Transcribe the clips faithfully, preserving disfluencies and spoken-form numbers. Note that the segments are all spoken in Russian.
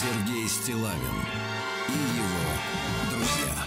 Сергей Стиллавин и его друзья.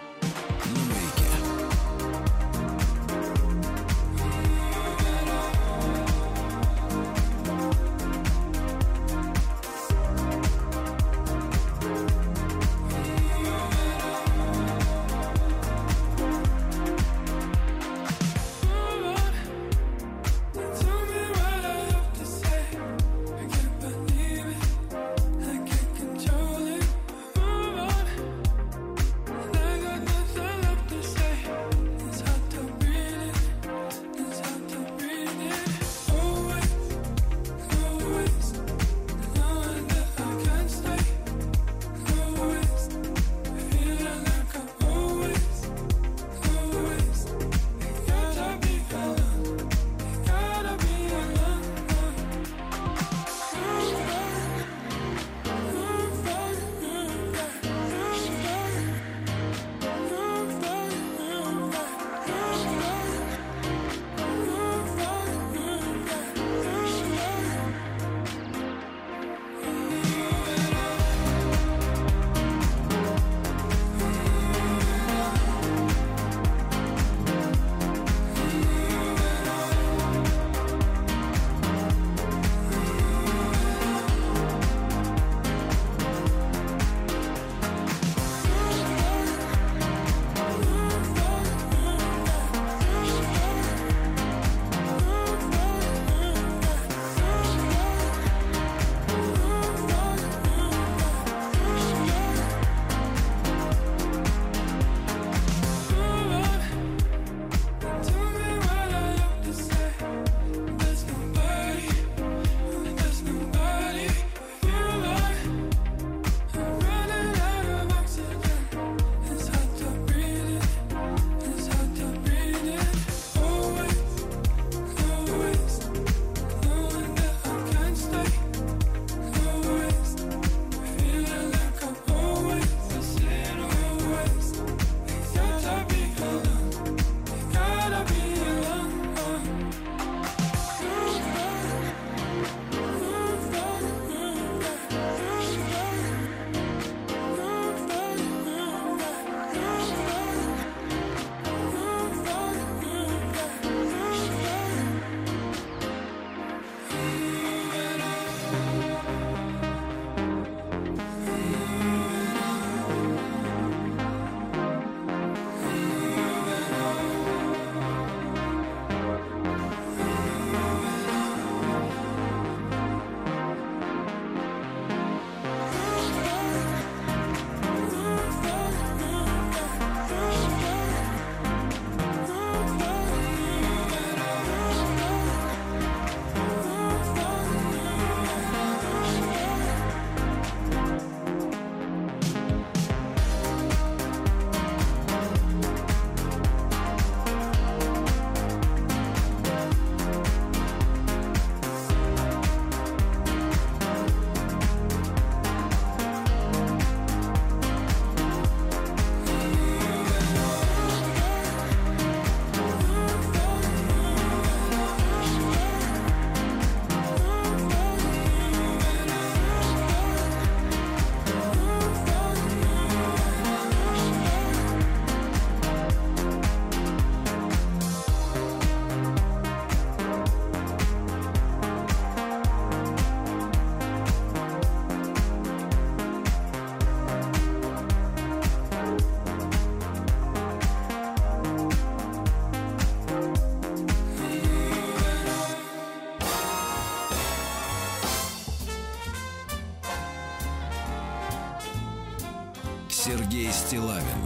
Сергей Стиллавин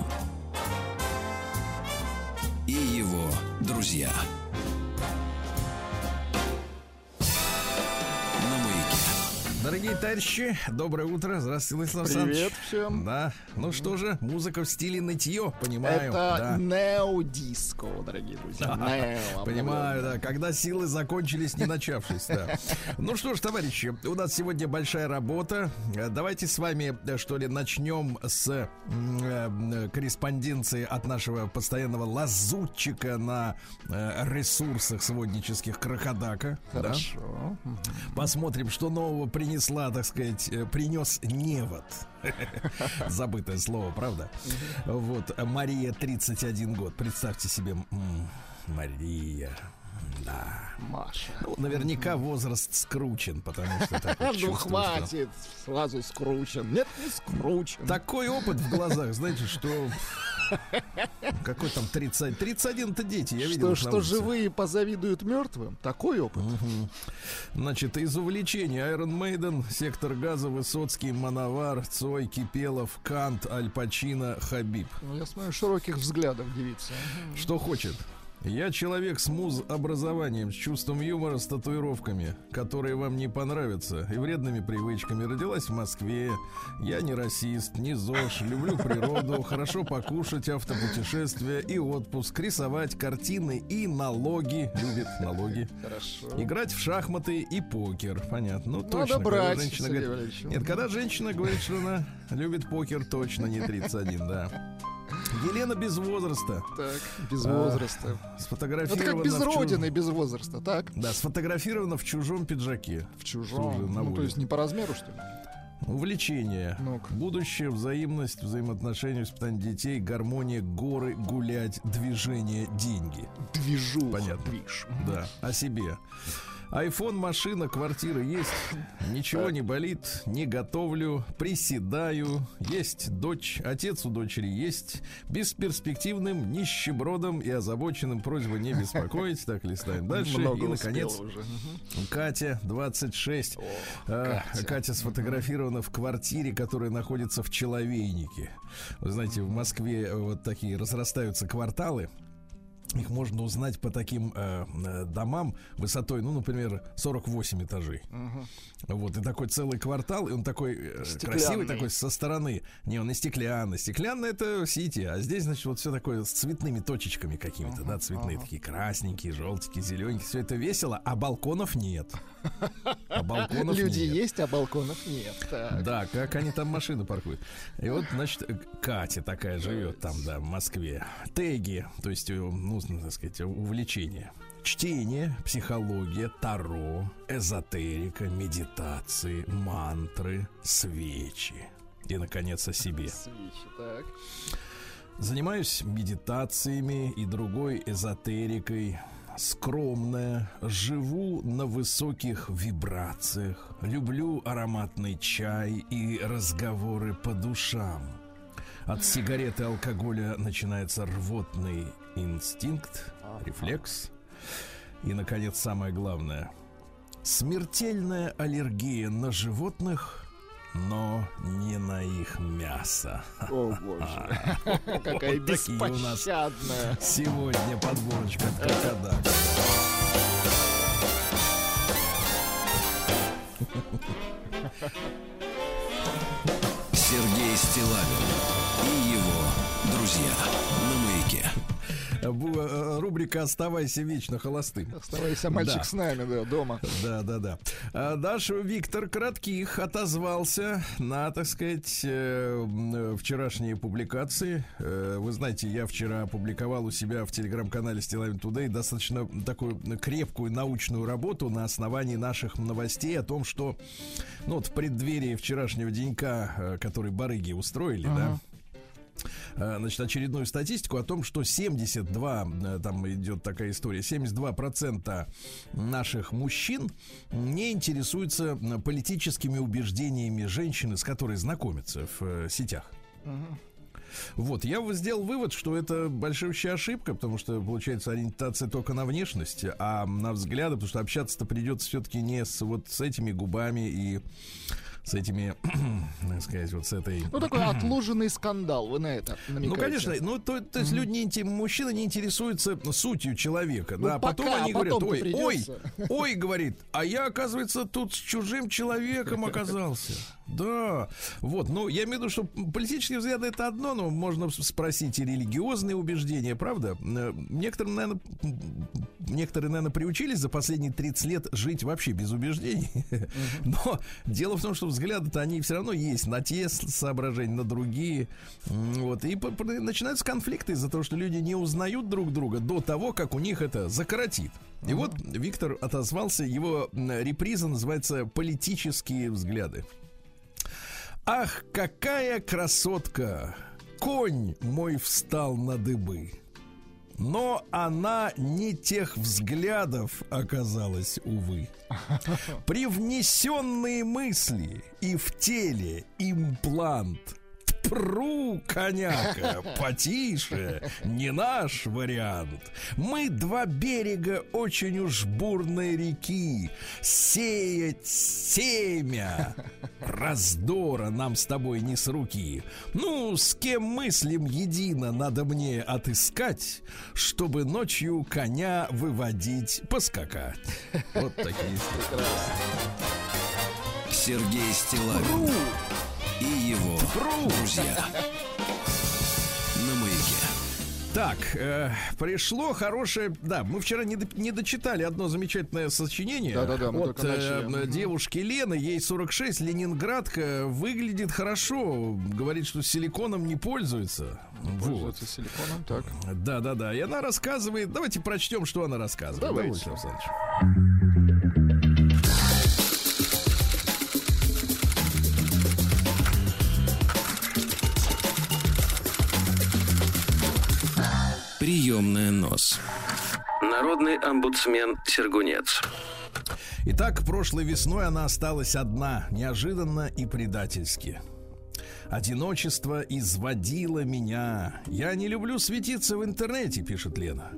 и его друзья. Дорогие товарищи, доброе утро. Здравствуйте, Владислав Александрович. Привет всем. Да. Ну что же, музыка в стиле нытье, понимаю. Это да. нео-диско, дорогие друзья. Да. Нео, понимаю, да. Когда силы закончились, не начавшись, да. Ну что ж, товарищи, у нас сегодня большая работа. Давайте с вами, что ли, начнем с э, корреспонденции от нашего постоянного лазутчика на э, ресурсах своднических Кракодака. Хорошо. Да? Посмотрим, что нового принесли числа, так сказать, принес невод. Забытое слово, правда? Вот, Мария, тридцать один год. Представьте себе, Мария... Да. Маша. Ну, наверняка возраст скручен, потому что так вот ну хватит, что... сразу скручен. Нет, не скручен. Такой опыт в глазах, знаете, что какой там тридцать, тридцать один-то дети, я видел. Что, что живые позавидуют мертвым? Такой опыт. Угу. Значит, из увлечений Iron Maiden, Сектор Газа, Высоцкий, Мановар, Цой, Кипелов, Кант, Аль Пачино, Хабиб. Ну, я смотрю, широких взглядов девица. Что хочет? Я человек с муз-образованием, с чувством юмора, с татуировками, которые вам не понравятся, и вредными привычками. Родилась в Москве. Я не расист, не ЗОЖ. Люблю природу, хорошо покушать, автопутешествия и отпуск, рисовать картины и налоги. Любит налоги. Хорошо. Играть в шахматы и покер. Понятно. Ну, Надо точно. брать, Когда женщина говорит... Нет, когда женщина говорит, что она любит покер, точно не тридцать один, да. Елена без возраста. Так, без возраста. А, сфотографирована. Это как без чуж... родины, без возраста, так? Да, сфотографирована в чужом пиджаке. В чужом? Ну, то есть не по размеру, что ли? Увлечение. Ну-ка. Будущее, взаимность, взаимоотношения, воспитание детей, гармония, горы, гулять, движение, деньги. Движу. Понятно. Движ. Да, о себе. Айфон, машина, квартира есть. Ничего не болит, не готовлю, приседаю. Есть дочь, отец у дочери есть. Бесперспективным, нищебродом и озабоченным просьба не беспокоить. Так, листаем дальше. Много и, наконец, уже. Катя, двадцать шесть. О, а, Катя. Катя сфотографирована в квартире, которая находится в Человейнике. Вы знаете, в Москве вот такие разрастаются кварталы. Их можно узнать по таким э, домам высотой, ну, например, сорок восемь этажей. Uh-huh. Вот, и такой целый квартал, и он такой э, красивый, такой со стороны. Не, он не стеклянный. Стеклянный — это сити, а здесь, значит, вот все такое с цветными точечками какими-то, uh-huh. да, цветные, uh-huh. такие красненькие, желтенькие, зелененькие. Все это весело, а балконов нет. А балконов Люди нет. есть, а балконов нет. Так. Да, как они там машины паркуют. И вот, значит, Катя такая живет там, да, в Москве. Теги, то есть, ну, так сказать, увлечение. Чтение, психология, таро, эзотерика, медитации, мантры, свечи. И, наконец, о себе. Свечи, так. Занимаюсь медитациями и другой эзотерикой. Скромная, живу на высоких вибрациях. Люблю ароматный чай и разговоры по душам. От сигареты и алкоголя начинается рвотный инстинкт, рефлекс. И, наконец, самое главное. Смертельная аллергия на животных, но не на их мясо. О, боже. Какая беспощадная. Сегодня подборочка от Крокодила. Сергей Стиллавин и его друзья на Маяке. Рубрика «Оставайся вечно холостым». Оставайся, мальчик, да. С нами, да, дома. Да, да, да. А дальше Виктор Кратких отозвался на, так сказать, вчерашние публикации. Вы знаете, я вчера опубликовал у себя в телеграм-канале Стиллавин Тудэй достаточно такую крепкую научную работу на основании наших новостей о том, что, ну, вот в преддверии вчерашнего денька, который барыги устроили, uh-huh. да, значит, очередную статистику о том, что семьдесят два, там идет такая история, семьдесят два процента наших мужчин не интересуются политическими убеждениями женщины, с которой знакомятся в сетях. Uh-huh. Вот, я сделал вывод, что это большущая ошибка, потому что, получается, ориентация только на внешность, а на взгляды, потому что общаться-то придется все-таки не с вот с этими губами и с этими, так сказать, вот с этой... Ну, такой отложенный скандал, вы на это намекаете. Ну, конечно, ну, то, то есть mm-hmm. люди, не, мужчины не интересуются сутью человека, ну, да, пока, потом они а говорят, ой, придется. ой, ой, говорит, а я, оказывается, тут с чужим человеком оказался. Да, вот, ну, я имею в виду, что политические взгляды — это одно, но можно спросить и религиозные убеждения, правда? Некоторым, наверное, некоторые, наверное, приучились за последние тридцать лет жить вообще без убеждений, uh-huh. но дело в том, что взгляды-то они все равно есть на те соображения, на другие, вот, и начинаются конфликты из-за того, что люди не узнают друг друга до того, как у них это закоротит. И вот Виктор отозвался, его реприза называется «Политические взгляды». Ах, какая красотка! Конь мой встал на дыбы. Но она не тех взглядов оказалась, увы. Привнесенные мысли и в теле имплант. Пру, коняка, потише, не наш вариант. Мы два берега очень уж бурной реки. Сеять семя раздора нам с тобой не с руки. Ну, с кем мыслим едино надо мне отыскать, чтобы ночью коня выводить поскакать. Вот такие истории. Сергей Стиллавин и его друзья на Маяке. Так, э, пришло хорошее... Да, мы вчера не, до, не дочитали одно замечательное сочинение. Да-да-да, мы от только начали. э, девушки Лены, ей сорок шесть, ленинградка, выглядит хорошо. Говорит, что силиконом не пользуется. Пользуется Вот. силиконом, так. Да-да-да, и она рассказывает... Давайте прочтем, что она рассказывает. Давайте. Да, Александр Александрович. Приемная нос. Народный омбудсмен Сергунец. Итак, прошлой весной она осталась одна, неожиданно и предательски. Одиночество изводило меня. Я не люблю светиться в интернете, пишет Лена.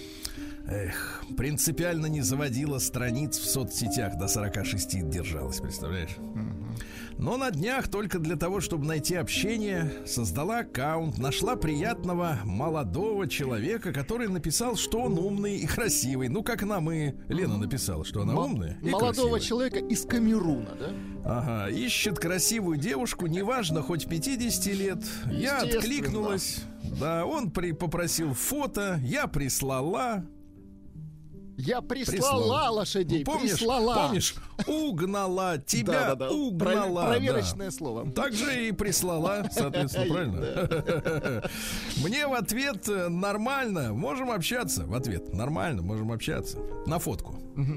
Эх, принципиально не заводила страниц в соцсетях, до сорока шести держалась, представляешь? Но на днях только для того, чтобы найти общение, создала аккаунт, нашла приятного молодого человека, который написал, что он умный и красивый. Ну, как нам и Лена написала, что она М- умная и Молодого красивая. человека из Камеруна, да? Ага, ищет красивую девушку, неважно, хоть пятидесяти лет. Я Естественно. откликнулась. Да, он при- попросил фото, я прислала. Я прислала Прислал. лошадей, Помнишь, прислала. помнишь, угнала тебя, Да-да-да. угнала. Про- проверочное да. слово. Так же и прислала, соответственно, правильно? Мне в ответ э, нормально, можем общаться. В ответ нормально, можем общаться. На фотку.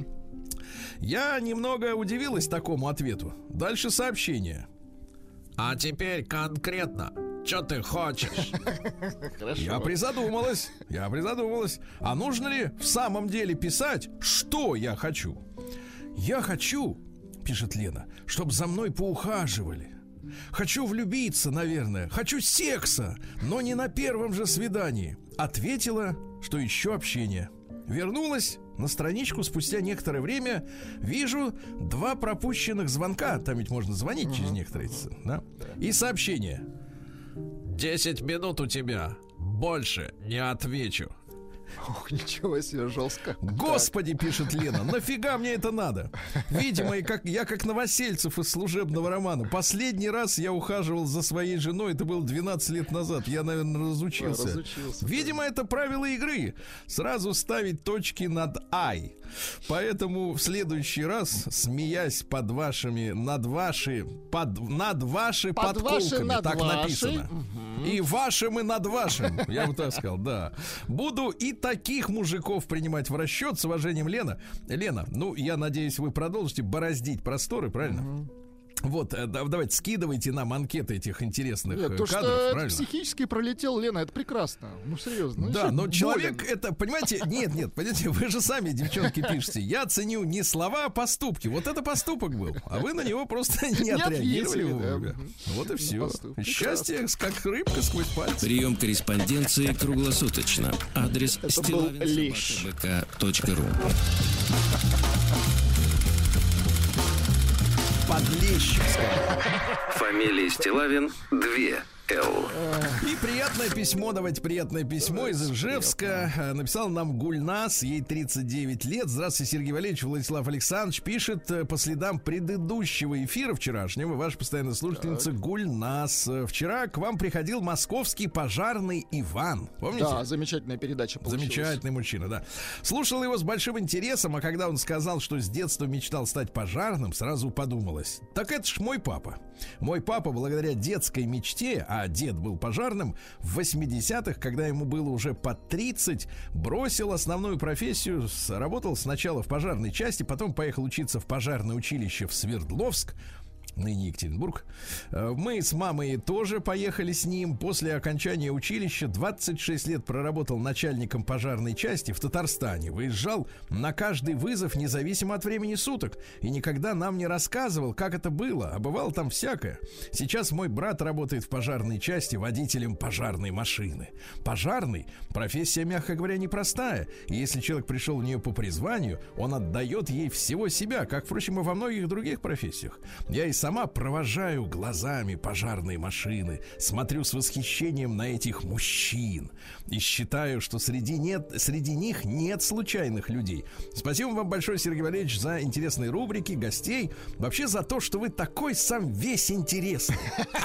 Я немного удивилась такому ответу. Дальше сообщение. А теперь конкретно. Что ты хочешь? Хорошо. Я призадумалась, я призадумалась. А нужно ли в самом деле писать, что я хочу? Я хочу, пишет Лена, чтобы за мной поухаживали. Хочу влюбиться, наверное. Хочу секса, но не на первом же свидании. Ответила, что еще общение. Вернулась на страничку спустя некоторое время. Вижу два пропущенных звонка. Там ведь можно звонить через некоторые, да? И сообщение. Десять минут у тебя. Больше не отвечу. Ох, ничего себе, жестко. Господи, пишет Лена, нафига мне это надо? Видимо, и как, я как Новосельцев из служебного романа. Последний раз я ухаживал за своей женой, это было двенадцать лет назад. Я, наверное, разучился. Да, разучился, Видимо, да. это правило игры. Сразу ставить точки над «ай». Поэтому в следующий раз, смеясь под вашими, над ваши, под, над ваши Под подколками, ваши, над так ваши. написано. И вашим, и над вашим. Я бы так сказал, да. Буду и таких мужиков принимать в расчет. С уважением, Лена. Лена, ну, я надеюсь, вы продолжите бороздить просторы, правильно? Вот, э, да, давайте, скидывайте нам анкеты этих интересных Нет, э, то, кадров, что это правильно? психически пролетел, Лена, это прекрасно. Ну, серьезно. Ну, Да, человек но человек болен. это, понимаете, нет, нет, понимаете, вы же сами, девчонки, пишете. Я ценю не слова, а поступки. Вот это поступок был, а вы на него просто не Не отреагировали ответили, да. вовремя. Вот и все. Поступок. Счастье, как рыбка сквозь пальцы. Прием корреспонденции круглосуточно. Адрес Это был лещ. стиллавин собака бэ ка точка ру. Подлещик, скажем. Фамилия Стиллавин две Л. И приятное письмо, давайте приятное письмо из Ижевска. Э, Написал нам Гульнас, ей тридцать девять лет. Здравствуйте, Сергей Валерьевич, Владислав Александрович. Пишет э, по следам предыдущего эфира вчерашнего ваша постоянная слушательница Гульнас. Э, Вчера к вам приходил московский пожарный Иван. Помните? Да, замечательная передача получилась. Замечательный мужчина, да. Слушал его с большим интересом, а когда он сказал, что с детства мечтал стать пожарным, сразу подумалось. Так это ж мой папа. Мой папа, благодаря детской мечте, а дед был пожарным, в восьмидесятых, когда ему было уже под тридцать, бросил основную профессию, работал сначала в пожарной части, потом поехал учиться в пожарное училище в Свердловск, ныне Екатеринбург. Мы с мамой тоже поехали с ним. После окончания училища двадцать шесть лет проработал начальником пожарной части в Татарстане. Выезжал на каждый вызов, независимо от времени суток. И никогда нам не рассказывал, как это было. А бывало там всякое. Сейчас мой брат работает в пожарной части водителем пожарной машины. Пожарный — профессия, мягко говоря, непростая. И если человек пришел в нее по призванию, он отдает ей всего себя, как, впрочем, и во многих других профессиях. Я и сама провожаю глазами пожарные машины, смотрю с восхищением на этих мужчин и считаю, что среди, нет, среди них нет случайных людей. Спасибо вам большое, Сергей Валерьевич, за интересные рубрики, гостей, вообще за то, что вы такой сам весь интересный.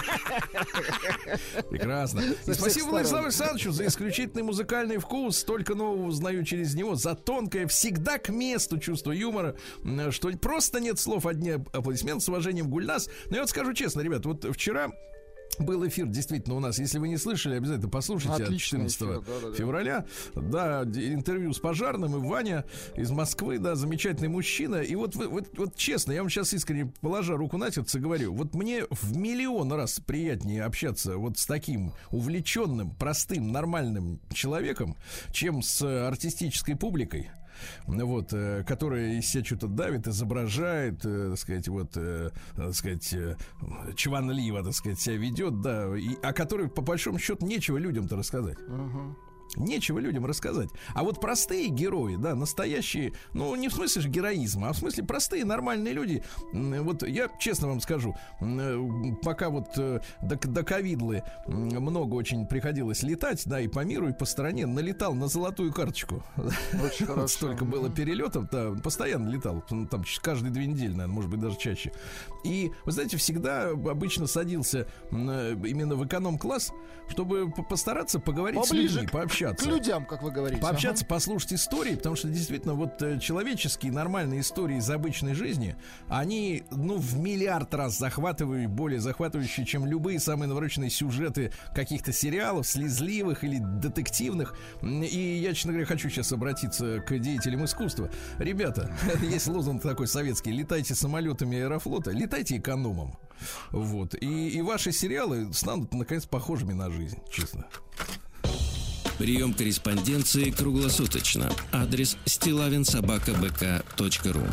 Прекрасно. И спасибо Владиславу Александровичу за исключительный музыкальный вкус. Столько нового узнаю через него. За тонкое, всегда к месту чувство юмора, что просто нет слов, одни аплодисменты. С уважением, Гульнас. Но я вот скажу честно, ребят, вот вчера был эфир, действительно, у нас. Если вы не слышали, обязательно послушайте. Отличный от четырнадцатого эфир, да, да, февраля. Да, интервью с пожарным. И Ваня из Москвы, да, замечательный мужчина. И вот, вот, вот честно, я вам сейчас искренне, положа руку на сердце, говорю, вот мне в миллион раз приятнее общаться вот с таким увлеченным, простым, нормальным человеком, чем с артистической публикой. Вот, э, которая из себя что-то давит, изображает, э, так сказать, вот, э, так сказать, э, чванливо, так сказать, себя ведет, да, и, о которой, по большому счету, нечего людям-то рассказать. Uh-huh. Нечего людям рассказать. А вот простые герои, да, настоящие, ну, не в смысле же героизма, а в смысле простые, нормальные люди. Вот я честно вам скажу, пока вот до, до ковидлы много очень приходилось летать, да, и по миру, и по стране, налетал на золотую карточку. Очень хорошо. Столько было перелетов, да, постоянно летал, там каждые две недели, наверное, может быть, даже чаще. И, вы знаете, всегда обычно садился именно в эконом-класс, чтобы постараться поговорить поближе с людьми, пообщаться. К людям, как вы говорите. Пообщаться, ага. послушать истории, потому что действительно вот человеческие нормальные истории из обычной жизни, они, ну, в миллиард раз захватывающие, более захватывающие, чем любые самые навороченные сюжеты каких-то сериалов, слезливых или детективных. И я, честно говоря, хочу сейчас обратиться к деятелям искусства. Ребята, есть лозунг такой советский: летайте самолетами Аэрофлота, летайте экономом. Вот. И, и ваши сериалы станут, наконец, похожими на жизнь, честно. Прием корреспонденции круглосуточно. Адрес стилавин собака бэ ка точка ру.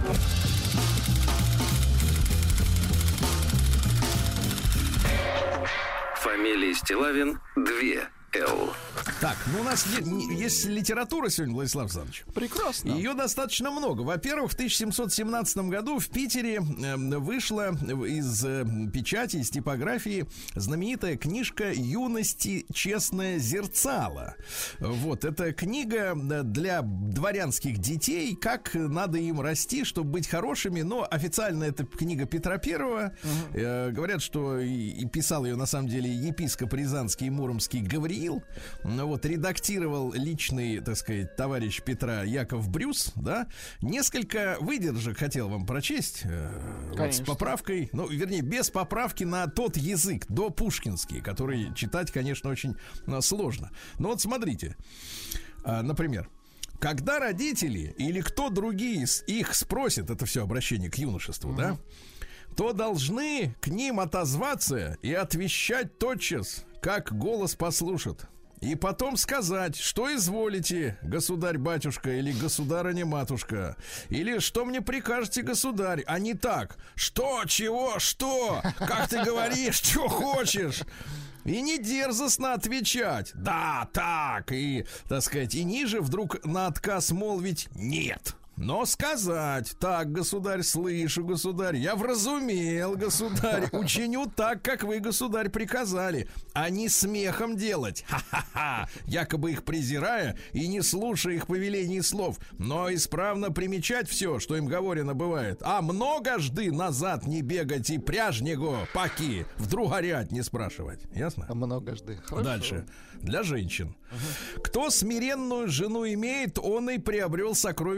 Фамилия Стилавин два эл. Так, ну у нас есть литература сегодня, Владислав Александрович. Прекрасно. Ее достаточно много. Во-первых, в тысяча семьсот семнадцатом году в Питере вышла из печати, из типографии знаменитая книжка «Юности честное зерцало». Вот, это книга для дворянских детей, как надо им расти, чтобы быть хорошими. Но официально это книга Петра Первого. Uh-huh. Говорят, что и писал ее на самом деле епископ Рязанский и Муромский Гавриил. Вот, редактировал личный, так сказать, товарищ Петра Яков Брюс, да. Несколько выдержек хотел вам прочесть, э, вот, с поправкой, ну, вернее, без поправки на тот язык, допушкинский, который читать, конечно, очень ну, сложно. Но вот смотрите, э, например, когда родители или кто другие их спросят, это все обращение к юношеству, mm-hmm. да, то должны к ним отозваться и отвечать тотчас, как голос послушат. И потом сказать, что изволите, государь-батюшка или государыня-матушка. Или что мне прикажете, государь, а не так. Что, чего, что? Как ты говоришь, что хочешь? И не дерзостно отвечать. Да, так. И, так сказать, и ниже вдруг на отказ молвить нет. Но сказать: так, государь, слышу, государь, я вразумел, государь, учиню так, как вы, государь, приказали, а не смехом делать, ха-ха-ха, якобы их презирая и не слушая их повелений и слов, но исправно примечать все, что им говорено бывает, а многожды назад не бегать и пряжнего, паки, вдруг горять не спрашивать, ясно? А многожды, хорошо. Дальше, для женщин. Uh-huh. Кто смиренную жену имеет, он и приобрел сокровище выше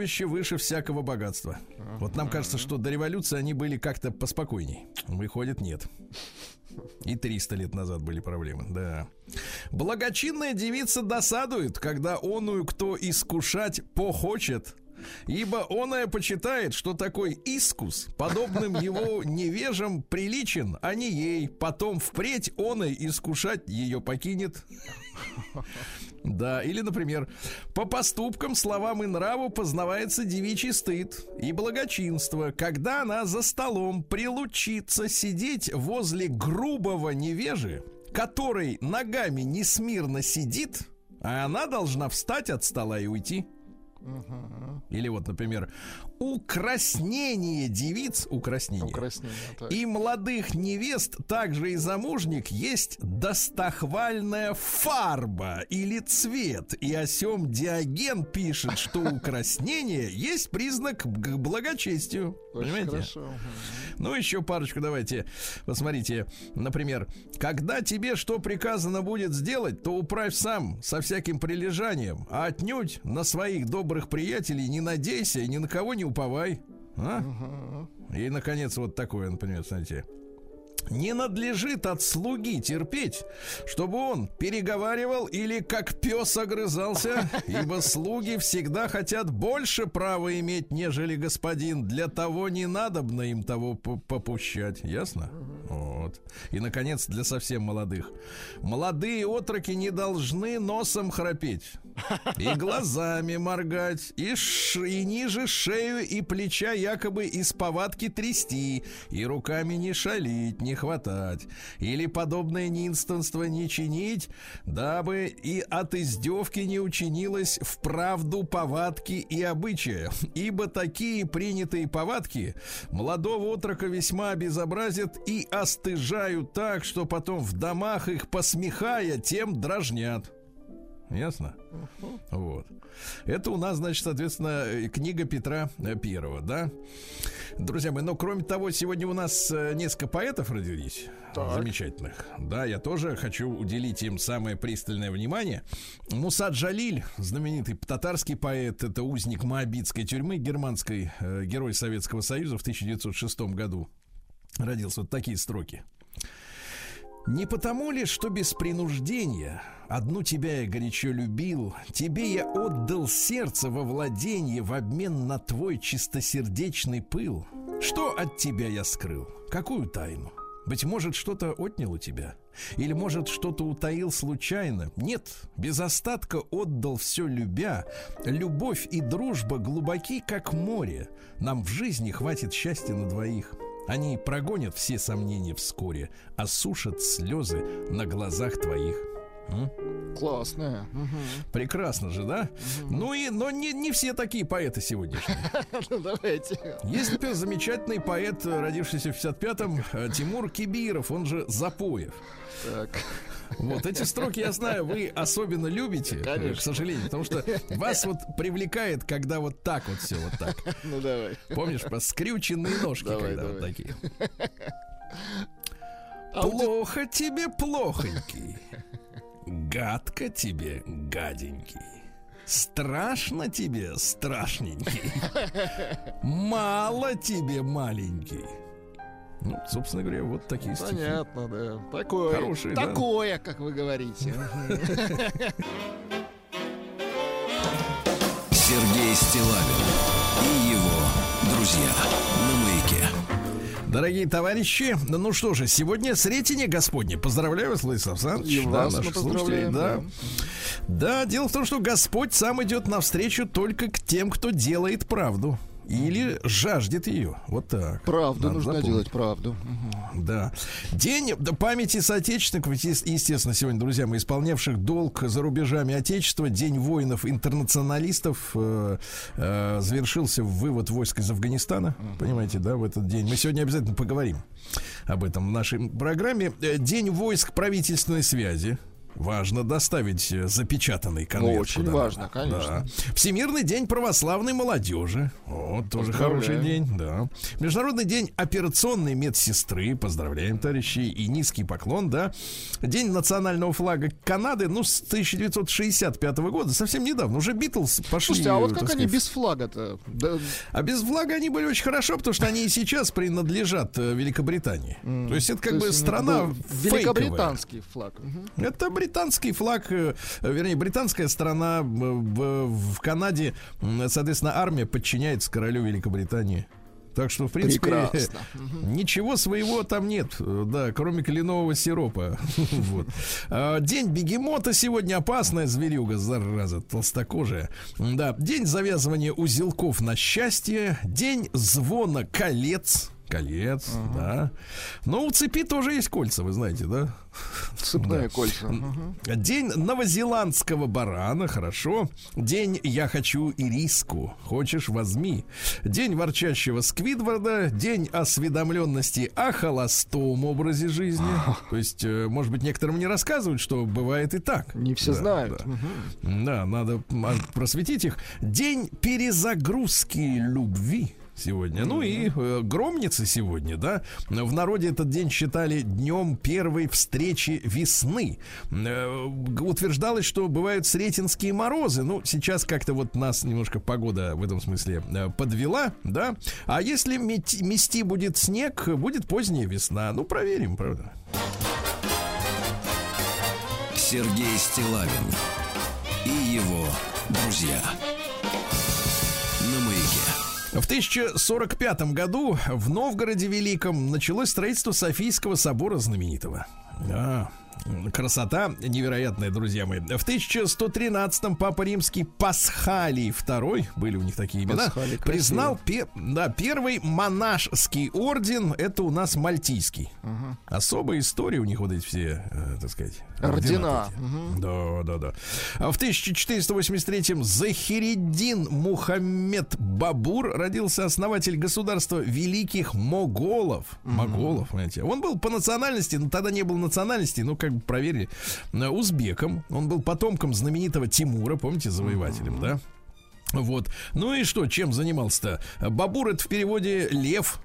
больше всякого богатства. Вот нам кажется, что до революции они были как-то поспокойней. Выходит, нет. И триста лет назад были проблемы, да. Благочинная девица досадует, когда оную кто искушать похочет, ибо оная почитает, что такой искус подобным его невежам приличен, а не ей. Потом впредь оной искушать ее покинет. Да, или, например, по поступкам, словам и нраву познавается девичий стыд и благочинство, когда она за столом прилучится сидеть возле грубого невежи, который ногами несмирно сидит, а она должна встать от стола и уйти. Uh-huh. Или вот, например, украснение девиц, украснение, украснение и молодых невест, также и замужних, есть достохвальная фарба или цвет. И о сём Диоген пишет, что украснение есть признак к благочестию. Понимаете? Хорошо. Ну, еще парочку давайте. Посмотрите, например, когда тебе что приказано будет сделать, то управь сам со всяким прилежанием, а отнюдь на своих добрых приятелей не надейся и ни на кого не уповай. А? Угу. И, наконец, вот такое, например, смотрите. Не надлежит от слуги терпеть, чтобы он переговаривал или как пес огрызался, ибо слуги всегда хотят больше права иметь, нежели господин. Для того не надобно им того попущать. Ясно? Вот. И, наконец, для совсем молодых. Молодые отроки не должны носом храпеть, и глазами моргать, и, ш... и ниже шею и плеча якобы из повадки трясти, и руками не шалить, не хватать, или подобное неинстанство не чинить, дабы и от издевки не учинилось вправду повадки и обычая, ибо такие принятые повадки молодого отрока весьма обезобразят и остыжают так, что потом в домах их, посмехая, тем дражнят. Ясно? Uh-huh. Вот. Это у нас, значит, соответственно, книга Петра Первого, да? Друзья мои, но кроме того, сегодня у нас несколько поэтов родились. Так. Замечательных. Да, я тоже хочу уделить им самое пристальное внимание. Муса Джалиль, знаменитый татарский поэт, это узник моабитской тюрьмы германской, э, герой Советского Союза в тысяча девятьсот шестом году. Родился. Вот такие строки. Не потому ли, что без принуждения одну тебя я горячо любил, тебе я отдал сердце во владенье в обмен на твой чистосердечный пыл? Что от тебя я скрыл? Какую тайну? Быть может, что-то отнял у тебя? Или, может, что-то утаил случайно? Нет, без остатка отдал все любя. Любовь и дружба глубоки, как море. Нам в жизни хватит счастья на двоих. Они прогонят все сомнения вскоре, осушат слезы на глазах твоих. М? Классно. Угу. Прекрасно же, да? Угу. Ну и, но не, не все такие поэты сегодняшние. Давайте. Есть, например, замечательный поэт, родившийся в шестьдесят пятом, Тимур Кибиров, он же Запоев. Так. Вот эти строки, я знаю, вы особенно любите, конечно, к сожалению, потому что вас вот привлекает, когда вот так вот все, вот так. Ну давай. Помнишь, про скрюченные ножки, давай, когда давай. Вот такие. Плохо тебе, плохонький. Гадко тебе, гаденький. Страшно тебе, страшненький. Мало тебе, маленький. Ну, собственно говоря, вот такие стихи. Понятно, да. Такое, хорошие, такое, да? Как вы говорите. Сергей Стиллавин и его друзья на Маяке. Дорогие товарищи, ну что же, сегодня Сретение Господне. Поздравляю вас, Владислав Александрович. И да, вас мы поздравляем. Да. Да. Да, дело в том, что Господь сам идет навстречу только к тем, кто делает правду. Или жаждет ее. Вот так. Правду надо нужно запомнить. Делать, правду. Угу. Да. День памяти соотечественников, естественно, сегодня, друзья мои, исполнявших долг за рубежами Отечества. День воинов-интернационалистов э, э, завершился вывод войск из Афганистана. Угу. Понимаете, да, в этот день. Мы сегодня обязательно поговорим об этом в нашей программе. День войск правительственной связи. Важно доставить запечатанный конверт. Очень куда важно, надо. конечно. Да. Всемирный день православной молодежи. Вот, тоже хороший день, да. Международный день операционной медсестры. Поздравляем, товарищи. И низкий поклон, да. День национального флага Канады, ну, с тысяча девятьсот шестьдесят пятого года, совсем недавно. Уже Битлз пошли. Слушайте, а вот как сказать, они без флага-то? Да. А без флага они были очень хорошо, потому что они и сейчас принадлежат Великобритании. Mm. То есть это как То бы есть страна фейковая. Великобританский флаг. Угу. Это британский флаг, вернее, британская страна. В, в Канаде, соответственно, армия подчиняется королю Великобритании. Так что, в принципе, прекрасно. Ничего своего там нет, да, кроме кленового сиропа. Вот. День бегемота сегодня, опасная зверюга, зараза, толстокожая. Да, день завязывания узелков на счастье, день звона колец. Колец, uh-huh. да. Но у цепи тоже есть кольца, вы знаете, да? Цепные да. кольца. Uh-huh. День новозеландского барана, хорошо. День «Я хочу ириску». Хочешь, возьми. День ворчащего Сквидварда. День осведомленности о холостом образе жизни. Uh-huh. То есть, может быть, некоторым не рассказывают, что бывает и так. Не все да, знают. Да. Uh-huh. да, надо просветить их. День перезагрузки любви. Сегодня. Ну и э, громницы сегодня, да. В народе этот день считали днем первой встречи весны. Э, утверждалось, что бывают сретенские морозы. Ну, сейчас как-то вот нас немножко погода в этом смысле э, подвела, да. А если меть, мести будет снег, будет поздняя весна. Ну, проверим, правда. Сергей Стиллавин и его друзья. В тысяча сорок пятом году в Новгороде Великом началось строительство Софийского собора знаменитого. Да. Красота невероятная, друзья мои. В тысяча сто тринадцатом Папа Римский Пасхалий второй, были у них такие имена, Пасхалий, признал пе- да, первый монашеский орден. Это у нас мальтийский. Угу. Особая история у них вот эти все, э, так сказать, ордена. Угу. Да, да, да. А в тысяча четыреста восемьдесят третьем Захириддин Мухаммед Бабур родился, основатель государства великих моголов. Угу. Моголов, понимаете. Он был по национальности, но тогда не было национальности, ну, как бы проверили, узбеком. Он был потомком знаменитого Тимура, помните, завоевателем, uh-huh. да? Вот. Ну и что, чем занимался-то? Бабур — это в переводе лев.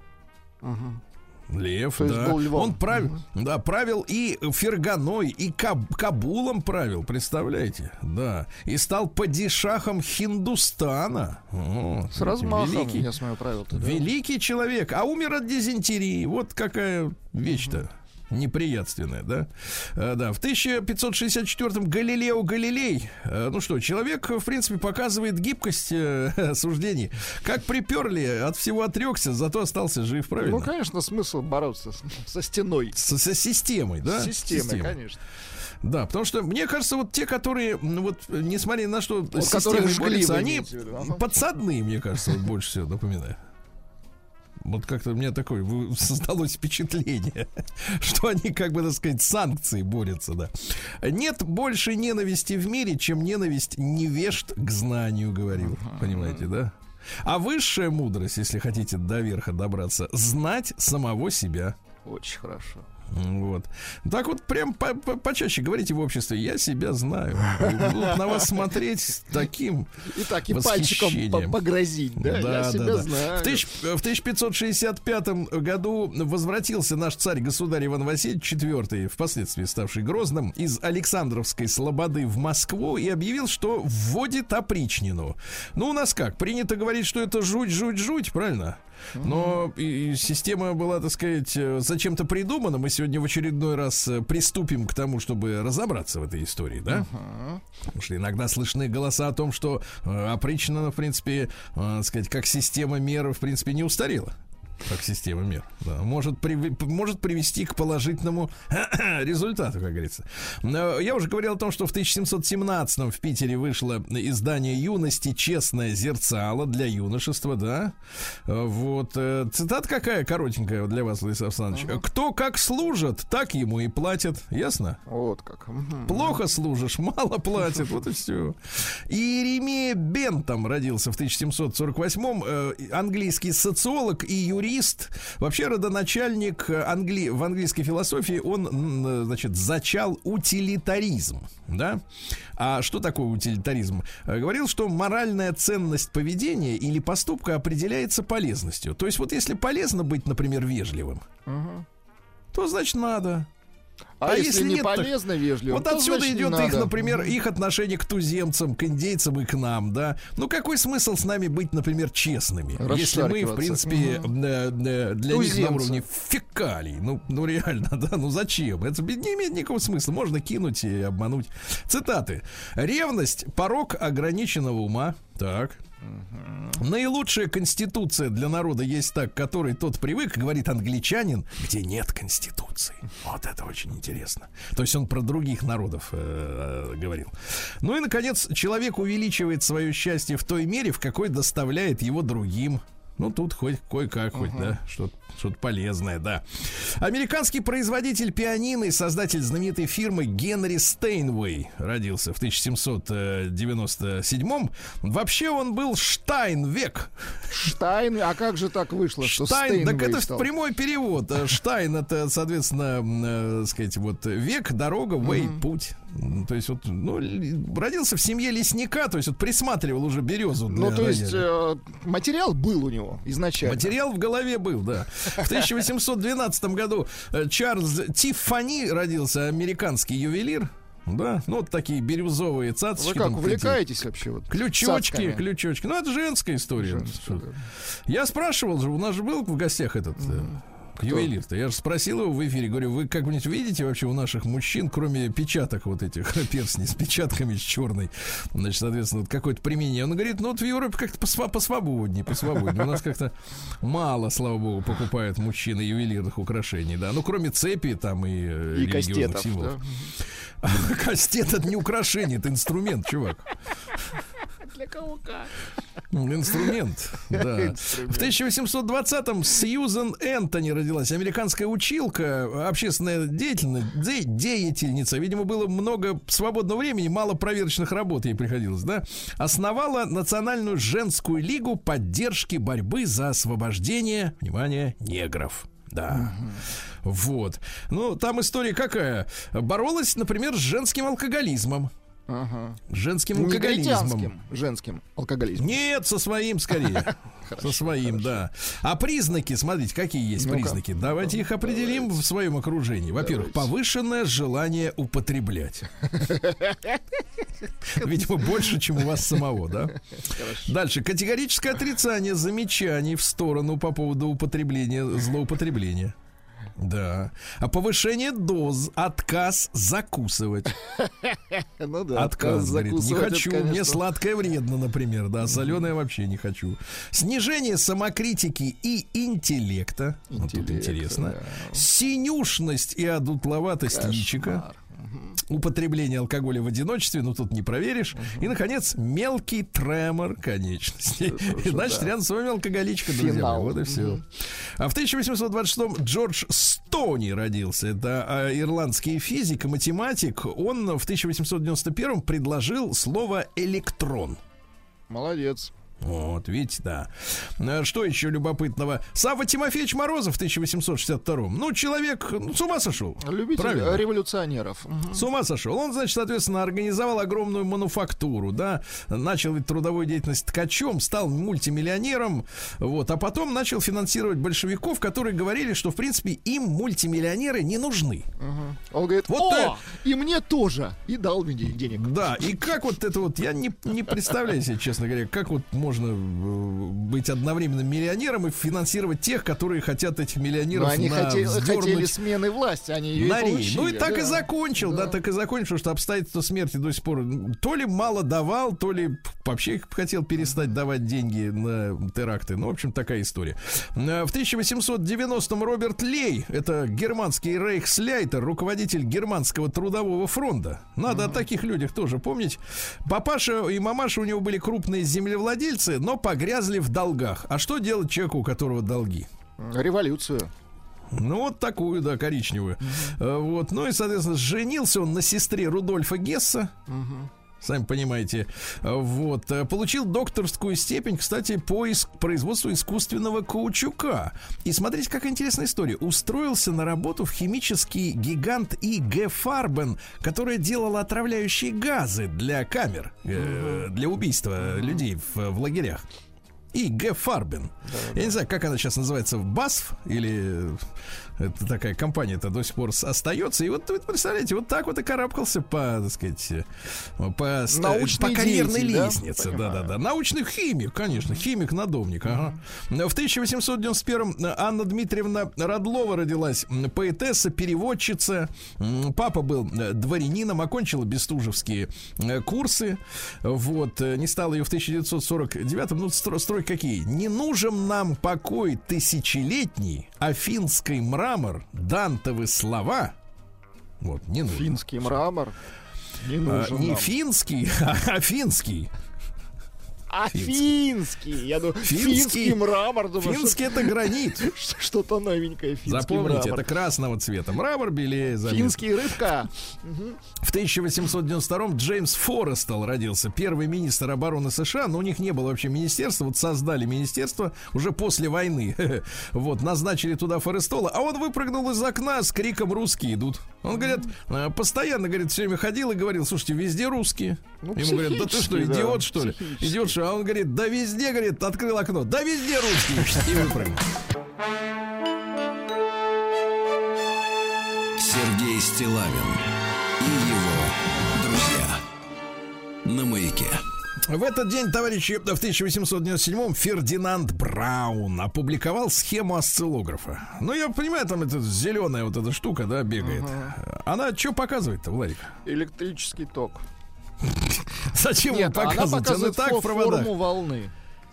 Uh-huh. Лев, то да. Он правил, uh-huh. да, правил и Ферганой, и Каб- Кабулом правил, представляете? Да. И стал падишахом Хиндустана. О, с размахом, великий, я смотрю, правил-то, да? Великий человек. А умер от дизентерии. Вот какая вещь-то. Uh-huh. Неприятственное, да? А, да. В тысяча пятьсот шестьдесят четвёртом Галилео Галилей. А, ну что, человек, в принципе, показывает гибкость э, суждений. Как приперли, от всего отрекся, зато остался жив, правильно? Ну, конечно, смысл бороться с, со стеной. С, со системой, да? С системой, Система. Конечно. Да, потому что, мне кажется, вот те, которые, ну, вот, несмотря на что, вот с системой борются, они ага. подсадные, мне кажется, вот, больше всего напоминаю. Вот как-то у меня такое создалось впечатление, что они, как бы, так сказать, санкции борются, да. Нет больше ненависти в мире, чем ненависть невежд к знанию, говорил. Понимаете, да? А высшая мудрость, если хотите до верха добраться, знать самого себя. Очень хорошо. Вот. Так вот, прям по- по- почаще говорите в обществе: я себя знаю. Будут на вас смотреть с таким и так, и пальчиком погрозить, да? Да, я да, себя да. знаю. В, тысяч, в тысяча пятьсот шестьдесят пятом году возвратился наш царь-государь Иван Васильевич четвёртый, впоследствии ставший Грозным, из Александровской слободы в Москву и объявил, что вводит опричнину. Ну, у нас как? Принято говорить, что это жуть, жуть, жуть, правильно? Но и, и система была, так сказать, зачем-то придумана. Мы сегодня в очередной раз приступим к тому, чтобы разобраться в этой истории, да? Uh-huh. Потому что иногда слышны голоса о том, что э, опричнина, в принципе, э, сказать, как система мер, в принципе, не устарела. Как система мер. Да, может, при, может привести к положительному результату, как говорится. Я уже говорил о том, что в тысяча семьсот семнадцатом в Питере вышло издание «Юности. Честное зерцало» для юношества, да. Вот. Цитата какая коротенькая для вас, Владислав Александрович. Uh-huh. Кто как служит, так ему и платят. Ясно? Вот как. Uh-huh. Плохо служишь, мало платят. Вот и все. Иеремия Бентам родился в тысяча семьсот сорок восьмом. Английский социолог и юрист, юрист. Вообще родоначальник англи... в английской философии, он, значит, зачал утилитаризм, да? А что такое утилитаризм? Говорил, что моральная ценность поведения или поступка определяется полезностью. То есть вот если полезно быть, например, вежливым, угу. то значит надо. А, а если, если не нет, полезно, так... вежливо, вот отсюда значит, идет их, например, их отношение к туземцам, к индейцам и к нам, да. Ну какой смысл с нами быть, например, честными, если мы, в принципе, угу. для Туземцы. них на уровне фекалий, ну, ну реально, да, ну зачем? Это не имеет никакого смысла, можно кинуть и обмануть. Цитаты: ревность — порок ограниченного ума, так. Угу. Наилучшая конституция для народа есть та, к которой тот привык, говорит англичанин, где нет конституции. Вот это очень интересно. То есть он про других народов э, э, говорил. Ну и, наконец, человек увеличивает свое счастье в той мере, в какой доставляет его другим. Ну, тут хоть кое-как, хоть, uh-huh. да, что-то, что-то полезное, да. Американский производитель пианино и создатель знаменитой фирмы Генри Стейнвей родился в тысяча семьсот девяносто седьмом. Вообще он был Штайнвек. Штайн? А как же так вышло, что Штайн? Так это стал? Прямой перевод. Штайн — это, соответственно, э, сказать, вот век, дорога, вей, uh-huh. путь. То есть вот, ну, родился в семье лесника, то есть вот присматривал уже березу. Ну, то есть э, материал был у него изначально. Материал в голове был, да. В тысяча восемьсот двенадцатом году Чарльз Тиффани родился, американский ювелир. Да, ну вот такие бирюзовые цацочки. Вы как, там, увлекаетесь эти, вообще? Вот, ключочки, цацками. ключочки. Ну, это женская история. Женская, да. Я спрашивал же, у нас же был в гостях этот... Mm. ювелир-то. Я же спросил его в эфире, говорю, вы как-нибудь видите вообще у наших мужчин, кроме печаток вот этих перстней с печатками, с черной, значит, соответственно, вот какое-то применение. Он говорит, ну вот в Европе как-то посв- посвободнее, посвободнее. У нас как-то мало, слава богу, покупают мужчины ювелирных украшений, да. Ну, кроме цепи там и, и религиозных символов. Да? Кастет — это не украшение, это инструмент, чувак. Для кого как? Инструмент, да. Инструмент. В тысяча восемьсот двадцатом Сьюзен Энтони родилась, американская училка, общественная деятельница, де- деятельница. Видимо, было много свободного времени, мало проверочных работ ей приходилось, да. Основала Национальную женскую лигу поддержки борьбы за освобождение, внимание, негров. Да. Угу. Вот. Ну, там история какая? Боролась, например, с женским алкоголизмом. Ага. Женским алкоголизмом. Женским алкоголизмом. Нет, со своим скорее. Со своим, да. А признаки, смотрите, какие есть признаки. Давайте их определим в своем окружении. Во-первых, повышенное желание употреблять. Видимо, больше, чем у вас самого, да? Дальше. Категорическое отрицание замечаний в сторону по поводу употребления, злоупотребления. Да. А повышение доз, отказ закусывать. Ну да. Отказ, говорит, не хочу, это, мне сладкое вредно, например, да, соленое вообще не хочу. Снижение самокритики и интеллекта. Вот тут интересно. Да. Синюшность и одутловатость Кошмар. личика. Употребление алкоголя в одиночестве, ну тут не проверишь. Uh-huh. И, наконец, мелкий тремор конечностей. Значит, да. рядом с вами алкоголичка, друзья. Вот и все. Uh-huh. А в тысяча восемьсот двадцать шестом Джордж Стоуни родился. Это а, ирландский физик и математик. Он в тысяча восемьсот девяносто первом предложил слово «электрон». Молодец. Вот, видите, да. Что еще любопытного? Савва Тимофеевич Морозов в тысяча восемьсот шестьдесят втором. Ну, человек, ну, с ума сошел. Любитель Правильно? революционеров. Угу. С ума сошел. Он, значит, соответственно, организовал огромную мануфактуру, да. Начал ведь трудовую деятельность ткачом, стал мультимиллионером. Вот, а потом начал финансировать большевиков, которые говорили, что, в принципе, им мультимиллионеры не нужны. Угу. Он говорит, вот о, ты... и мне тоже. И дал мне денег. Да, и как вот это вот, я не, не представляю себе, честно говоря, как вот можно быть одновременно миллионером и финансировать тех, которые хотят этих миллионеров. Но они на хотели, хотели смены власти, они ее на и получили. Ну и так да. и закончил, да. да, так и закончил, потому что обстоятельства смерти до сих пор то ли мало давал, то ли вообще хотел перестать давать деньги на теракты. Ну, в общем, такая история. В тысяча восемьсот девяностом Роберт Лей, это германский рейхсляйтер, руководитель германского трудового фронта. Надо mm-hmm. о таких людях тоже помнить. Папаша и мамаша у него были крупные землевладельцы, но погрязли в долгах. А что делать человеку, у которого долги? Революцию. Ну, вот такую, да, коричневую. Uh-huh. Вот. Ну и, соответственно, женился он на сестре Рудольфа Гесса. Uh-huh. сами понимаете. Вот. Получил докторскую степень, кстати, по иск- производству искусственного каучука. И смотрите, какая интересная история. Устроился на работу в химический гигант И Г Фарбен, которая делала отравляющие газы для камер, э, для убийства людей в, в лагерях. И Г Фарбен. Да, Я да. не знаю, как она сейчас называется, БАСФ или это такая компания-то до сих пор остается. И вот вы представляете, вот так вот и карабкался по, так сказать, по, по карьерной лестнице. Да-да-да. Научный химик, конечно, химик-надомник. Ага. В тысяча восемьсот девяносто первом Анна Дмитриевна Радлова родилась, поэтесса, переводчица. Папа был дворянином, окончила бестужевские курсы. Вот. Не стала ее в тысяча девятьсот сорок девятом. Ну, строй какие? Не нужен нам покой тысячелетний, афинский мрамор, дантовы слова. Вот, не нужен. Финский мрамор не нужен а, Не нам. финский, а финский. А финский, я думаю, финский, финский мрамор. Думаю, финский что, это гранит. Что-то новенькое, финский Запомните, мрамор. Это красного цвета. Мрамор белее. Заметно. Финский рыбка. В тысяча восемьсот девяносто втором Джеймс Форестелл родился, первый министр обороны США, но у них не было вообще министерства, вот создали министерство уже после войны. Вот, назначили туда Форестелла, а он выпрыгнул из окна с криком «Русские идут». Он, говорит, постоянно, говорит, все время ходил и говорил: слушайте, везде русские. Ну, ему говорят: да ты что, идиот, да, что ли? Идиот, что? А он говорит: да везде, говорит, открыл окно, да везде русские. И выпрыгнул. Сергей Стиллавин и его друзья на Маяке. В этот день, товарищи, в тысяча восемьсот девяносто седьмом Фердинанд Браун опубликовал схему осциллографа. Ну, я понимаю, там эта зеленая вот эта штука, да, бегает. Ага. Она что показывает-то, Владик? Электрический ток. Зачем Нет, он показывает? Она показывает так фо- в проводах. форму волны.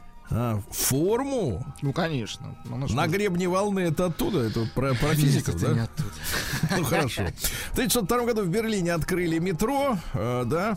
А, форму? Ну, конечно. На гребне волны это оттуда, это вот про, про физиков, да? Не оттуда. Ну, хорошо. В тысяча девятьсот втором году в Берлине открыли метро, э, да.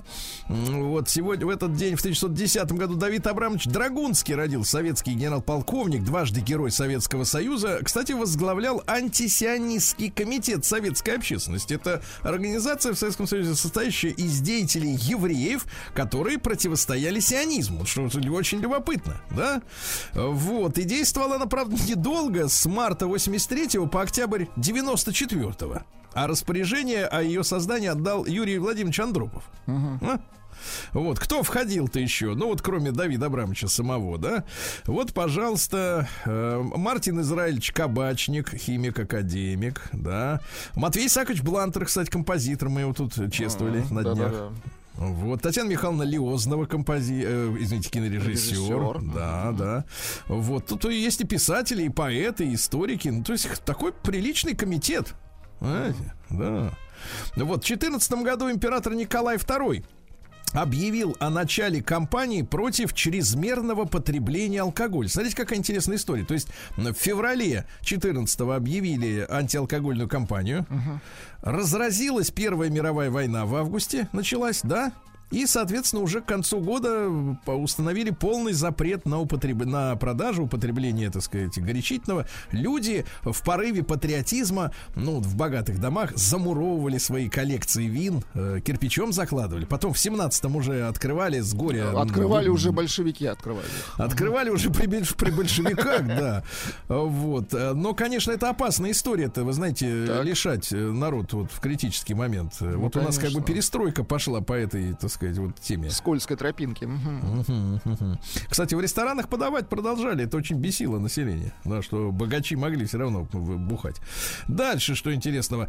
Вот сегодня, в этот день, в тысяча девятьсот десятом году Давид Абрамович Драгунский родился, советский генерал-полковник, дважды Герой Советского Союза. Кстати, возглавлял антисионистский комитет советской общественности. Это организация в Советском Союзе, состоящая из деятелей евреев, которые противостояли сионизму, что очень любопытно, да. Да? Вот. И действовала она, правда, недолго, с марта восемьдесят третьего по октябрь девяносто четвёртого. А распоряжение о ее создании отдал Юрий Владимирович Андропов. Uh-huh. А? Вот. Кто входил-то еще? Ну, вот кроме Давида Абрамовича самого, да? Вот, пожалуйста, э, Мартин Израильевич Кабачник, химик-академик, да? Матвей Исаакович Блантер, кстати, композитор, мы его тут чествовали uh-huh. на днях. Да-да-да. Вот, Татьяна Михайловна Лиознова, компози... э, извините, кинорежиссер. Режиссер. Да, mm-hmm. да. Вот, тут есть и писатели, и поэты, и историки. Ну, то есть такой приличный комитет. Знаете, mm-hmm. да. Вот, в четырнадцатом году император Николай второй объявил о начале кампании против чрезмерного потребления алкоголя. Смотрите, какая интересная история. То есть в феврале четырнадцатого объявили антиалкогольную кампанию. Uh-huh. Разразилась Первая мировая война в августе, началась, да? И, соответственно, уже к концу года установили полный запрет на, употреб... на продажу, употребление, так сказать, горячительного. Люди в порыве патриотизма, ну, в богатых домах замуровывали свои коллекции вин, э, кирпичом закладывали. Потом в семнадцатом уже открывали с горя. Открывали уже большевики, открывали. Открывали уже при, при большевиках, да. Вот. Но, конечно, это опасная история-то, вы знаете, так. лишать народ вот в критический момент. Ну, вот конечно. У нас как бы перестройка пошла по этой, так сказать, вот теме. Скользкой тропинки. Угу. Угу, угу. Кстати, в ресторанах подавать продолжали. Это очень бесило население. Да, что богачи могли все равно бухать. Дальше, что интересного.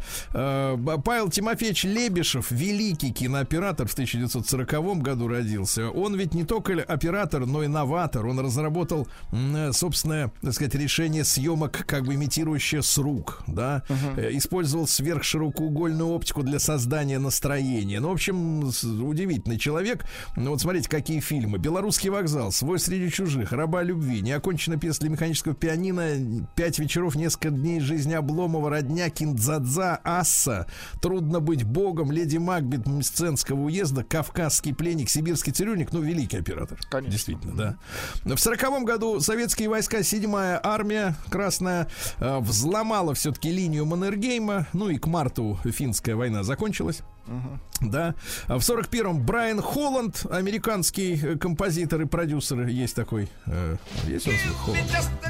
Павел Тимофеевич Лебешев, великий кинооператор, в тысяча девятьсот сороковом году родился. Он ведь не только оператор, но и новатор. Он разработал собственное, так сказать, решение съемок, как бы имитирующее с рук. Да? Угу. Использовал сверхширокоугольную оптику для создания настроения. Ну, в общем, удивительно человек. Ну вот смотрите, какие фильмы: «Белорусский вокзал», «Свой среди чужих», «Раба любви», «Неоконченная пьеса для механического пианино», «Пять вечеров, несколько дней жизни Обломова», «Родня», «Киндзадза», «Асса», «Трудно быть богом», «Леди Макбет», «Мценского уезда», «Кавказский пленник», «Сибирский цирюльник». Ну, великий оператор. Конечно. Действительно, да. В сороковом году советские войска, седьмая армия красная, взломала все-таки линию Маннергейма. Ну и к марту финская война закончилась. Uh-huh. Да. А в сорок первом Брайан Холланд, американский композитор и продюсер, есть такой. Э, есть у нас Холланд?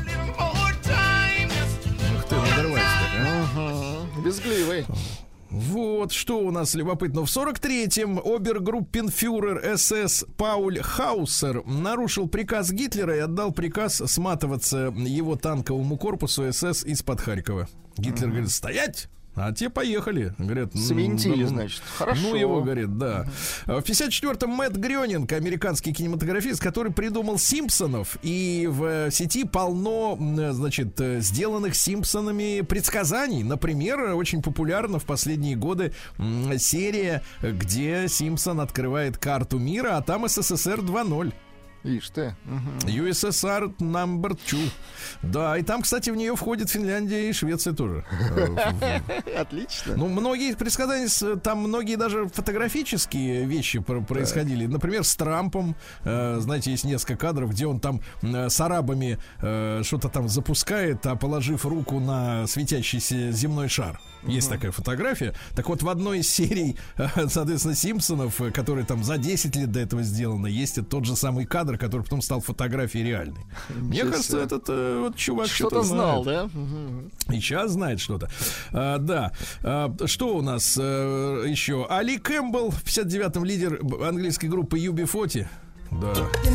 Ух ты, надрывается так, а? Uh-huh. Безгливый. Вот, что у нас любопытно. В сорок третьем обергруппенфюрер СС Пауль Хаусер нарушил приказ Гитлера и отдал приказ сматываться его танковому корпусу СС из-под Харькова. Гитлер uh-huh. говорит, стоять! А те поехали. Говорят, свинтили, ну, значит. Хорошо. Ну, его, говорит, да. Uh-huh. В пятьдесят четвёртом Мэтт Грёнинг, американский кинематографист, который придумал «Симпсонов». И в сети полно, значит, сделанных «Симпсонами» предсказаний. Например, очень популярна в последние годы серия, где Симпсон открывает карту мира, а там СССР два ноль. Ишь ты. Угу. ю эс эс ар number two. Да, и там, кстати, в нее входит Финляндия и Швеция тоже. Отлично. Ну, многие предсказания, там многие даже фотографические вещи происходили. Например, с Трампом. Знаете, есть несколько кадров, где он там с арабами что-то там запускает, а положив руку на светящийся земной шар. Есть uh-huh. такая фотография. Так вот, в одной из серий, соответственно, «Симпсонов», которые там за десять лет до этого сделаны, есть тот же самый кадр, который потом стал фотографией реальной. Мне Сейчас кажется, этот э, вот чувак что-то, что-то знал, знает. да? Угу. И сейчас знает что-то. А, да. А, что у нас а, еще? Али Кэмпбелл, в пятьдесят девятом лидер английской группы ю би сорок. Да.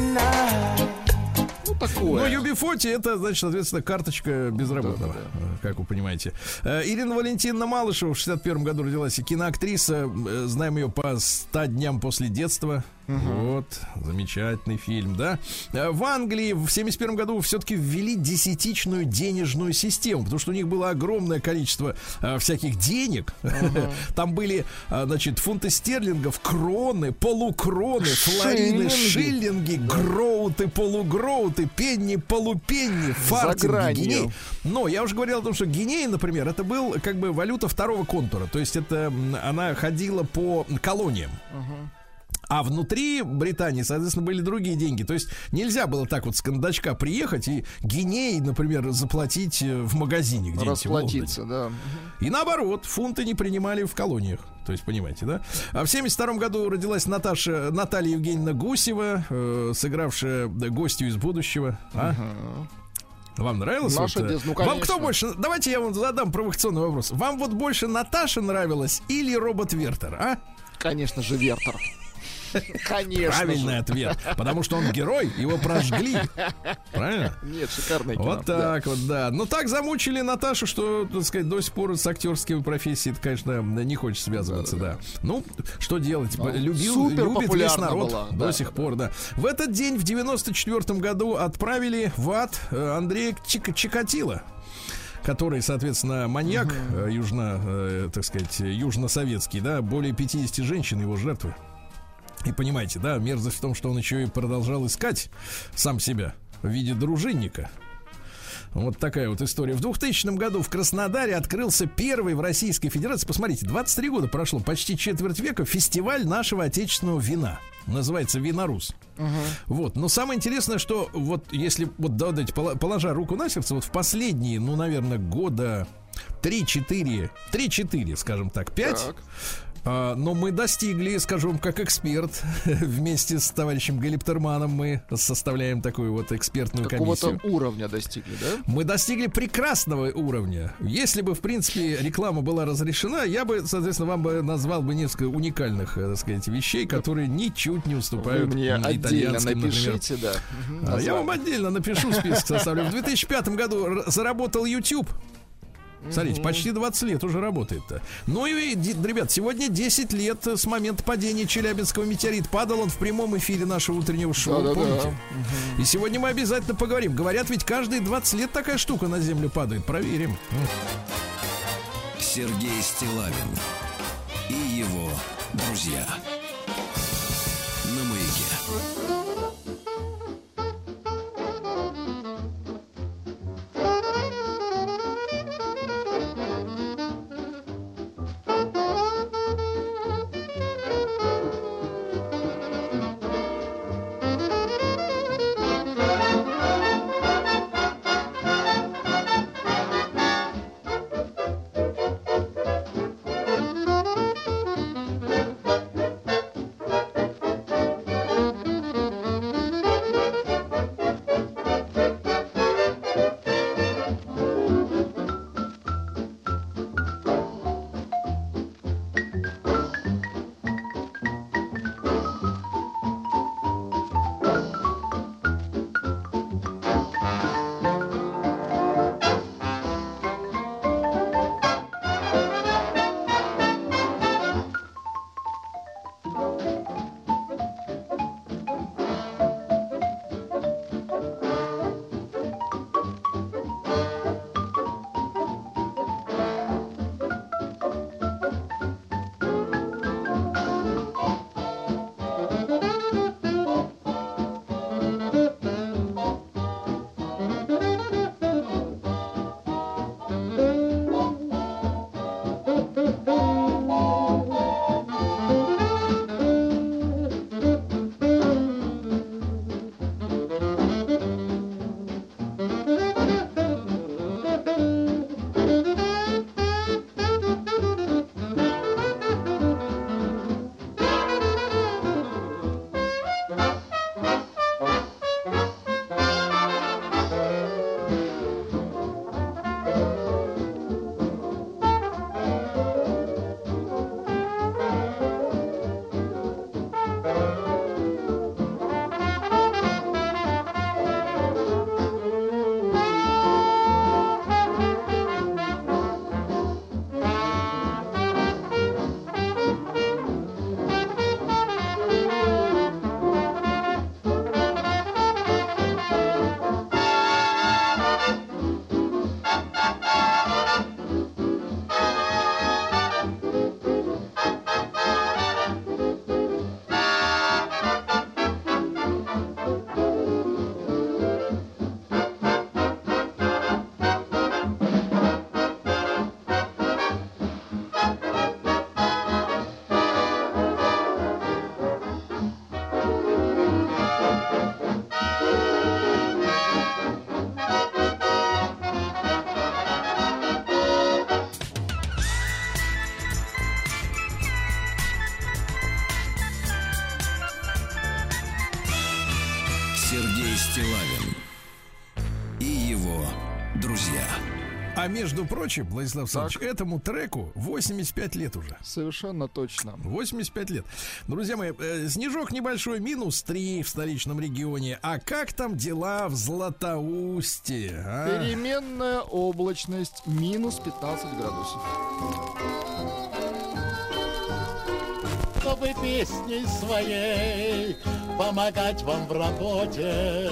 Ну, такое. Но ю би сорок это, значит, соответственно, карточка безработного, да, да, да. Как вы понимаете. Ирина Валентиновна Малышева в шестьдесят первом году родилась, и киноактриса. Знаем ее по ста дням после детства. Угу. Вот, замечательный фильм, да. В Англии в семьдесят первом году все-таки ввели десятичную денежную систему, потому что у них было огромное количество а, всяких денег. Угу. Там были, а, значит, фунты стерлингов, кроны, полукроны, флорины, шиллинги, гроуты, полугроуты, пенни, полупенни, фартинги, гинеи. Но я уже говорил о том, что гинеи, например, это был как бы валюта второго контура, то есть это она ходила по колониям. Угу. А внутри Британии, соответственно, были другие деньги. То есть нельзя было так вот с кондачка приехать и гинеи, например, заплатить в магазине где-нибудь. Расплатиться, да. И наоборот, фунты не принимали в колониях. То есть, понимаете, да? А в семьдесят втором году родилась Наташа, Наталья Евгеньевна Гусева, э, сыгравшая гостью из будущего. А? Uh-huh. Вам нравилось? Наша вот, дез... ну, вам кто больше? Давайте я вам задам провокационный вопрос. Вам вот больше Наташа нравилась или робот Вертер, а? Конечно же, Вертер. Конечно. Правильный же. ответ. Потому что он герой, его прожгли. Правильно? Нет, шикарное кино. Вот так да. вот, да. Ну так замучили Наташу, что, так сказать, до сих пор с актерской профессией, конечно, не хочет связываться, да. да. да. Ну, что делать? Ну, Любил, любит весь народ была, до да, сих да. пор, да. В этот день, в девяносто четвёртом году, отправили в ад Андрея Чик- Чикатило, который, соответственно, маньяк, uh-huh. южно, э, так сказать, южно-советский, да, более пятьдесят женщин его жертвы. И понимаете, да, мерзость в том, что он еще и продолжал искать сам себя в виде дружинника. Вот такая вот история. В двухтысячном году в Краснодаре открылся первый в Российской Федерации, посмотрите, двадцать три года прошло, почти четверть века, фестиваль нашего отечественного вина. Называется «Винорус». Uh-huh. Вот. Но самое интересное, что вот если, вот давайте, положа руку на сердце, вот в последние, ну, наверное, года три-четыре, три-четыре, скажем так, пять... Так. А, но мы достигли, скажу вам, как эксперт, вместе с товарищем Галиптерманом мы составляем такую вот экспертную Какого-то комиссию. Какого-то уровня достигли, да? Мы достигли прекрасного уровня. Если бы, в принципе, реклама была разрешена, я бы, соответственно, вам бы назвал бы несколько уникальных, так сказать, вещей, которые ничуть не уступают Вы мне итальянским, отдельно напишите, например. Да. А я вам отдельно напишу, список составлю. В две тысячи пятом году заработал YouTube. Смотрите, почти двадцать лет уже работает-то. Ну и, ребят, сегодня десять лет с момента падения Челябинского метеорита. Падал он в прямом эфире нашего утреннего шоу, да, помните? Да, да. И сегодня мы обязательно поговорим. Говорят, ведь каждые двадцать лет такая штука на землю падает. Проверим. Сергей Стиллавин и его друзья на Маяке. Сергей Стиллавин и его друзья. А между прочим, Владислав Так. Александрович, этому треку восемьдесят пять лет уже. Совершенно точно. восемьдесят пять лет. Друзья мои, э, снежок небольшой, минус три в столичном регионе. А как там дела в Златоусте? А? Переменная облачность, минус пятнадцать градусов. Чтобы песней своей помогать вам в работе,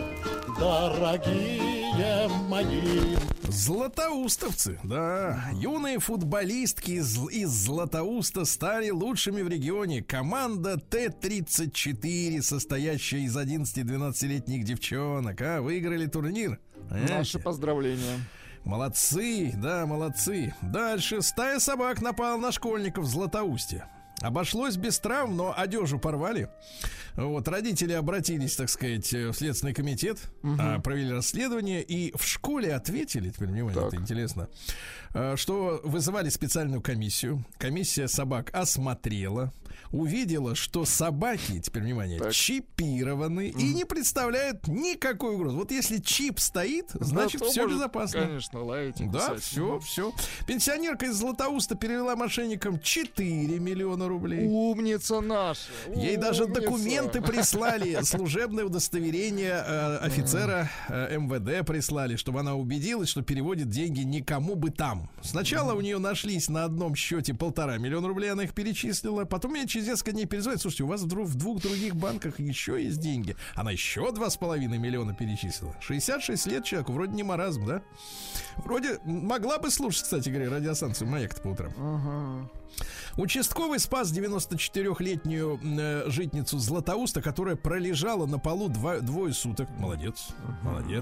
дорогие мои. Златоустовцы, да, юные футболистки из, из Златоуста стали лучшими в регионе. Команда Т тридцать четыре, состоящая из одиннадцати-двенадцатилетних девчонок, а, выиграли турнир. Понимаете? Наши поздравления. Молодцы, да, молодцы. Дальше стая собак напала на школьников в Златоусте. Обошлось без травм, но одежу порвали. Вот, родители обратились, так сказать, в Следственный комитет, угу. а, провели расследование и в школе ответили, теперь, внимание, так. это интересно, а, что вызывали специальную комиссию. Комиссия собак осмотрела, увидела, что собаки, теперь, внимание, так. чипированы угу. и не представляют никакой угрозы. Вот если чип стоит, значит, да, все может, безопасно. Конечно, лаять. Да, все, все. Пенсионерка из Златоуста перевела мошенникам четыре миллиона рублей. Умница наша. Ей Умница. даже документы прислали, служебное удостоверение э, офицера э, эм вэ дэ прислали, чтобы она убедилась, что переводит деньги никому бы там. Сначала у нее нашлись на одном счете полтора миллиона рублей, она их перечислила. Потом меня через несколько дней перезвонит: слушайте, у вас вдруг в двух других банках еще есть деньги. Она еще два с половиной миллиона перечислила. шестьдесят шесть лет человеку, вроде не маразм, да? Вроде могла бы слушать, кстати говоря, радиостанцию «Маяк»-то по утрам. Ага. Участковый спас девяносто четырехлетнюю э, житницу Златоуста, которая пролежала на полу два, двое суток. Молодец, молодец.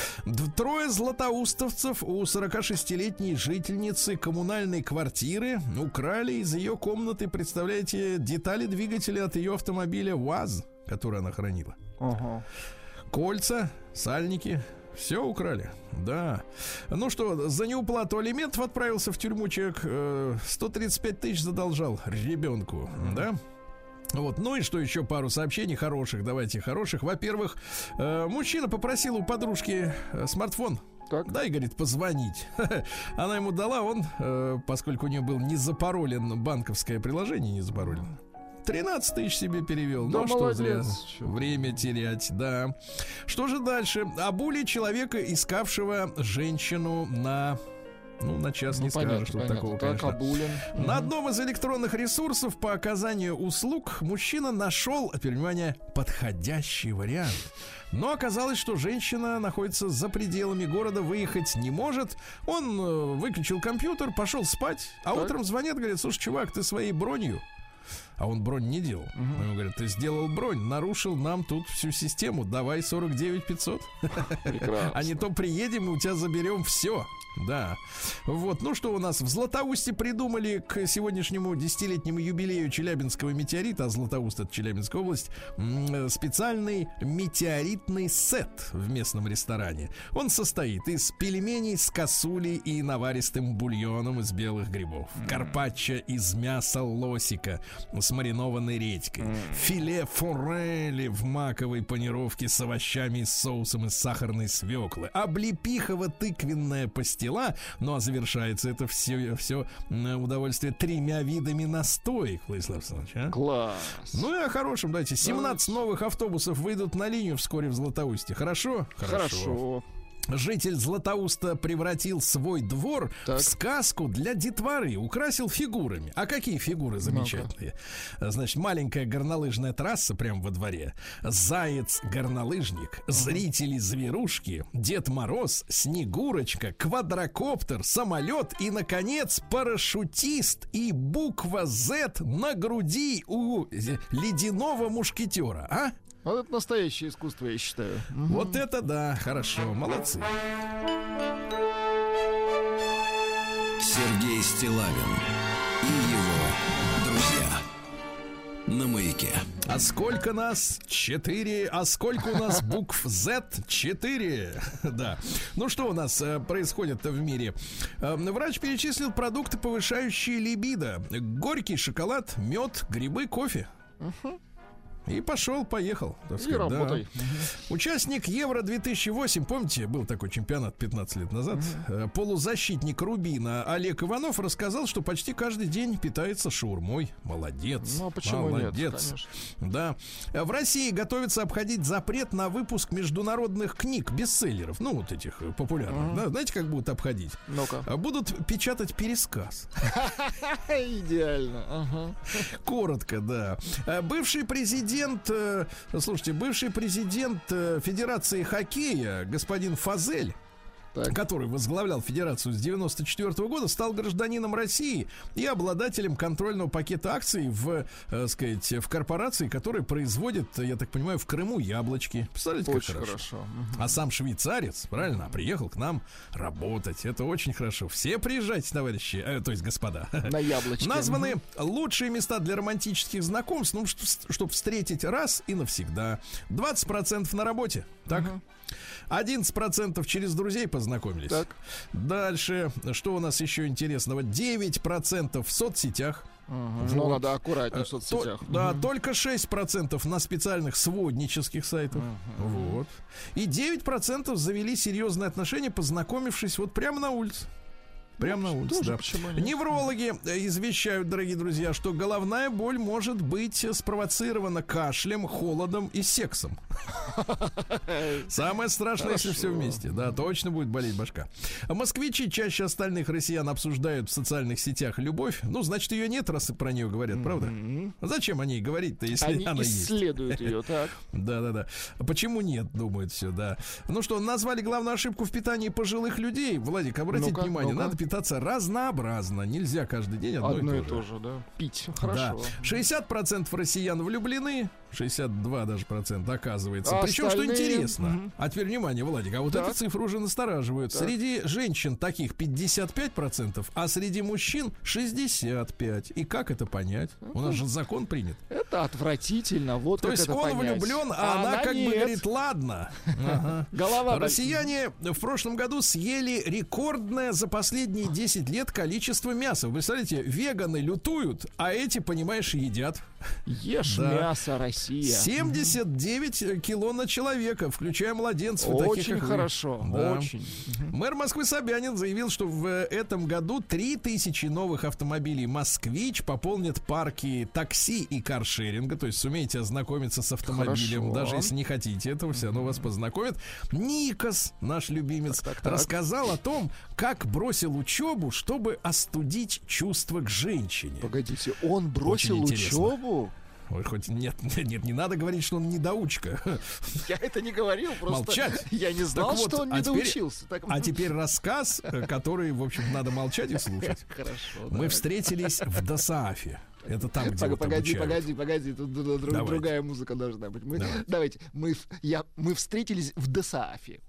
Д- трое златоустовцев у сорокашестилетней жительницы коммунальной квартиры украли из ее комнаты, представляете, детали двигателя от ее автомобиля УАЗ, который она хранила. Ага. Кольца, сальники. Все украли, да. Ну что, за неуплату алиментов отправился в тюрьму человек, э, сто тридцать пять тысяч задолжал ребенку, да. Вот, ну и что еще, пару сообщений хороших, давайте хороших. Во-первых, э, мужчина попросил у подружки э, смартфон. Так. Дай, говорит, позвонить. Она ему дала, он, э, поскольку у нее был не запаролен банковское приложение, не запаролено, тринадцать тысяч себе перевел. Да, ну, что зря Чё? время терять, да. Что же дальше? Обули человека, искавшего женщину на... Ну, на час Ну, не понятно, скажешь, что понятно. такого, Так, конечно. обулен. На Мгм. одном из электронных ресурсов по оказанию услуг мужчина нашел, теперь, внимание, подходящий вариант. Но оказалось, что женщина находится за пределами города, выехать не может. Он э, выключил компьютер, пошел спать, а Так. утром звонят, говорят: слушай, чувак, ты своей бронью. А он бронь не делал. Мгм. Ему говорят: ты сделал бронь, нарушил нам тут всю систему, давай сорок девять пятьсот. Прекрасно. А не то приедем и у тебя заберем все. Да. Вот, ну что у нас в Златоусте придумали к сегодняшнему десятилетнему юбилею Челябинского метеорита, а Златоуст — это Челябинская область, м, специальный метеоритный сет в местном ресторане. Он состоит из пельменей с косулей и наваристым бульоном из белых грибов, карпаччо из мяса лосика с маринованной редькой, филе форели в маковой панировке с овощами и соусом из сахарной свеклы, облепихово-тыквенная пастила. Ну а завершается это все, все удовольствие тремя видами настоек, Владислав Александрович, а? Класс. Ну и о хорошем, дайте. семнадцать новых автобусов выйдут на линию вскоре в Златоусте. Хорошо? Хорошо. Житель Златоуста превратил свой двор Так. в сказку для детворы, украсил фигурами. А какие фигуры замечательные? Значит, маленькая горнолыжная трасса прямо во дворе, заяц-горнолыжник, зрители-зверушки, Дед Мороз, Снегурочка, квадрокоптер, самолет и, наконец, парашютист и буква Z на груди у ледяного мушкетера. А? Вот это настоящее искусство, я считаю. Вот это да, хорошо, молодцы. Сергей Стиллавин и его друзья на Маяке. А сколько нас? Четыре. А сколько у нас букв Z? Четыре. Да. Ну что у нас э, происходит-то в мире? Э, врач перечислил продукты, повышающие либидо. Горький шоколад, мед, грибы, кофе. И пошел, поехал. Так И сказать, работай. да. Участник Евро две тысячи восемь, помните, был такой чемпионат пятнадцать лет назад. Uh-huh. Полузащитник Рубина Олег Иванов рассказал, что почти каждый день питается шаурмой. Молодец. Ну, а почему молодец. нет, конечно. Да. В России готовится обходить запрет на выпуск международных книг, бестселлеров. Ну, вот этих популярных. Uh-huh. Да, знаете, как будут обходить? Ну-ка. Будут печатать пересказ. Идеально. Ага. Коротко, да. Бывший президент, слушайте, бывший президент Федерации хоккея, господин Фазель, так. который возглавлял федерацию с девяносто четвёртого года, стал гражданином России и обладателем контрольного пакета акций в, э, сказать, в корпорации, которая производит, я так понимаю, в Крыму яблочки. Представляете, очень как хорошо. хорошо. А сам швейцарец, правильно, приехал к нам работать. Это очень хорошо. Все приезжайте, товарищи, э, то есть господа. На яблочки. Названы лучшие места для романтических знакомств, ну, чтобы встретить раз и навсегда. двадцать процентов на работе. Так? Uh-huh. одиннадцать процентов через друзей познакомились. Так. Дальше, что у нас еще интересного? девять процентов в соцсетях. Угу. Вот. Ну, надо аккуратнее в соцсетях. То, да, угу. Только шесть процентов на специальных своднических сайтах. Угу. Вот. И девять процентов завели серьезные отношения, познакомившись вот прямо на улице. Прямо ну, на улице, да. Неврологи извещают, дорогие друзья, что головная боль может быть спровоцирована кашлем, холодом и сексом. Самое страшное, если все вместе. Да, точно будет болеть башка. Москвичи чаще остальных россиян обсуждают в социальных сетях любовь. Ну, значит, ее нет, раз про нее говорят, правда? Зачем о ней говорить-то, если Они она есть? Они исследуют ее, так? Да-да-да. Почему нет, думают все, да. Ну что, назвали главную ошибку в питании пожилых людей. Владик, обратите ну-ка, внимание, ну-ка. Надо питаться разнообразно. Нельзя каждый день одно, одно и то же. же, да. Пить. Хорошо. Да. шестьдесят процентов россиян влюблены, шестьдесят два даже процента оказывается. А Причем, остальные... что интересно, mm-hmm. а теперь внимание, Владик, а вот так. Эта цифра уже настораживает. Так. Среди женщин таких пятьдесят пять процентов, а среди мужчин шестьдесят пять процентов. И как это понять? Mm-hmm. У нас же закон принят. Это отвратительно. Вот То как есть это он понять. влюблен, а, а она, она как нет. бы говорит, ладно. Ага. Голова. Россияне в прошлом году съели рекордное за последние десять лет количество мяса. Вы представляете, веганы лютуют, а эти, понимаешь, едят. Ешь да. мясо, Россия. семьдесят девять кило на человека, включая младенцев. Очень таких, хорошо, да. очень. Мэр Москвы Собянин заявил, что в этом году три тысячи новых автомобилей «Москвич» пополнят парки такси и каршеринга. То есть сумеете ознакомиться с автомобилем, хорошо. Даже если не хотите этого, все равно вас познакомят. Никос, наш любимец, так, так, так. рассказал о том, как бросил учебу, чтобы остудить чувства к женщине. Погодите, он бросил учебу? Ой, хоть нет, нет, не надо говорить, что он недоучка. Я это не говорил, просто молчать. Я не знал, вот, что он не доучился. Так... А теперь рассказ, который, в общем, надо молчать и слушать. Хорошо. Мы да. встретились в Досаафе. Это там, где Погоди, вот погоди, погоди, погоди, тут друг, другая музыка должна быть. Мы, Давай. Давайте, мы, я, мы встретились в Досаафе.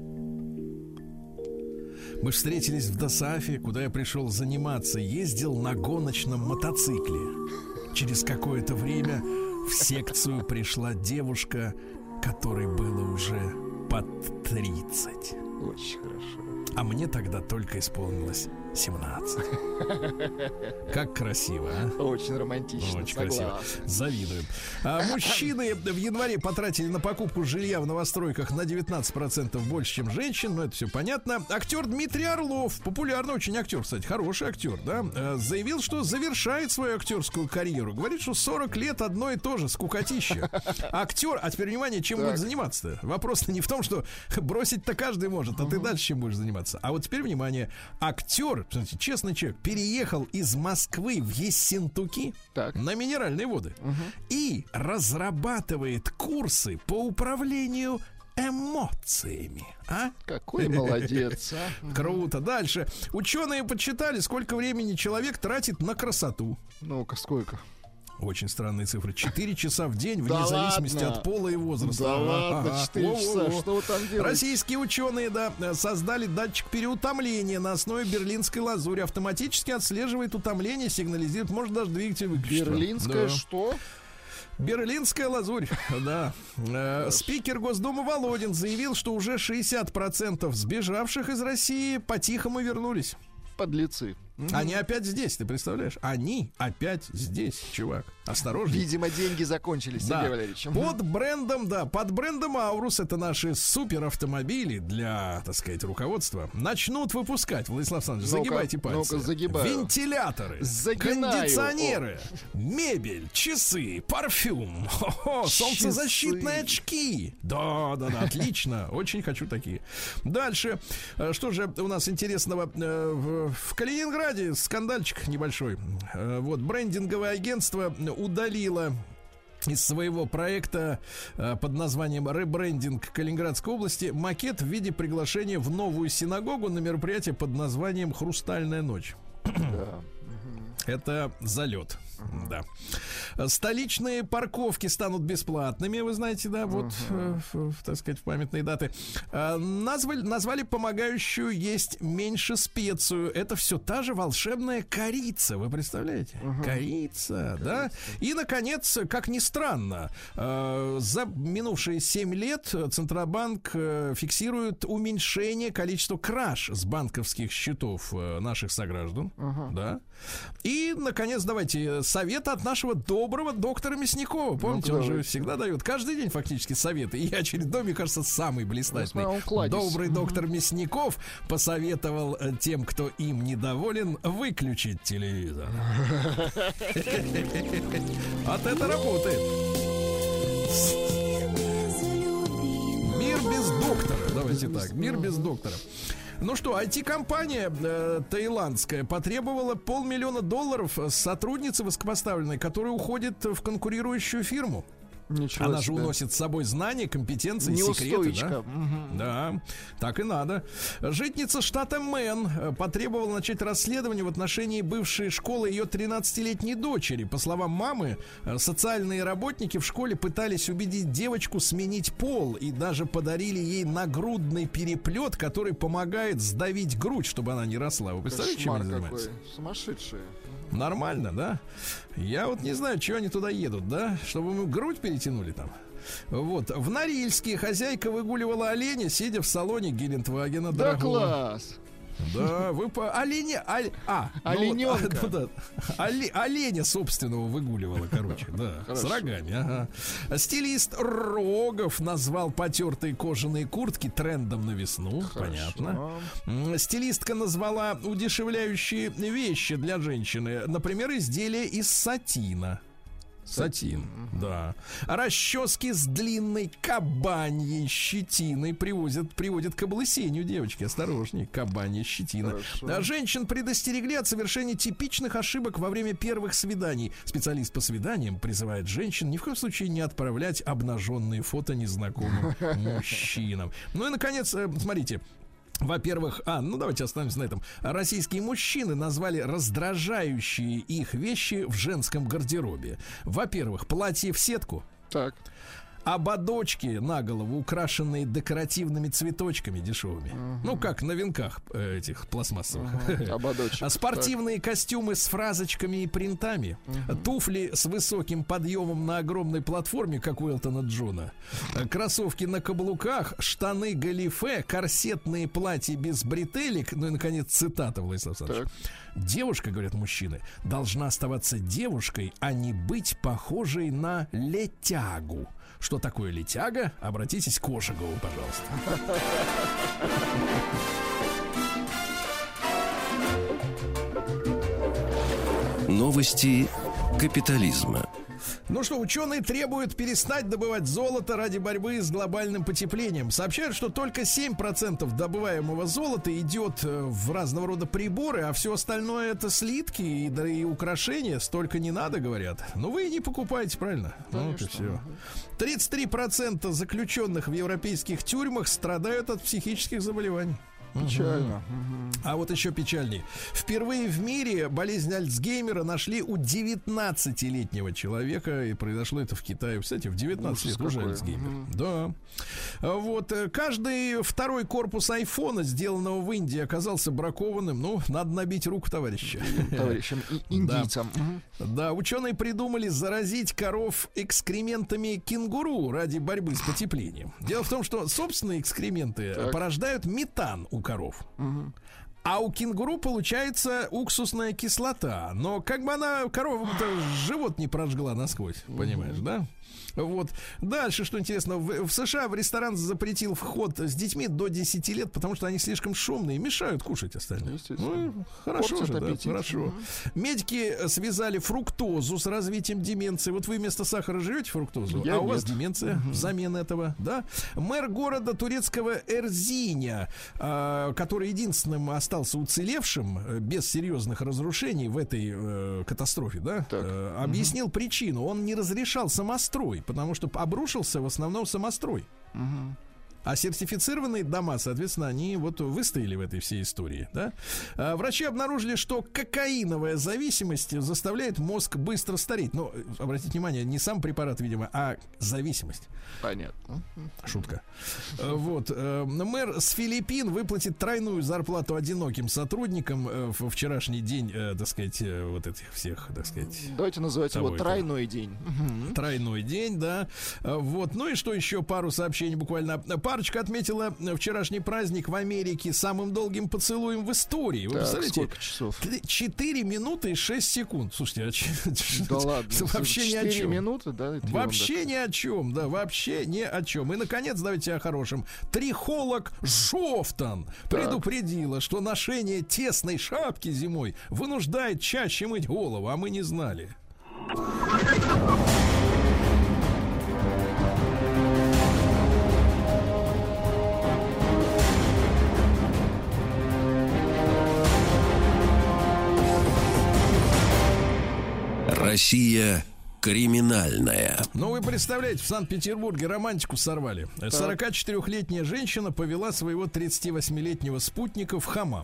Мы встретились в Досаафе, куда я пришел заниматься. Ездил на гоночном мотоцикле. Через какое-то время в секцию пришла девушка, которой было уже под тридцать. Очень хорошо. А мне тогда только исполнилось семнадцать. Как красиво, а? Очень романтично, Очень согласен. красиво. Завидуем. А мужчины в январе потратили на покупку жилья в новостройках на девятнадцать процентов больше, чем женщин. Но это все понятно. Актер Дмитрий Орлов, популярный очень актер, кстати, хороший актер, да, заявил, что завершает свою актерскую карьеру. Говорит, что сорок лет одно и то же, скукотища. Актер, а теперь внимание, чем так. будет заниматься-то? Вопрос-то не в том, что бросить-то каждый может, а угу. ты дальше чем будешь заниматься. А вот теперь, внимание, актер, честный человек, переехал из Москвы в Ессентуки так. на минеральные воды угу. и разрабатывает курсы по управлению эмоциями. А? Какой молодец, а? Круто. Дальше. Ученые подсчитали, сколько времени человек тратит на красоту. Ну-ка, сколько? Очень странные цифры. четыре часа в день, да вне зависимости ладно? от пола и возраста. Да ага, ладно, ага. четыре часа, что вы там делаете? Российские ученые, да, создали датчик переутомления на основе берлинской лазури. Автоматически отслеживает утомление, сигнализирует, может даже двигатель выключить. Берлинская да. что? Берлинская лазурь, да. Спикер Госдумы Володин заявил, что уже шестьдесят процентов сбежавших из России по-тихому вернулись. Подлецы. Они опять здесь, ты представляешь? Они опять здесь, чувак. Осторожно. Видимо, деньги закончились, да. Сергей Валерьевич. Под брендом, да, под брендом Аурус, это наши суперавтомобили для, так сказать, руководства, начнут выпускать, Владислав Александрович, ну-ка, загибайте пальцы. Ну-ка, загибаю. Вентиляторы, Загинаю. кондиционеры, О. мебель, часы, парфюм, хо-хо, солнцезащитные очки. Да, да, да, отлично. Очень хочу такие. Дальше. Что же у нас интересного? В Калининграде скандальчик небольшой. Вот, брендинговое агентство удалило из своего проекта э, под названием «Ребрендинг Калининградской области» макет в виде приглашения в новую синагогу на мероприятие под названием «Хрустальная ночь». Да. Это залет. Да. Столичные парковки станут бесплатными, вы знаете, да, вот, uh-huh. э, э, так сказать, в памятные даты. Э, назвали, назвали помогающую есть меньше специю. Это все та же волшебная корица, вы представляете? Uh-huh. Корица, корица, да. И, наконец, как ни странно, э, за минувшие семь лет Центробанк э, фиксирует уменьшение количества краж с банковских счетов э, наших сограждан. Uh-huh. Да. И, наконец, давайте совет от нашего доброго доктора Мясникова. Помните, ну, он же всегда дает каждый день фактически советы. И очередной, мне кажется, самый блистательный. Добрый доктор Мясников посоветовал тем, кто им недоволен, выключить телевизор. Вот это работает. Мир без доктора. Давайте так. Мир без доктора. Ну что, ай ти-компания э, таиландская потребовала полмиллиона долларов с сотрудницы высокопоставленной, которая уходит в конкурирующую фирму. Ничего Она себе. Же уносит с собой знания, компетенции, секреты, да? Угу. Да, так и надо. Житница штата Мэн потребовала начать расследование в отношении бывшей школы ее тринадцатилетней дочери. По словам мамы, социальные работники в школе пытались убедить девочку сменить пол и даже подарили ей нагрудный переплет, который помогает сдавить грудь, чтобы она не росла. Вы представляете, чем они занимаются? Сумасшедшие. Нормально, да? Я вот не знаю, чего они туда едут, да? Чтобы мы грудь перетянули там. Вот. В Норильске хозяйка выгуливала оленя, сидя в салоне Гелендвагена. Да, дорогого. Класс! Да, вы по... Оленя... Оль... А, олененка. Ну, да, да. Оле... Оленя собственного выгуливала, короче, да, с рогами, ага. Стилист Рогов назвал потертые кожаные куртки трендом на весну, хорошо. Понятно. Стилистка назвала удешевляющие вещи для женщины, например, изделия из сатина. Сатин, да. Расчески с длинной кабаньей щетиной привозят, приводят к облысению, девочки. Осторожней, кабанья щетина. А женщин предостерегли от совершения типичных ошибок во время первых свиданий. Специалист по свиданиям призывает женщин ни в коем случае не отправлять обнаженные фото незнакомым мужчинам. Ну и, наконец, смотрите. Во-первых, а, ну давайте остановимся на этом. Российские мужчины назвали раздражающие их вещи в женском гардеробе. Во-первых, платье в сетку. Так. Ободочки на голову, украшенные декоративными цветочками дешевыми. Uh-huh. Ну, как на венках э, этих пластмассовых. Uh-huh. Ободочек. А спортивные так. Костюмы с фразочками и принтами. Uh-huh. Туфли с высоким подъемом на огромной платформе, как у Элтона Джона. Кроссовки на каблуках, штаны галифе, корсетные платья без бретелек. Ну и, наконец, цитата, Владислав Александрович. Девушка, говорят мужчины, должна оставаться девушкой, а не быть похожей на летягу. Что такое летяга? Обратитесь к Ожегову, пожалуйста. Новости капитализма. Ну что, ученые требуют перестать добывать золото ради борьбы с глобальным потеплением. Сообщают, что только семь процентов добываемого золота идет в разного рода приборы, а все остальное это слитки и, да, и украшения. Столько не надо, говорят. Ну вы и не покупаете, правильно? Вот и все. тридцать три процента заключенных в европейских тюрьмах страдают от психических заболеваний. Печально. Угу. А вот еще печальней. Впервые в мире болезнь Альцгеймера нашли у девятнадцатилетнего человека. И произошло это в Китае. Кстати, в девятнадцать лет уже Альцгеймер. Угу. Да. Вот. Каждый второй корпус айфона, сделанного в Индии, оказался бракованным. Ну, надо набить руку товарища. Товарищам индийцам. Да. Угу. Да, ученые придумали заразить коров экскрементами кенгуру ради борьбы с потеплением. Дело в том, что собственные экскременты так. порождают метан у коров. Угу. А у кенгуру получается уксусная кислота. Но как бы она коровам-то живот не прожгла насквозь, понимаешь, да? Вот. Дальше, что интересно, в, в США в ресторан запретил вход с детьми до десяти лет, потому что они слишком шумные и мешают кушать остальным. Ну, хорошо же, да, хорошо. Mm-hmm. Медики связали фруктозу с развитием деменции. Вот вы вместо сахара живете фруктозу, Я а нет. у вас деменция mm-hmm. взамен этого, да? Мэр города турецкого Эрзиня, э, который единственным остался уцелевшим э, без серьезных разрушений в этой э, катастрофе, да, э, объяснил mm-hmm. причину. Он не разрешал самострой, потому что обрушился в основном самострой. Угу. А сертифицированные дома, соответственно, они вот выстояли в этой всей истории, да? А врачи обнаружили, что кокаиновая зависимость заставляет мозг быстро стареть. Но, обратите внимание, не сам препарат, видимо, а зависимость. Понятно. Шутка. Вот. Мэр с Филиппин выплатит тройную зарплату одиноким сотрудникам в вчерашний день, так сказать, вот этих всех, так сказать. Давайте называть его тройной день. Тройной день, да. Вот. Ну и что еще? Пару сообщений буквально. Парочка отметила вчерашний праздник в Америке самым долгим поцелуем в истории. Вы так, представляете? Сколько часов? четыре минуты и шесть секунд. Слушайте, а ч... да ладно. Вообще ни о чем. Минуты, да? Вообще ни о чем, да, вообще ни о чем. И, наконец, давайте о хорошем. Трихолог Жовтан предупредила, что ношение тесной шапки зимой вынуждает чаще мыть голову, а мы не знали. Россия криминальная. Ну, вы представляете, в Санкт-Петербурге романтику сорвали. сорокачетырёхлетняя женщина повела своего тридцативосьмилетнего спутника в хамам.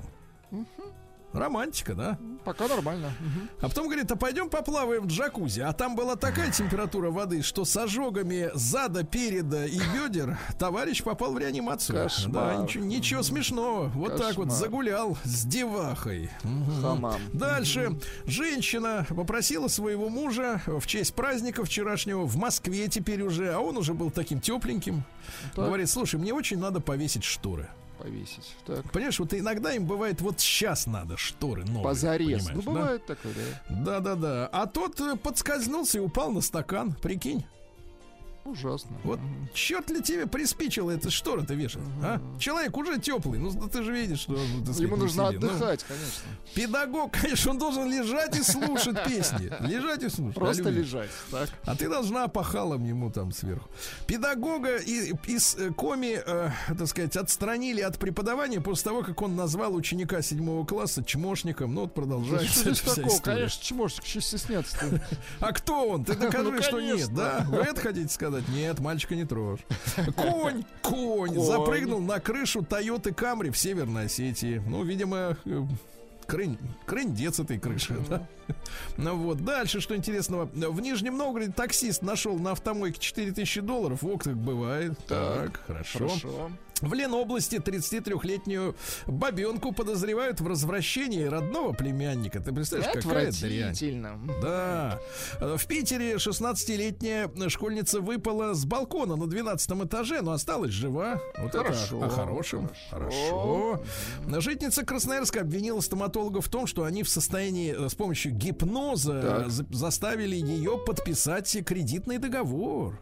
Романтика, да? Пока нормально. Угу. А потом говорит, а пойдем поплаваем в джакузи. А там была такая температура воды, что с ожогами зада, переда и бедер товарищ попал в реанимацию. Кошмар. Да, ничего, ничего смешного. Вот Кошмар. Так вот загулял с девахой. Угу. Дальше. Угу. Женщина попросила своего мужа в честь праздника вчерашнего в Москве теперь уже, а он уже был таким тепленьким. Так. Говорит, слушай, мне очень надо повесить шторы. Повесить. Так. Понимаешь, вот иногда им бывает, вот сейчас надо шторы новые. Позарез. Ну, бывает да? такое, да. Да-да-да. А тот подскользнулся и упал на стакан, прикинь. Ужасно. Вот угу. черт ли тебе приспичило это шторы-то вешать, угу. а? Человек уже теплый, ну ты же видишь, что... Ну, ему нужно отдыхать, ну, конечно. Педагог, конечно, он должен лежать и слушать песни. Лежать и слушать. Просто лежать, так. А ты должна опахалом ему там сверху. Педагога из Коми, э, так сказать, отстранили от преподавания после того, как он назвал ученика седьмого класса чмошником. Ну вот продолжается вся история. Конечно, чмошник, что стесняться-то. А кто он? Ты докажи, что нет, да? Вы это хотите сказать? Нет, мальчика не трожь. Конь, конь, конь запрыгнул на крышу Тойоты Камри в Северной Осетии. Ну, видимо, крынь, крындец этой крыши, mm-hmm. да? Ну вот, дальше, что интересного. В Нижнем Новгороде таксист нашел на автомойке четыре тысячи долларов. Вот как бывает. Так, так хорошо. хорошо. В Ленобласти тридцатитрёхлетнюю бабенку подозревают в развращении родного племянника. Ты представляешь, какая дрянь. Да. В Питере шестнадцатилетняя школьница выпала с балкона на двенадцатом этаже, но осталась жива. Вот хорошо. Это о хорошем. Хорошо. Хорошо. Житница Красноярска обвинила стоматологов в том, что они в состоянии с помощью гипноза так. заставили ее подписать кредитный договор.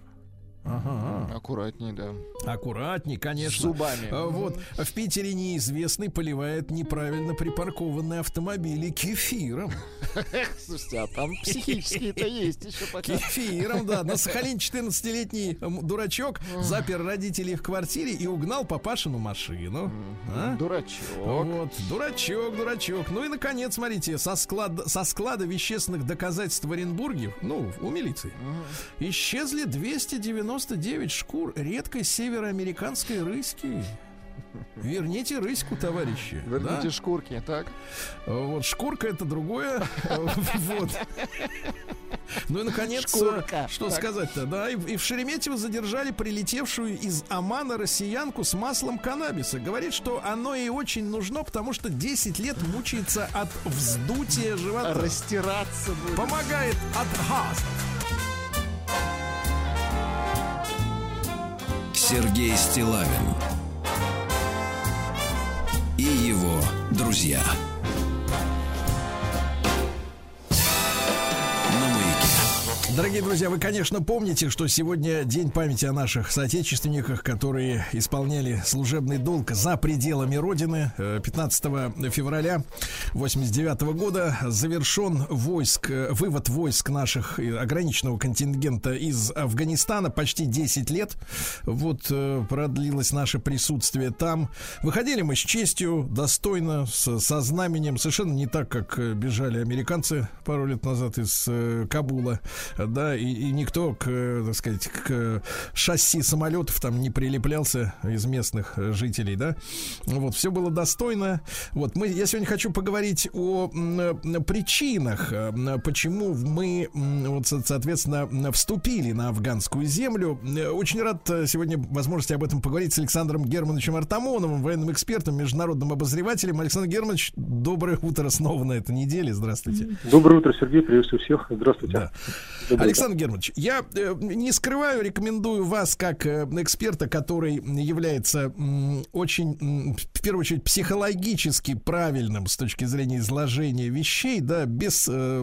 Ага. Аккуратней, да. Аккуратней, конечно. С зубами. Вот. В Питере неизвестный поливает неправильно припаркованные автомобили кефиром. Слушайте, а там психические-то есть еще пока. Кефиром, да. На Сахалине четырнадцатилетний дурачок запер родителей в квартире и угнал папашину машину. А? Дурачок. Вот. Дурачок, дурачок. Ну и, наконец, смотрите, со склада, со склада вещественных доказательств в Оренбурге, ну, у милиции, исчезли двести девяносто девять шкур редкой североамериканской рыськи. Верните рыську, товарищи. Верните да? шкурки, так? Вот, шкурка — это другое. Вот. Ну и, наконец, Шкурка. что так. сказать-то, да? И, и в Шереметьево задержали прилетевшую из Омана россиянку с маслом каннабиса. Говорит, что оно ей очень нужно, потому что десять лет мучается от вздутия живота. Растираться будет. Помогает от газа. Сергей Стиллавин и его друзья. Дорогие друзья, вы, конечно, помните, что сегодня день памяти о наших соотечественниках, которые исполняли служебный долг за пределами Родины. пятнадцатого февраля восемьдесят девятого года завершен войск, вывод войск наших ограниченного контингента из Афганистана. Почти десять лет вот продлилось наше присутствие там. Выходили мы с честью, достойно, с, со знаменем. Совершенно не так, как бежали американцы пару лет назад из Кабула. Да, и, и никто к, так сказать, к шасси самолетов там не прилеплялся из местных жителей, да. Вот, все было достойно. Вот, мы, я сегодня хочу поговорить о м, причинах, почему мы, вот, соответственно, вступили на афганскую землю. Очень рад сегодня возможности об этом поговорить с Александром Германовичем Артамоновым, военным экспертом, международным обозревателем. Александр Германович, доброе утро снова на этой неделе. Здравствуйте. Доброе утро, Сергей. Приветствую всех. Здравствуйте. Да. Александр Германович, я э, не скрываю, рекомендую вас как э, эксперта, который является э, очень, э, в первую очередь, психологически правильным с точки зрения изложения вещей, да, без э,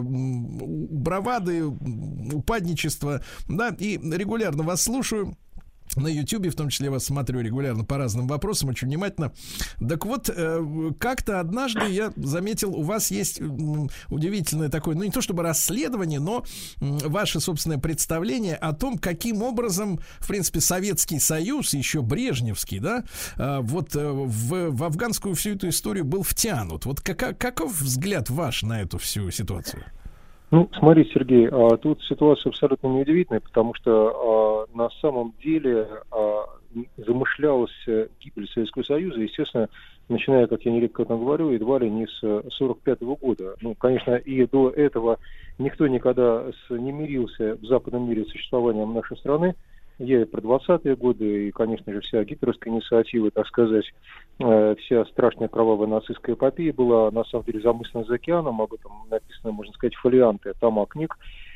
бравады, упадничества, да, и регулярно вас слушаю. На Ютьюбе, в том числе, я вас смотрю регулярно по разным вопросам, очень внимательно. Так вот, как-то однажды я заметил, у вас есть удивительное такое, ну не то чтобы расследование, но ваше собственное представление о том, каким образом, в принципе, Советский Союз, еще брежневский, да, вот в, в афганскую всю эту историю был втянут. Вот как, каков взгляд ваш на эту всю ситуацию? Ну, смотрите, Сергей, тут ситуация абсолютно неудивительная, потому что на самом деле замышлялась гибель Советского Союза, естественно, начиная, как я нередко говорю, едва ли не с сорок пятого года. Ну, конечно, и до этого никто никогда не мирился в западном мире с существованием нашей страны. Я и про двадцатые годы, и, конечно же, вся гитлеровская инициатива, так сказать, э, вся страшная кровавая нацистская эпопея была, на самом деле, замыслена за океаном, об этом написано, можно сказать, фолианты, тома книг.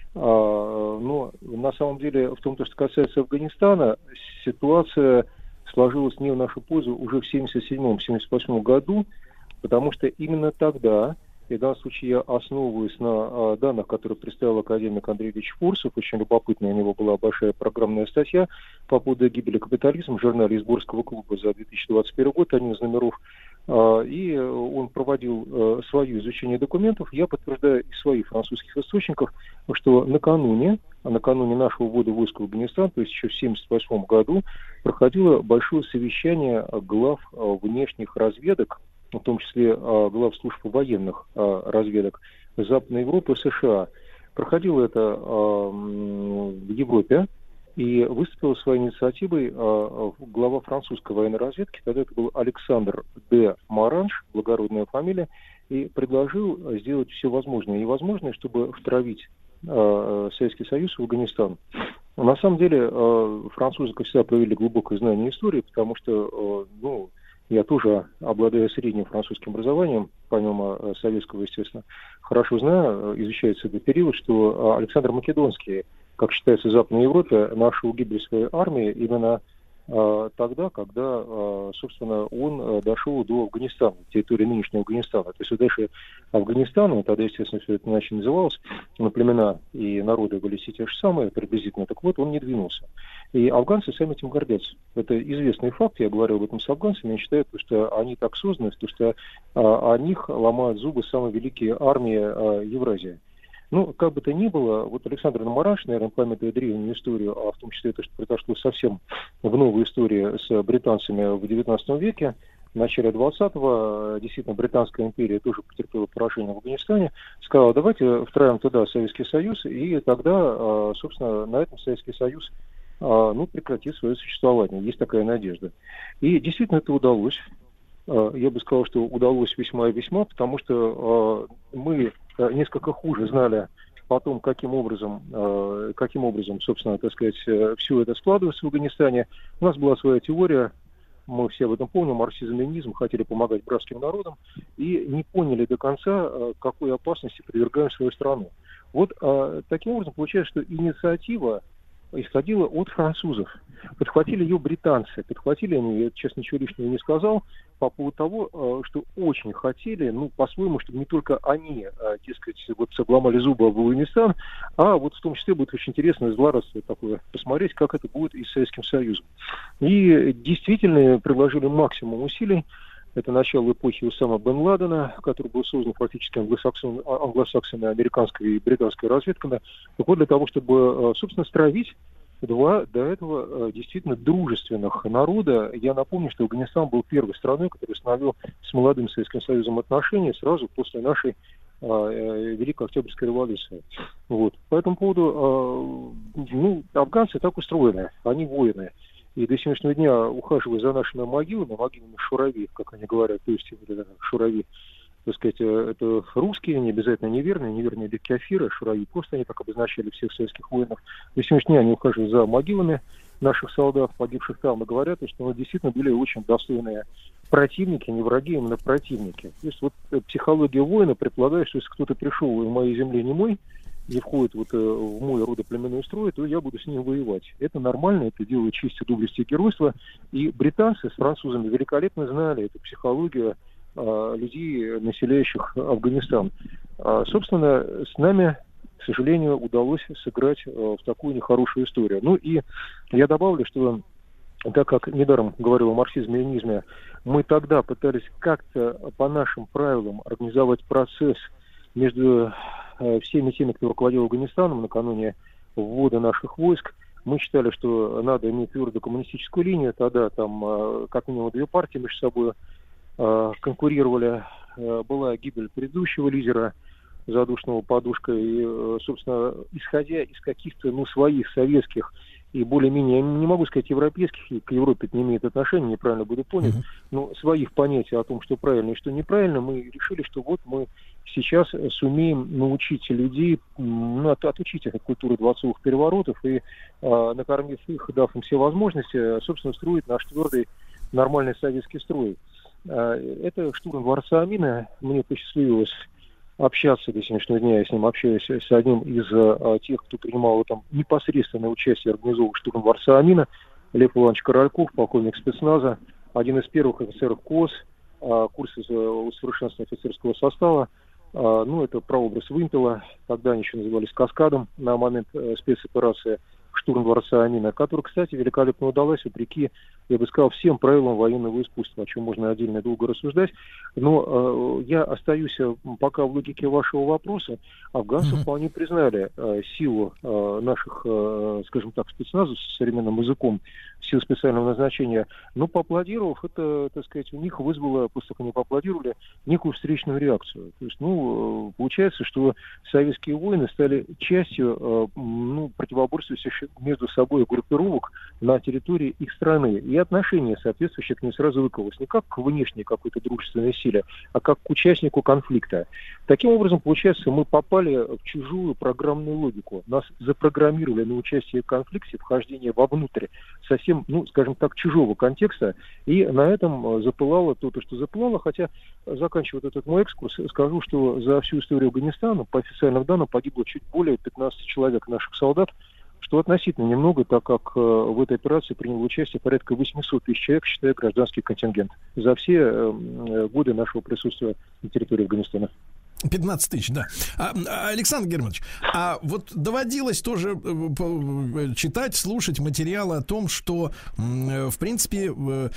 А, но, на самом деле, в том, что касается Афганистана, ситуация сложилась не в нашу пользу уже в семьдесят седьмом — семьдесят восьмом году, потому что именно тогда, и в данном случае я основываюсь на а, данных, которые представил академик Андрей Ильич Фурсов, очень любопытная у него была большая программная статья по поводу гибели капитализма в журнале Изборского клуба за две тысячи двадцать первый год, один из номеров, а, и он проводил а, свое изучение документов. Я подтверждаю из своих французских источников, что накануне, а накануне нашего ввода войск в Афганистан, то есть еще в семьдесят восьмом году, проходило большое совещание глав а, внешних разведок, в том числе а, глав служб военных а, разведок Западной Европы и США. Проходило это а, в Европе, и выступил своей инициативой а, глава французской военной разведки, тогда это был Александр де Маранж, благородная фамилия, и предложил сделать все возможное и невозможное, чтобы втравить а, Советский Союз в Афганистан. На самом деле а, французы, как всегда, проявили глубокое знание истории, потому что, а, ну, я тоже, обладая средним французским образованием, помимо э, советского, естественно, хорошо знаю, э, изучается этот период, что э, Александр Македонский, как считается в Западной Европе, нашел гибель своей армии именно э, тогда, когда, э, собственно, он э, дошел до Афганистана, территории нынешнего Афганистана. То есть дальше Афганистана, тогда, естественно, все это иначе называлось, но племена и народы были все те же самые приблизительно, так вот, он не двинулся. И афганцы сами этим гордятся. Это известный факт, я говорил об этом с афганцами, они считают, что они так созданы, что а, о них ломают зубы самые великие армии а, Евразии. Ну, как бы то ни было, вот Александр де Маранж, наверное, памятуя древнюю историю, а в том числе это, что произошло совсем в новой истории с британцами в девятнадцатом веке, в начале двадцатого, действительно, Британская империя тоже потерпела поражение в Афганистане, сказала, давайте втравим туда Советский Союз, и тогда, собственно, на этом Советский Союз ну, прекратит свое существование. Есть такая надежда. И действительно это удалось. Я бы сказал, что удалось весьма и весьма, потому что мы несколько хуже знали о том, каким образом, каким образом, собственно, так сказать, все это складывается в Афганистане. У нас была своя теория, мы все об этом помним, марксизм-ленинизм, хотели помогать братским народам и не поняли до конца, какой опасности подвергаем свою страну. Вот таким образом получается, что инициатива исходила от французов. Подхватили ее британцы. Подхватили они, я, честно, ничего лишнего не сказал, по поводу того, что очень хотели, ну, по-своему, чтобы не только они, дескать, вот обломали зубы об Афганистан, а вот в том числе будет очень интересно злорадство такое посмотреть, как это будет и с Советским Союзом. И действительно приложили максимум усилий. Это начало эпохи Усама бен Ладена, который был создан фактически англосаксон, англосаксами, американской и британской разведками. Так вот, для того, чтобы, собственно, стравить два до этого действительно дружественных народа. Я напомню, что Афганистан был первой страной, которая установил с молодым Советским Союзом отношения сразу после нашей э, Великой Октябрьской революции. Вот. По этому поводу, э, ну, афганцы так устроены, они воины. И до сегодняшнего дня, ухаживая за нашими могилами, могилами Шурави, как они говорят, то есть Шурави, так сказать, это русские, не обязательно неверные, неверные для кафира, Шурави, просто они так обозначали всех советских воинов. До сегодняшнего дня они ухаживают за могилами наших солдат, погибших там, и говорят, что ну, действительно были очень достойные противники, не враги, а именно противники. То есть вот психология воина предполагает, что если кто-то пришел в моей земле не мой, не входит вот в мой родоплеменной строй, то я буду с ним воевать. Это нормально, это делает честь, доблести и геройства. И британцы с французами великолепно знали эту психологию а, людей, населяющих Афганистан. А, собственно, с нами, к сожалению, удалось сыграть а, в такую нехорошую историю. Ну и я добавлю, что так как недаром говорил о марксизме и ленинизме, мы тогда пытались как-то по нашим правилам организовать процесс между всеми теми, кто руководил Афганистаном накануне ввода наших войск. Мы считали, что надо иметь твердую коммунистическую линию. Тогда там как минимум две партии между собой конкурировали. Была гибель предыдущего лидера, задушенного подушкой. И, собственно, исходя из каких-то ну, своих советских и более-менее, не могу сказать европейских, и к Европе это не имеет отношения, неправильно буду понят, mm-hmm. но своих понятий о том, что правильно и что неправильно, мы решили, что вот мы сейчас сумеем научить людей, ну, от, отучить их от культуры дворцовых переворотов и, э, накормив их, дав им все возможности, собственно, строить наш твердый нормальный советский строй. Э, это штурм дворца Амина. Мне посчастливилось общаться до сегодняшнего дня, я с ним общаюсь с одним из а, тех, кто принимал там непосредственное участие, организовывал штурм дворца Амина, Лев Иванович Корольков, полковник спецназа, один из первых офицеров КОС, а, курс усовершенствования офицерского состава. А, ну, это прообраз вымпела, тогда они еще назывались «Каскадом» на момент а, спецоперации штурм дворца Амина, который, кстати, великолепно удалось, вопреки, я бы сказал, всем правилам военного искусства, о чем можно отдельно долго рассуждать. Но э, я остаюсь пока в логике вашего вопроса. Афганцы mm-hmm. вполне признали э, силу э, наших, э, скажем так, спецназов с современным языком, сил специального назначения. Но поаплодировав, это, так сказать, у них вызвало, после того, как они поаплодировали, некую встречную реакцию. То есть, ну, получается, что советские воины стали частью э, ну, противоборствующих между собой группировок на территории их страны. И отношение соответствующее к ним сразу выковалось. Не как к внешней какой-то дружественной силе, а как к участнику конфликта. Таким образом, получается, мы попали в чужую программную логику. Нас запрограммировали на участие в конфликте, вхождение вовнутрь совсем, ну, скажем так, чужого контекста. И на этом запылало то, что запылало. Хотя, заканчивая вот этот мой экскурс, скажу, что за всю историю Афганистана, по официальным данным, погибло чуть более пятнадцать человек наших солдат, что относительно немного, так как э, в этой операции приняло участие порядка восемьсот тысяч человек, считая гражданский контингент, за все э, годы нашего присутствия на территории Афганистана. пятнадцать тысяч, да. А, Александр Германович, а вот доводилось тоже читать, слушать материалы о том, что, в принципе,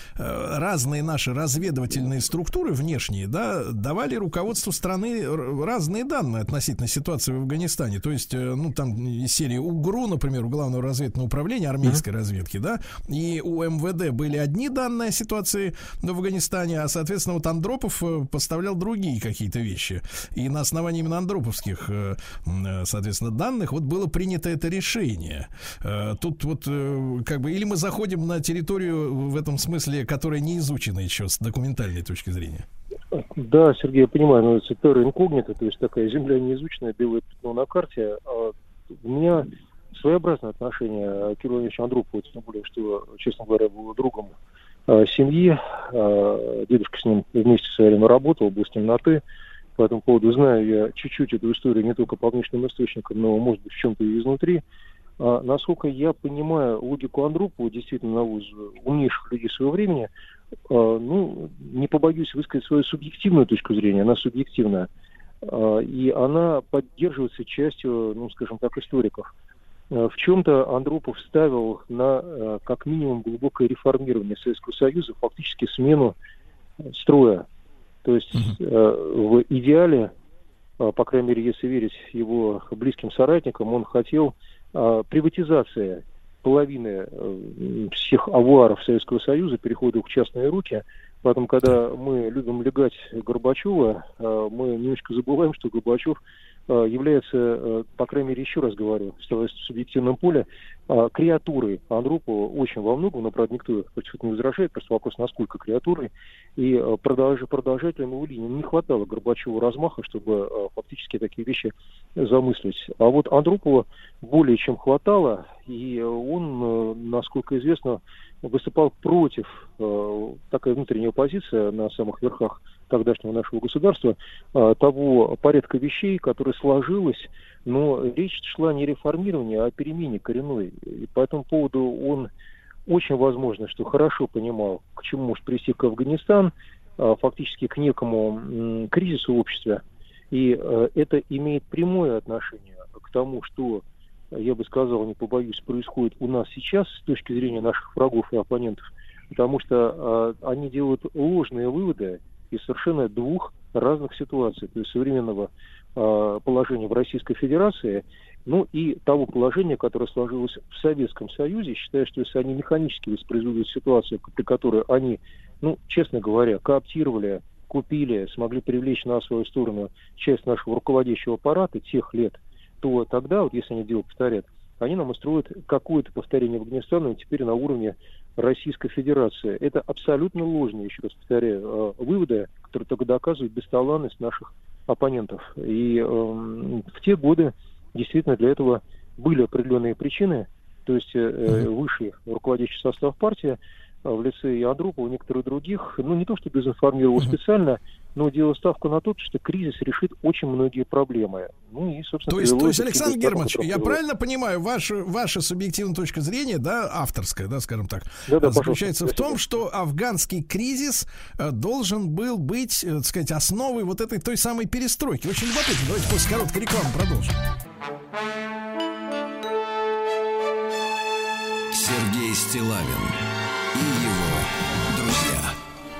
разные наши разведывательные структуры внешние, да, давали руководству страны разные данные относительно ситуации в Афганистане. То есть, ну, там из серии УГРУ, например, у Главного разведывательного управления армейской mm-hmm. разведки, да, и у МВД были одни данные о ситуации в Афганистане, а, соответственно, вот Андропов поставлял другие какие-то вещи. И на основании именно андроповских, соответственно, данных вот было принято это решение. Тут вот как бы или мы заходим на территорию в этом смысле, которая не изучена еще с документальной точки зрения. Да, Сергей, я понимаю, но это терра инкогнита, то есть такая земля неизученная, белое пятно на карте. У меня своеобразное отношение к Кириллу Ильичу Андропову, тем более, что, честно говоря, был другом семьи. Дедушка с ним вместе в свое время работал, был с ним на «ты». По этому поводу знаю я чуть-чуть эту историю не только по внешним источникам, но, может быть, в чем-то и изнутри. А, насколько я понимаю логику Андропова, действительно, на вуз умнейших людей своего времени, а, ну, не побоюсь высказать свою субъективную точку зрения, она субъективная, а, и она поддерживается частью, ну, скажем так, историков. В чем-то Андропов ставил на, как минимум, глубокое реформирование Советского Союза, фактически смену строя. То есть в идеале, по крайней мере, если верить его близким соратникам, он хотел приватизации половины всех авуаров Советского Союза, перехода в частные руки. Потом, когда мы любим легать Горбачева, мы немножко забываем, что Горбачев является, по крайней мере, еще раз говорю, в субъективном поле, креатурой Андропова очень во многом, но, правда, никто против этого не возражает, просто вопрос, насколько креатурой, и продолж, продолжателям его линии не хватало Горбачеву размаха, чтобы фактически такие вещи замыслить. А вот Андропова более чем хватало, и он, насколько известно, выступал против, такая внутренняя позиция на самых верхах тогдашнего нашего государства, того порядка вещей, который сложилось, но речь шла не о реформировании, а о перемене коренной. И по этому поводу он очень возможно, что хорошо понимал, к чему может привести к Афганистан, фактически к некому кризису в обществе. И это имеет прямое отношение к тому, что, я бы сказал, не побоюсь, происходит у нас сейчас с точки зрения наших врагов и оппонентов, потому что они делают ложные выводы из совершенно двух разных ситуаций, то есть современного э, положения в Российской Федерации, ну и того положения, которое сложилось в Советском Союзе, считая, что если они механически воспроизводят ситуацию, при которой они, ну, честно говоря, кооптировали, купили, смогли привлечь на свою сторону часть нашего руководящего аппарата тех лет, то тогда, вот если они дело повторят, они нам устроят какое-то повторение Афганистана теперь на уровне Российской Федерации. Это абсолютно ложные, еще раз повторяю, выводы, которые только доказывают бесталанность наших оппонентов. И э, в те годы действительно для этого были определенные причины, то есть э, высший руководящий состав партии э, в лице и Андропова, и некоторых других, ну не то что дезинформировал специально, но делал ставку на то, что кризис решит очень многие проблемы. Ну и, собственно, то есть, то есть Александр Германович, я правильно понимаю, ваша, ваша субъективная точка зрения, да, авторская, да, скажем так, да, да, заключается в том, что афганский кризис должен был быть, так сказать, основой вот этой той самой перестройки. Очень любопытно. Давайте после короткой рекламы продолжим. Сергей Стиллавин и его друзья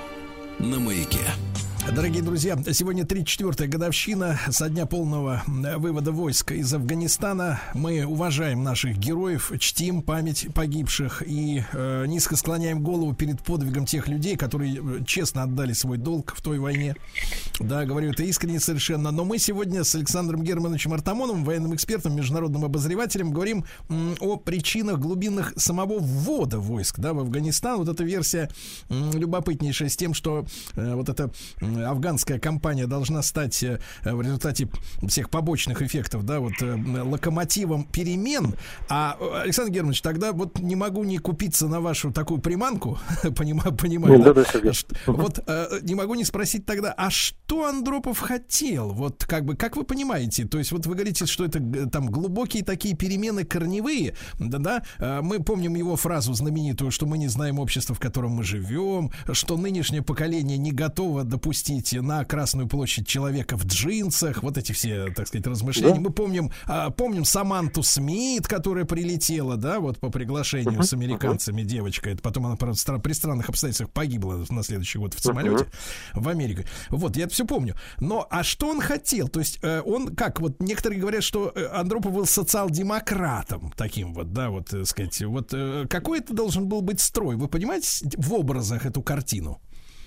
на Маяке. Дорогие друзья, сегодня тридцать четвёртая годовщина со дня полного вывода войск из Афганистана. Мы уважаем наших героев, чтим память погибших и э, низко склоняем голову перед подвигом тех людей, которые честно отдали свой долг в той войне. Да, говорю это искренне совершенно. Но мы сегодня с Александром Германовичем Артамоновым, военным экспертом, международным обозревателем, говорим м, о причинах глубинных самого ввода войск, да, в Афганистан. Вот эта версия м, любопытнейшая с тем, что э, вот это афганская кампания должна стать э, в результате всех побочных эффектов, да, вот э, локомотивом перемен. А, Александр Германович, тогда вот не могу не купиться на вашу такую приманку, понимаю, понимаю, да? Да, да, что, вот э, не могу не спросить тогда, а что Андропов хотел? Вот как бы, как вы понимаете, то есть вот вы говорите, что это там глубокие такие перемены корневые, да, да, мы помним его фразу знаменитую, что мы не знаем общества, в котором мы живем, что нынешнее поколение не готово допустить на Красную площадь человека в джинсах, вот эти все, так сказать, размышления. Да? Мы помним, а, помним Саманту Смит, которая прилетела, да, вот по приглашению uh-huh. с американцами, uh-huh. девочка, это потом она, правда, при странных обстоятельствах погибла на следующий год в самолете uh-huh. в Америке. Вот, я это все помню. Но, а что он хотел? То есть э, он, как, вот некоторые говорят, что Андропов был социал-демократом таким вот, да, вот, так сказать, вот э, какой это должен был быть строй? Вы понимаете в образах эту картину?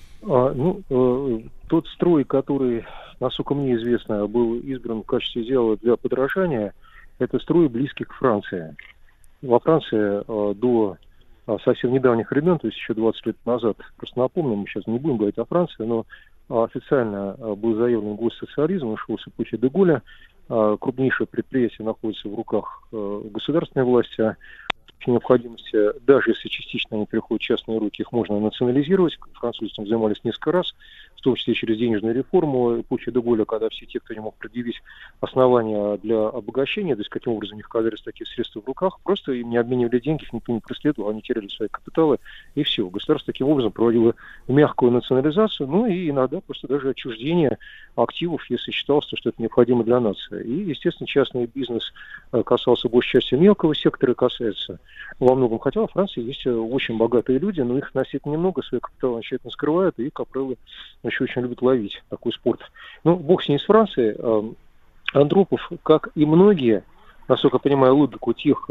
А, ну, э, тот строй, который, насколько мне известно, был избран в качестве идеала для подражания, это строй, близкий к Франции. Во Франции э, до э, совсем недавних времен, то есть еще двадцать лет назад, просто напомню, мы сейчас не будем говорить о Франции, но э, официально э, был заявлен госсоциализм, он шел с эпохи де Голля, э, крупнейшее предприятие находится в руках э, государственной власти, необходимости, даже если частично они переходят в частные руки, их можно национализировать. Французы этим занимались несколько раз. в том числе через денежную реформу эпохи де Голля, когда все те, кто не мог предъявить основания для обогащения, то есть каким образом у них оказались такие средства в руках, просто им не обменивали деньги, их никто не преследовал, они теряли свои капиталы, и все. Государство таким образом проводило мягкую национализацию, ну и иногда просто даже отчуждение активов, если считалось, что это необходимо для нации. И, естественно, частный бизнес касался большей части мелкого сектора, касается во многом. Хотя во Франции есть очень богатые люди, но их относительно немного, свои капиталы они тщательно скрывают, и, как правило, еще очень любят ловить такой спорт. Ну, бог с ней с Францией. Андропов, как и многие, насколько я понимаю логику тех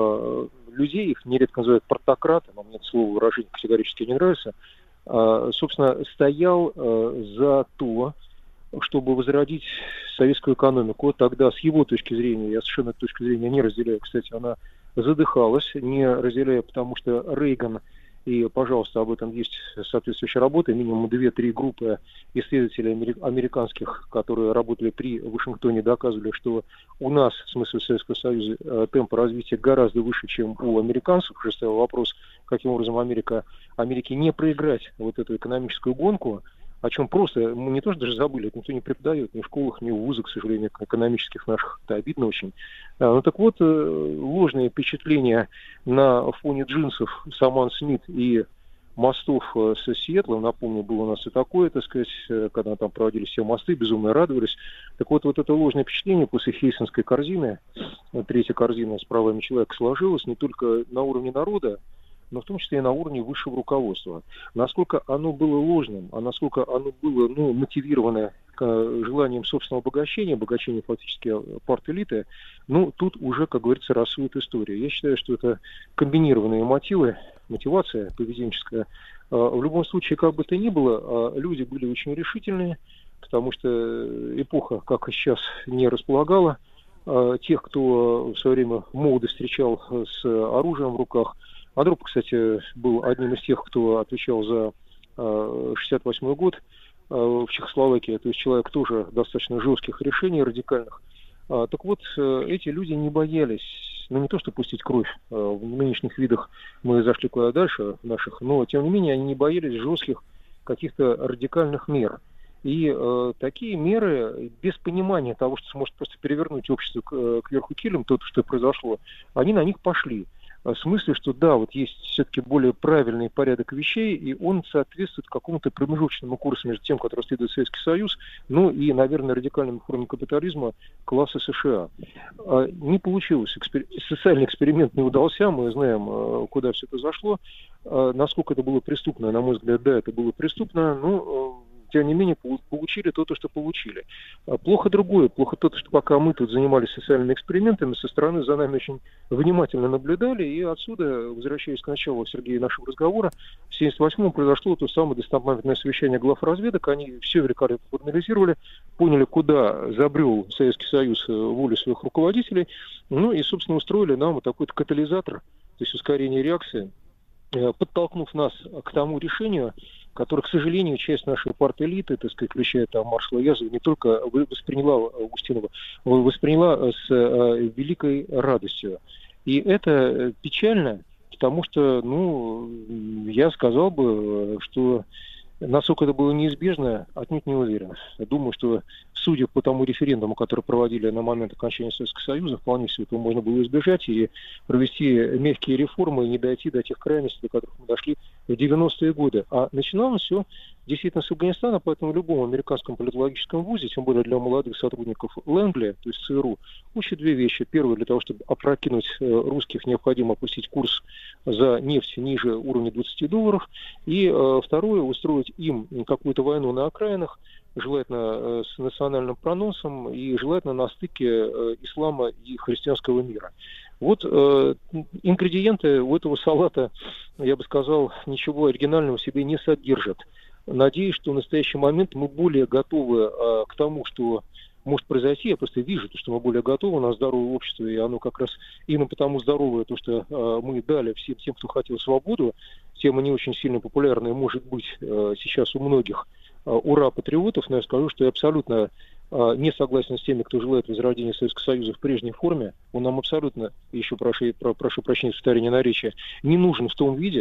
людей, их нередко называют портократы, но мне это слово выражение категорически не нравится, собственно, стоял за то, чтобы возродить советскую экономику. Тогда, с его точки зрения, я совершенно эту точку зрения не разделяю, кстати, она задыхалась, не разделяю, потому что Рейган, и, пожалуйста, об этом есть соответствующая работа, минимум две-три группы исследователей американских, которые работали при Вашингтоне, доказывали, что у нас, в смысле Советского Союза, темпы развития гораздо выше, чем у американцев. Уже стоял вопрос, каким образом Америка, Америке не проиграть вот эту экономическую гонку, о чем просто мы не то что даже забыли, это никто не преподает ни в школах, ни в вузах, к сожалению, экономических наших. Это обидно очень. Ну так вот, ложные впечатления на фоне джинсов Саман Смит и мостов со Сиэтлом, напомню, было у нас и такое, так сказать, когда там проводили все мосты, безумно радовались. Так вот, вот это ложное впечатление после Хельсинской корзины, третья корзина с правами человека сложилась не только на уровне народа, но в том числе и на уровне высшего руководства. Насколько оно было ложным, а насколько оно было ну, мотивировано желанием собственного обогащения, обогащения фактически парт-элиты, ну, тут уже, как говорится, рассудит история. Я считаю, что это комбинированные мотивы, мотивация поведенческая. В любом случае, как бы то ни было, люди были очень решительные, потому что эпоха, как и сейчас, не располагала тех, кто в свое время молодо встречал с оружием в руках. Андропов, кстати, был одним из тех, кто отвечал за шестьдесят восьмой год в Чехословакии, то есть человек тоже достаточно жестких решений, радикальных. Так вот, эти люди не боялись, ну не то что пустить кровь, в нынешних видах мы зашли куда дальше наших, но тем не менее они не боялись жестких каких-то радикальных мер. И э, такие меры, без понимания того, что сможет просто перевернуть общество к, кверху килем, то, что произошло, они на них пошли. В смысле, что да, вот есть все-таки более правильный порядок вещей, и он соответствует какому-то промежуточному курсу между тем, который следует Советский Союз, ну и, наверное, радикальным формам капитализма класса США. Не получилось, экспер... социальный эксперимент не удался, мы знаем, куда все это зашло. Насколько это было преступно, на мой взгляд, да, это было преступно, но... тем не менее, получили то, что получили. Плохо другое. Плохо то, что пока мы тут занимались социальными экспериментами, со стороны за нами очень внимательно наблюдали, и отсюда, возвращаясь к началу, Сергея, нашего разговора, в семьдесят восьмом произошло то самое достопамятное совещание глав разведок. Они все великолепно проанализировали, поняли, куда забрел Советский Союз волю своих руководителей, ну и, собственно, устроили нам вот такой-то катализатор, то есть ускорение реакции, подтолкнув нас к тому решению, которое, к сожалению, часть нашей парт-элиты, так сказать, включая там маршала Язова, не только восприняла Устинова, восприняла с э, великой радостью. И это печально, потому что, ну, я сказал бы, что насколько это было неизбежно, отнюдь не уверен. Я думаю, что, судя по тому референдуму, который проводили на момент окончания Советского Союза, вполне все этого можно было избежать и провести мягкие реформы и не дойти до тех крайностей, до которых мы дошли в девяностые годы. А начиналось все действительно с Афганистана, поэтому в любом американском политологическом вузе, тем более для молодых сотрудников Лэнгли, то есть ЦРУ, учат две вещи. Первое, для того, чтобы опрокинуть русских, необходимо опустить курс за нефть ниже уровня двадцати долларов. И э, второе, устроить им какую-то войну на окраинах, желательно э, с национальным проносом и желательно на стыке э, ислама и христианского мира. Вот э, ингредиенты у этого салата, я бы сказал, ничего оригинального в себе не содержат. Надеюсь, что в настоящий момент мы более готовы э, к тому, что может произойти. Я просто вижу, что мы более готовы, у нас здоровое общество, и оно как раз именно потому здоровое, то, что э, мы дали всем тем, кто хотел свободу. Тема не очень сильно популярная, может быть, э, сейчас у многих э, ура-патриотов, но я скажу, что я абсолютно э, не согласен с теми, кто желает возрождения Советского Союза в прежней форме. Он нам абсолютно, еще прошу, про, прошу прощения за повторение наречия, не нужен в том виде,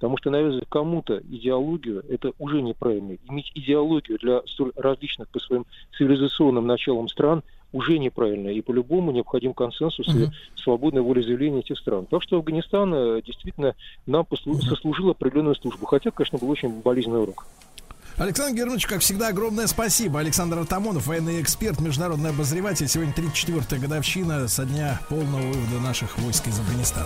Потому что навязывать кому-то идеологию, это уже неправильно. Иметь идеологию для столь различных по своим цивилизационным началам стран уже неправильно. И по-любому необходим консенсус uh-huh. и свободное волеизъявление этих стран. Так что Афганистан действительно нам послу- uh-huh. сослужил определенную службу. Хотя, конечно, был очень болезненный урок. Александр Германович, как всегда, огромное спасибо. Александр Артамонов, военный эксперт, международный обозреватель. Сегодня тридцать четвёртая годовщина со дня полного вывода наших войск из Афганистана.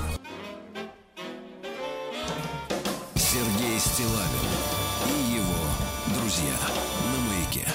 Сергей Стиллавин и его друзья на Маяке.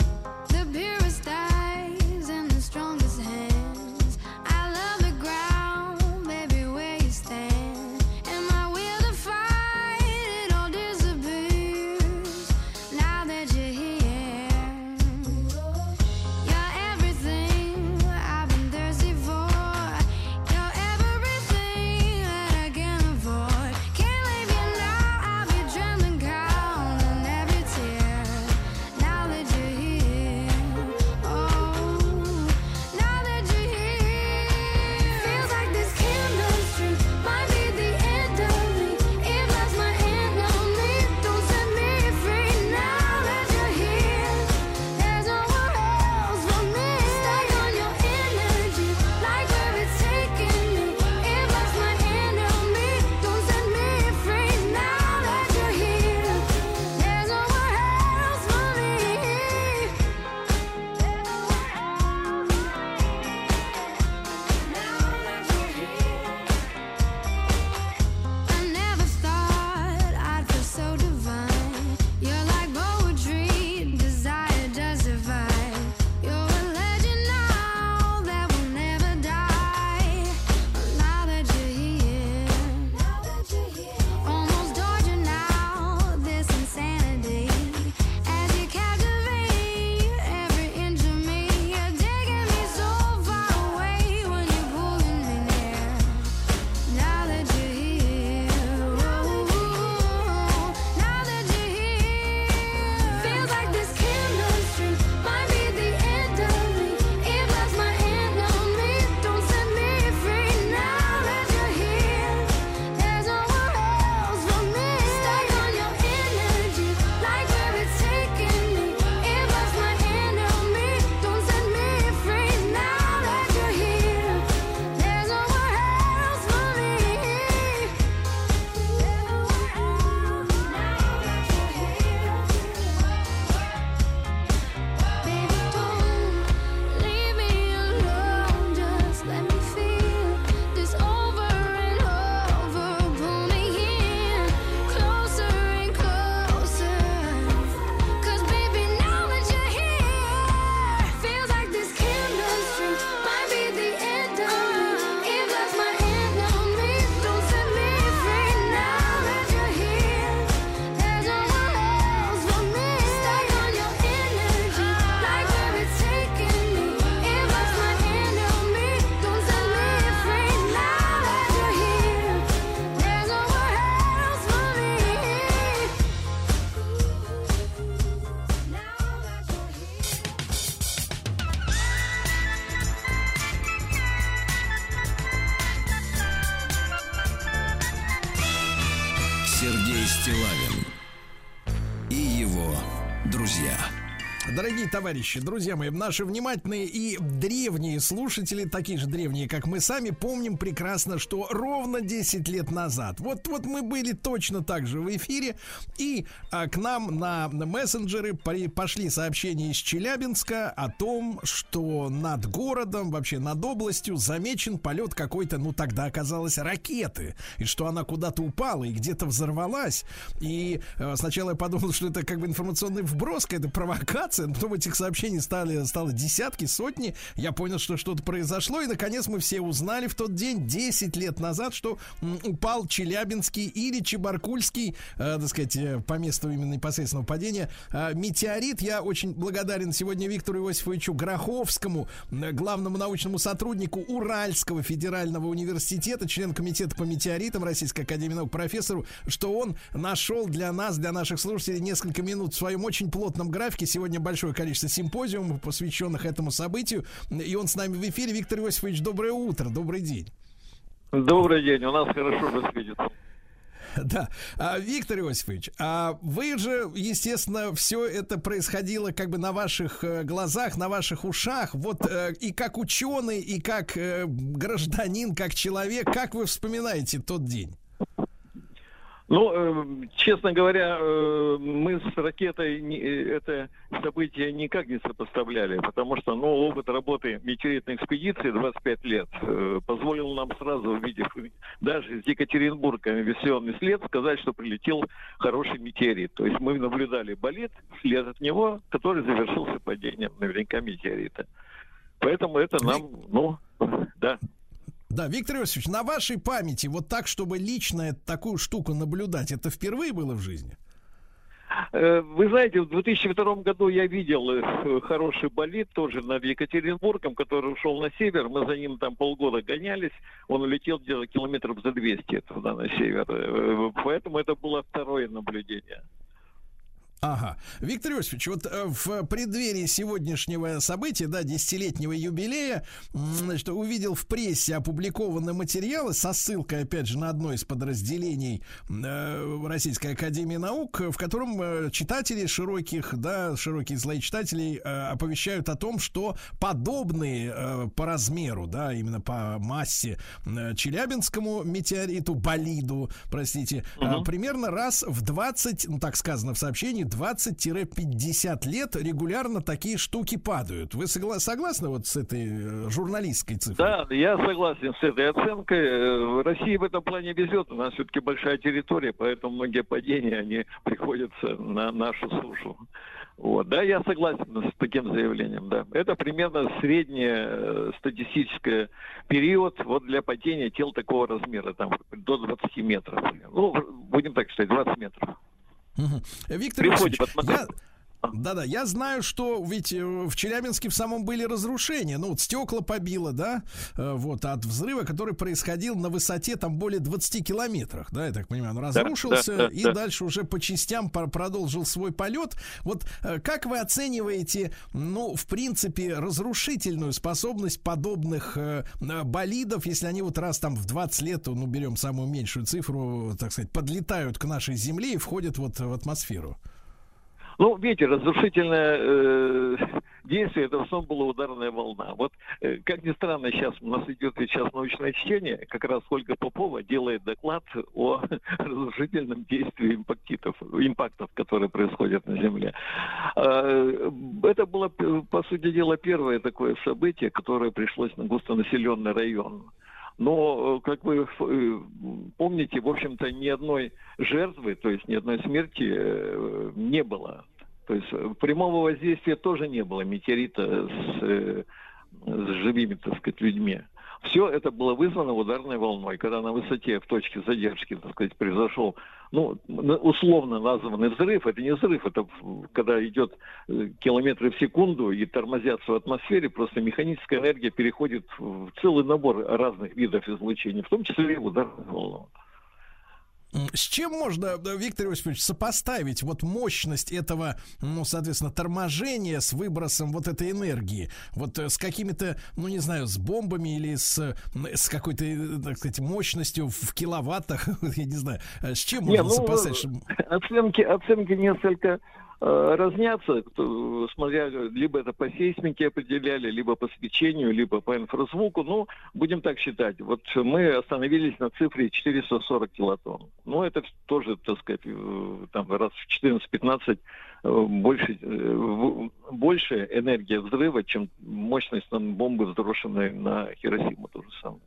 Сергей Стиллавин и его друзья. Дорогие товарищи, друзья мои, наши внимательные и древние слушатели, такие же древние, как мы сами, помним прекрасно, что ровно десять лет назад, вот, вот мы были точно так же в эфире, и а, к нам на мессенджеры при, пошли сообщения из Челябинска о том, что над городом, вообще над областью замечен полет какой-то, ну тогда оказалось, ракеты, и что она куда-то упала и где-то взорвалась. И а, сначала я подумал, что это как бы информационный вброс, какая-то провокация. Потом этих сообщений стали, стало десятки, сотни. Я понял, что что-то произошло. И, наконец, мы все узнали в тот день, десять лет назад, что м, упал Челябинский или Чебаркульский, э, так сказать, э, по месту именно непосредственного падения, э, метеорит. Я очень благодарен сегодня Виктору Иосифовичу Гроховскому, э, главному научному сотруднику Уральского федерального университета, член комитета по метеоритам Российской академии наук, профессору, что он нашел для нас, для наших слушателей, несколько минут в своем очень плотном графике. Сегодня большое количество симпозиумов, посвященных этому событию. И он с нами в эфире. Виктор Иосифович, доброе утро, добрый день. Добрый день, у нас хорошо вас видит. Да. А, Виктор Иосифович, а вы же, естественно, все это происходило как бы на ваших э, глазах, на ваших ушах. Вот э, и как ученый, и как э, гражданин, как человек, как вы вспоминаете тот день? Ну, э, честно говоря, э, мы с ракетой не, это событие никак не сопоставляли, потому что, ну, опыт работы метеоритной экспедиции двадцать пять лет э, позволил нам сразу, увидев даже из Екатеринбурга авиационный след, сказать, что прилетел хороший метеорит. То есть мы наблюдали болид, след от него, который завершился падением наверняка метеорита. Поэтому это нам, ну, да. Да, Виктор Иосифович, на вашей памяти вот так, чтобы лично такую штуку наблюдать, это впервые было в жизни? Вы знаете, в две тысячи втором году я видел хороший болид тоже над Екатеринбургом, который ушел на север. Мы за ним там полгода гонялись. Он улетел где-то километров за двести туда на север. Поэтому это было второе наблюдение. Ага. Виктор Иосифович, вот в преддверии сегодняшнего события, да, десятилетнего юбилея, значит, увидел в прессе опубликованные материалы со ссылкой, опять же, на одно из подразделений э, Российской Академии Наук, в котором э, читатели широких, да, широкие слои читателей э, оповещают о том, что подобные э, по размеру, да, именно по массе э, Челябинскому метеориту, болиду, простите, uh-huh. э, примерно раз в двадцать, ну, так сказано в сообщении, двадцать-пятьдесят лет регулярно такие штуки падают. Вы согла- согласны вот с этой журналистской цифрой? Да, я согласен с этой оценкой. Россия в этом плане везет. У нас все-таки большая территория, поэтому многие падения, они приходятся на нашу сушу. Вот. Да, я согласен с таким заявлением, да. Это примерно средний статистический период вот для падения тел такого размера, там, до двадцати метров. Ну, будем так считать, двадцать метров. Угу. Виктор Ильич, я... Да-да, я знаю, что ведь в Челябинске в самом были разрушения. Ну, вот стекла побило, да, вот, от взрыва, который происходил на высоте там более двадцати километрах, да, я так понимаю, он разрушился, да, да, да, и да. дальше уже по частям продолжил свой полет. Вот как вы оцениваете, ну, в принципе, разрушительную способность подобных э, болидов, если они вот раз там в двадцать лет, ну, берем самую меньшую цифру, так сказать, подлетают к нашей Земле и входят вот в атмосферу? Ну, видите, разрушительное э, действие, это в основном была ударная волна. Вот, э, как ни странно, сейчас у нас идет сейчас научное чтение, как раз Ольга Попова делает доклад о разрушительном действии импактов, импактов, которые происходят на Земле. Э, это было, по сути дела, первое такое событие, которое пришлось на густонаселенный район. Но, как вы помните, в общем-то, ни одной жертвы, то есть ни одной смерти не было. То есть прямого воздействия тоже не было метеорита с, с живыми, так сказать, людьми. Все это было вызвано ударной волной. Когда на высоте, в точке задержки, так сказать, произошел, ну, условно названный взрыв, это не взрыв, это когда идет километры в секунду и тормозятся в атмосфере, просто механическая энергия переходит в целый набор разных видов излучений, в том числе и ударную волну. С чем можно, Виктор Иосифович, сопоставить вот мощность этого, ну, соответственно, торможения с выбросом вот этой энергии? Вот с какими-то, ну, не знаю, с бомбами или с, с какой-то, так сказать, мощностью в киловаттах, я не знаю. С чем можно не, ну, сопоставить? Оценки, оценки несколько э, разнятся, смотря, либо это по сейсмике определяли, либо по свечению, либо по инфразвуку. Ну, будем так считать. Вот мы остановились на цифре четыреста сорок килотонн. Ну, это тоже, так сказать, там раз в четырнадцать-пятнадцать больше, больше энергия взрыва, чем мощность бомбы, взброшенной на Хиросиму, то же самое.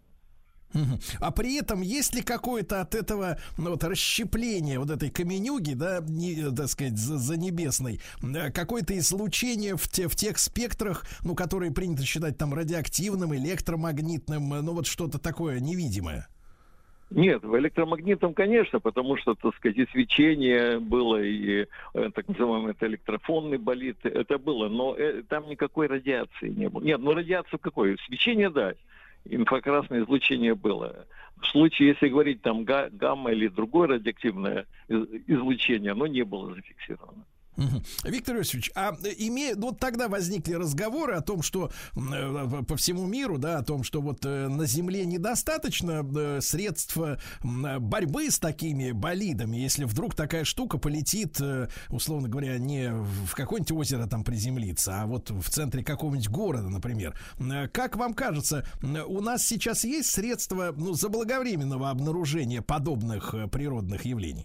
А при этом есть ли какое-то от этого, ну, вот, расщепление вот этой каменюги, да, не, так сказать, за, за небесной, какое-то излучение в, те, в тех спектрах, ну, которые принято считать там радиоактивным, электромагнитным, ну, вот что-то такое невидимое? Нет, в электромагнитном, конечно, потому что, так сказать, и свечение было, и так называемый это электрофонный болид, это было, но э, там никакой радиации не было. Нет, ну радиация какой? Свечение, да, инфракрасное излучение было. В случае, если говорить там га- гамма или другое радиоактивное излучение, оно не было зафиксировано. Виктор Иосифович, а имея, вот тогда возникли разговоры о том, что э, по всему миру, да, о том, что вот э, на Земле недостаточно э, средств э, борьбы с такими болидами, если вдруг такая штука полетит, э, условно говоря, не в какое-нибудь озеро там приземлиться, а вот в центре какого-нибудь города, например. Э, как вам кажется, у нас сейчас есть средства, ну, заблаговременного обнаружения подобных э, природных явлений?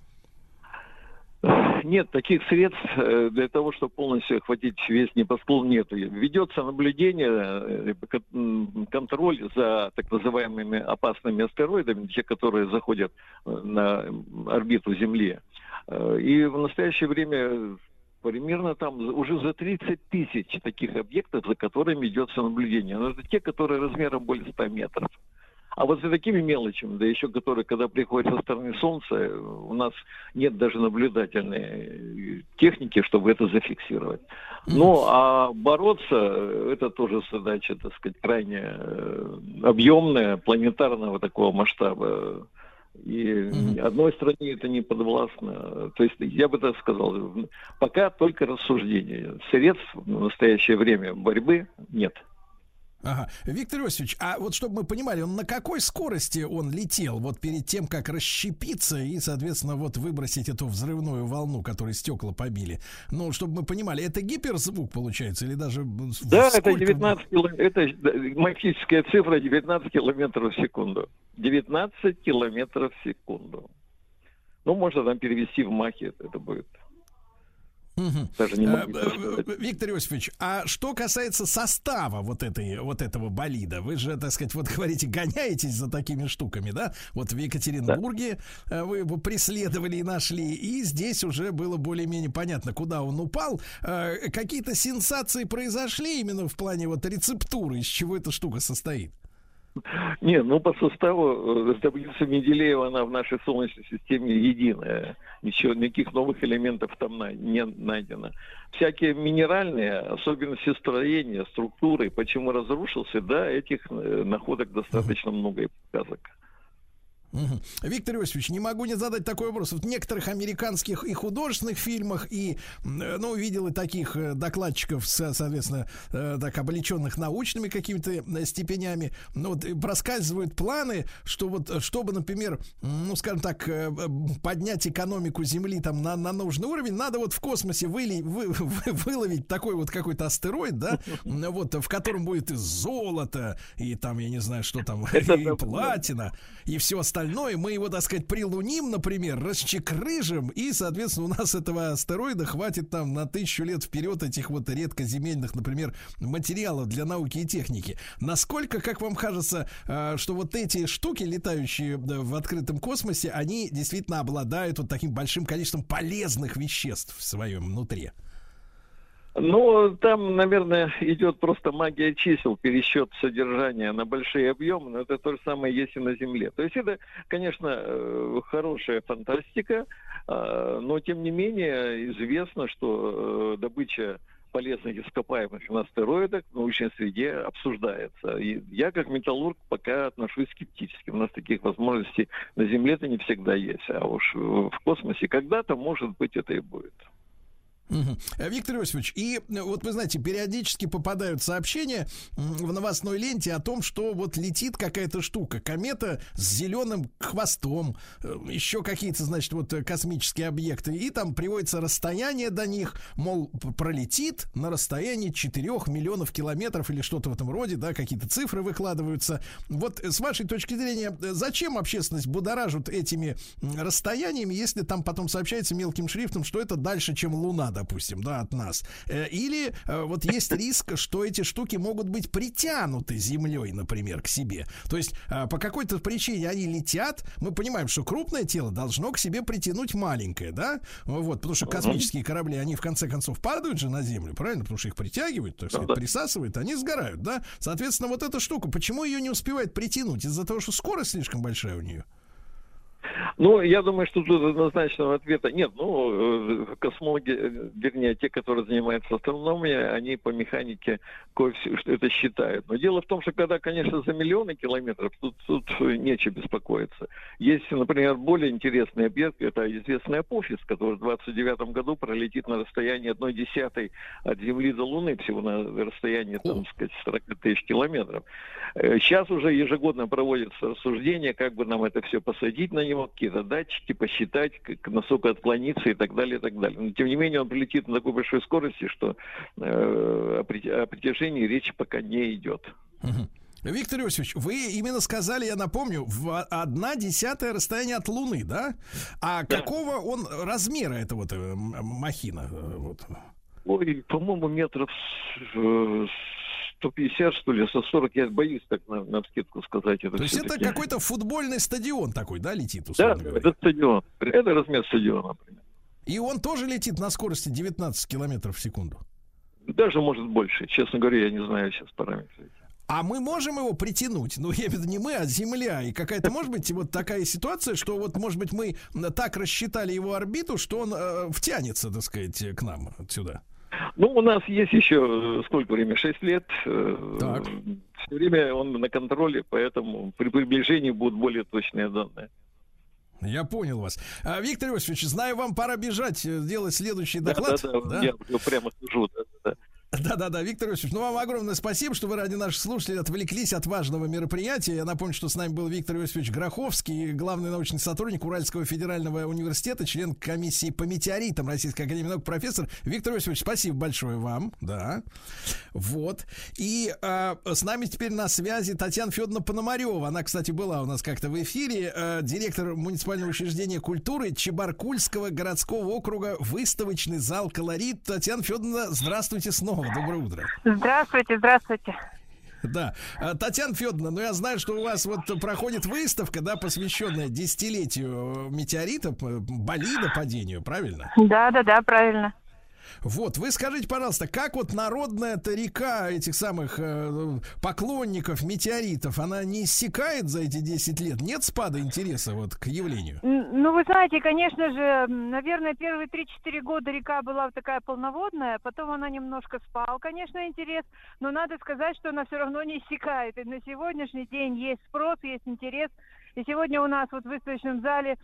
Нет, таких средств для того, чтобы полностью охватить весь небосклон, нет. Ведется наблюдение, контроль за так называемыми опасными астероидами, те, которые заходят на орбиту Земли. И в настоящее время примерно там уже за тридцать тысяч таких объектов, за которыми ведется наблюдение. Но это те, которые размером более ста метров. А вот за такими мелочами, да еще которые, когда приходят со стороны Солнца, у нас нет даже наблюдательной техники, чтобы это зафиксировать. Ну, а бороться, это тоже задача, так сказать, крайне объемная, планетарного такого масштаба. И ни одной стране это не подвластно. То есть, я бы так сказал, пока только рассуждения. Средств в настоящее время борьбы нет. Ага. Виктор Иосифович, а вот чтобы мы понимали, он на какой скорости он летел вот перед тем, как расщепиться и, соответственно, вот выбросить эту взрывную волну, которой стекла побили? Ну, чтобы мы понимали, это гиперзвук получается или даже... Да, сколько... это девятнадцать километров, это магическая цифра девятнадцать километров в секунду. девятнадцать километров в секунду. Ну, можно там перевести в махи, это будет... Угу. Даже не могу а, Виктор Иосифович, а что касается состава вот, этой, вот этого болида, вы же, так сказать, вот говорите, гоняетесь за такими штуками, да? Вот в Екатеринбурге да. вы его преследовали и нашли, и здесь уже было более-менее понятно, куда он упал. Какие-то сенсации произошли именно в плане вот рецептуры, из чего эта штука состоит? Не, ну по составу таблица Менделеева, она в нашей Солнечной системе единая. Ничего, никаких новых элементов там не найдено. Всякие минеральные особенности строения, структуры, почему разрушился, да, этих находок достаточно много и показок. Угу. Виктор Иосифович, не могу не задать такой вопрос. В некоторых американских и художественных фильмах, и, ну, видел и таких докладчиков, соответственно, так облеченных научными какими-то степенями, ну, вот проскальзывают планы, что вот, чтобы, например, ну, скажем так, поднять экономику Земли там на, на нужный уровень, надо вот в космосе выли, вы, вы, выловить такой вот какой-то астероид, да, вот, в котором будет и золото, и там, я не знаю, что там, и платина, и все остальное. Мы его, так сказать, прилуним, например, расчекрыжим, и, соответственно, у нас этого астероида хватит там на тысячу лет вперед этих вот редкоземельных, например, материалов для науки и техники. Насколько, как вам кажется, что вот эти штуки, летающие в открытом космосе, они действительно обладают вот таким большим количеством полезных веществ в своем внутри? Ну, там, наверное, идет просто магия чисел, пересчет содержания на большие объемы, но это то же самое есть и на Земле. То есть это, конечно, хорошая фантастика, но, тем не менее, известно, что добыча полезных ископаемых на астероидах в научной среде обсуждается. И я, как металлург, пока отношусь скептически. У нас таких возможностей на Земле-то не всегда есть, а уж в космосе когда-то, может быть, это и будет. Угу. Виктор Иосифович, и вот вы знаете, периодически попадают сообщения в новостной ленте о том, что вот летит какая-то штука, комета с зеленым хвостом, еще какие-то, значит, вот космические объекты, и там приводится расстояние до них, мол, пролетит на расстоянии четырёх миллионов километров или что-то в этом роде, да, какие-то цифры выкладываются. Вот с вашей точки зрения, зачем общественность будоражит этими расстояниями, если там потом сообщается мелким шрифтом, что это дальше, чем Луна, допустим, да, от нас. Или вот есть риск, что эти штуки могут быть притянуты Землей, например, к себе. То есть по какой-то причине они летят. Мы понимаем, что крупное тело должно к себе притянуть маленькое, да? Вот, потому что космические корабли, они в конце концов падают же на Землю, правильно? Потому что их притягивают, так сказать, присасывают, они сгорают, да? Соответственно, вот эта штука, почему ее не успевает притянуть? Из-за того, что скорость слишком большая у нее? Ну, я думаю, что тут однозначного ответа нет. Ну, космологи, вернее, те, которые занимаются астрономией, они по механике кое-все что это считают. Но дело в том, что когда, конечно, за миллионы километров, тут, тут нечего беспокоиться. Есть, например, более интересный объект, это известный Апофис, который в двадцать девятом году пролетит на расстоянии одной десятой от Земли до Луны, всего на расстоянии, там, сказать, сорок тысяч километров. Сейчас уже ежегодно проводятся рассуждения, как бы нам это все посадить на него, какие-то датчики, посчитать, как, насколько отклониться и так далее, и так далее. Но, тем не менее, он прилетит на такой большой скорости, что э, о притяжении речи пока не идет. Виктор Иосифович, вы именно сказали, я напомню, в одна десятая расстояние от Луны, да? А да. Какого он размера, эта вот э, махина? Вот. Ой, по-моему, метров сто пятьдесят, что ли, со сорок, я боюсь так на, на вскидку сказать. Это То есть это какой-то футбольный стадион такой, да, летит? Да, говоря. Это стадион. Это размер стадиона, например. И он тоже летит на скорости девятнадцать километров в секунду? Даже, может, больше. Честно говоря, я не знаю сейчас параметры. А мы можем его притянуть? Ну, я имею в виду не мы, а Земля. И какая-то, может быть, вот такая ситуация, что вот, может быть, мы так рассчитали его орбиту, что он э, втянется, так сказать, к нам отсюда. Ну, у нас есть еще сколько времени? Шесть лет. Так. Все время он на контроле, поэтому при приближении будут более точные данные. Я понял вас. А, Виктор Иосифович, знаю, вам пора бежать, делать следующий доклад. Да, да, да, да? Я, я прямо сижу, да, да. Да-да-да, Виктор Иосифович, ну вам огромное спасибо, что вы ради наших слушателей отвлеклись от важного мероприятия. Я напомню, что с нами был Виктор Иосифович Гроховский, главный научный сотрудник Уральского федерального университета, член комиссии по метеоритам Российской академии наук, профессор. Виктор Иосифович, спасибо большое вам. Да. Вот. И э, с нами теперь на связи Татьяна Федоровна Пономарева. Она, кстати, была у нас как-то в эфире. Э, директор муниципального учреждения культуры Чебаркульского городского округа, выставочный зал «Колорит». Татьяна Федоровна, здравствуйте снова. Доброе утро. Здравствуйте, здравствуйте. Да. Татьяна Федоровна, ну я знаю, что у вас вот проходит выставка, да, посвященная десятилетию метеорита, болида, падению, правильно? Да, да, да, правильно. Вот, вы скажите, пожалуйста, как вот народная-то река этих самых э, поклонников метеоритов, она не иссякает за эти десять лет? Нет спада интереса вот к явлению? Ну, вы знаете, конечно же, наверное, первые три-четыре года река была такая полноводная, потом она немножко спал, конечно, интерес, но надо сказать, что она все равно не иссякает. И на сегодняшний день есть спрос, есть интерес. И сегодня у нас вот в выставочном зале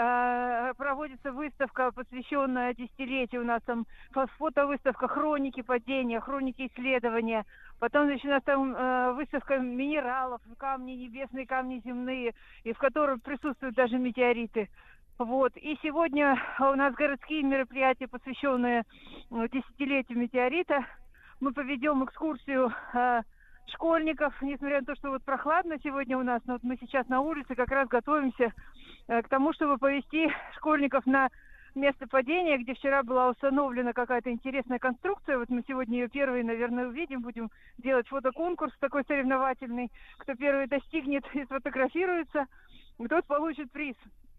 э, проводится выставка, посвященная десятилетию. У нас там фотовыставка хроники падения, хроники исследования. Потом, значит, у нас там э, выставка минералов, камни небесные, камни земные, и в которой присутствуют даже метеориты. Вот. И сегодня у нас городские мероприятия, посвященные десятилетию метеорита. Мы поведем экскурсию э, школьников, несмотря на то, что вот прохладно сегодня у нас, но вот мы сейчас на улице как раз готовимся э, к тому, чтобы повести школьников на место падения, где вчера была установлена какая-то интересная конструкция. Вот мы сегодня ее первые, наверное, увидим, будем делать фотоконкурс такой соревновательный. Кто первый достигнет и сфотографируется, тот получит приз.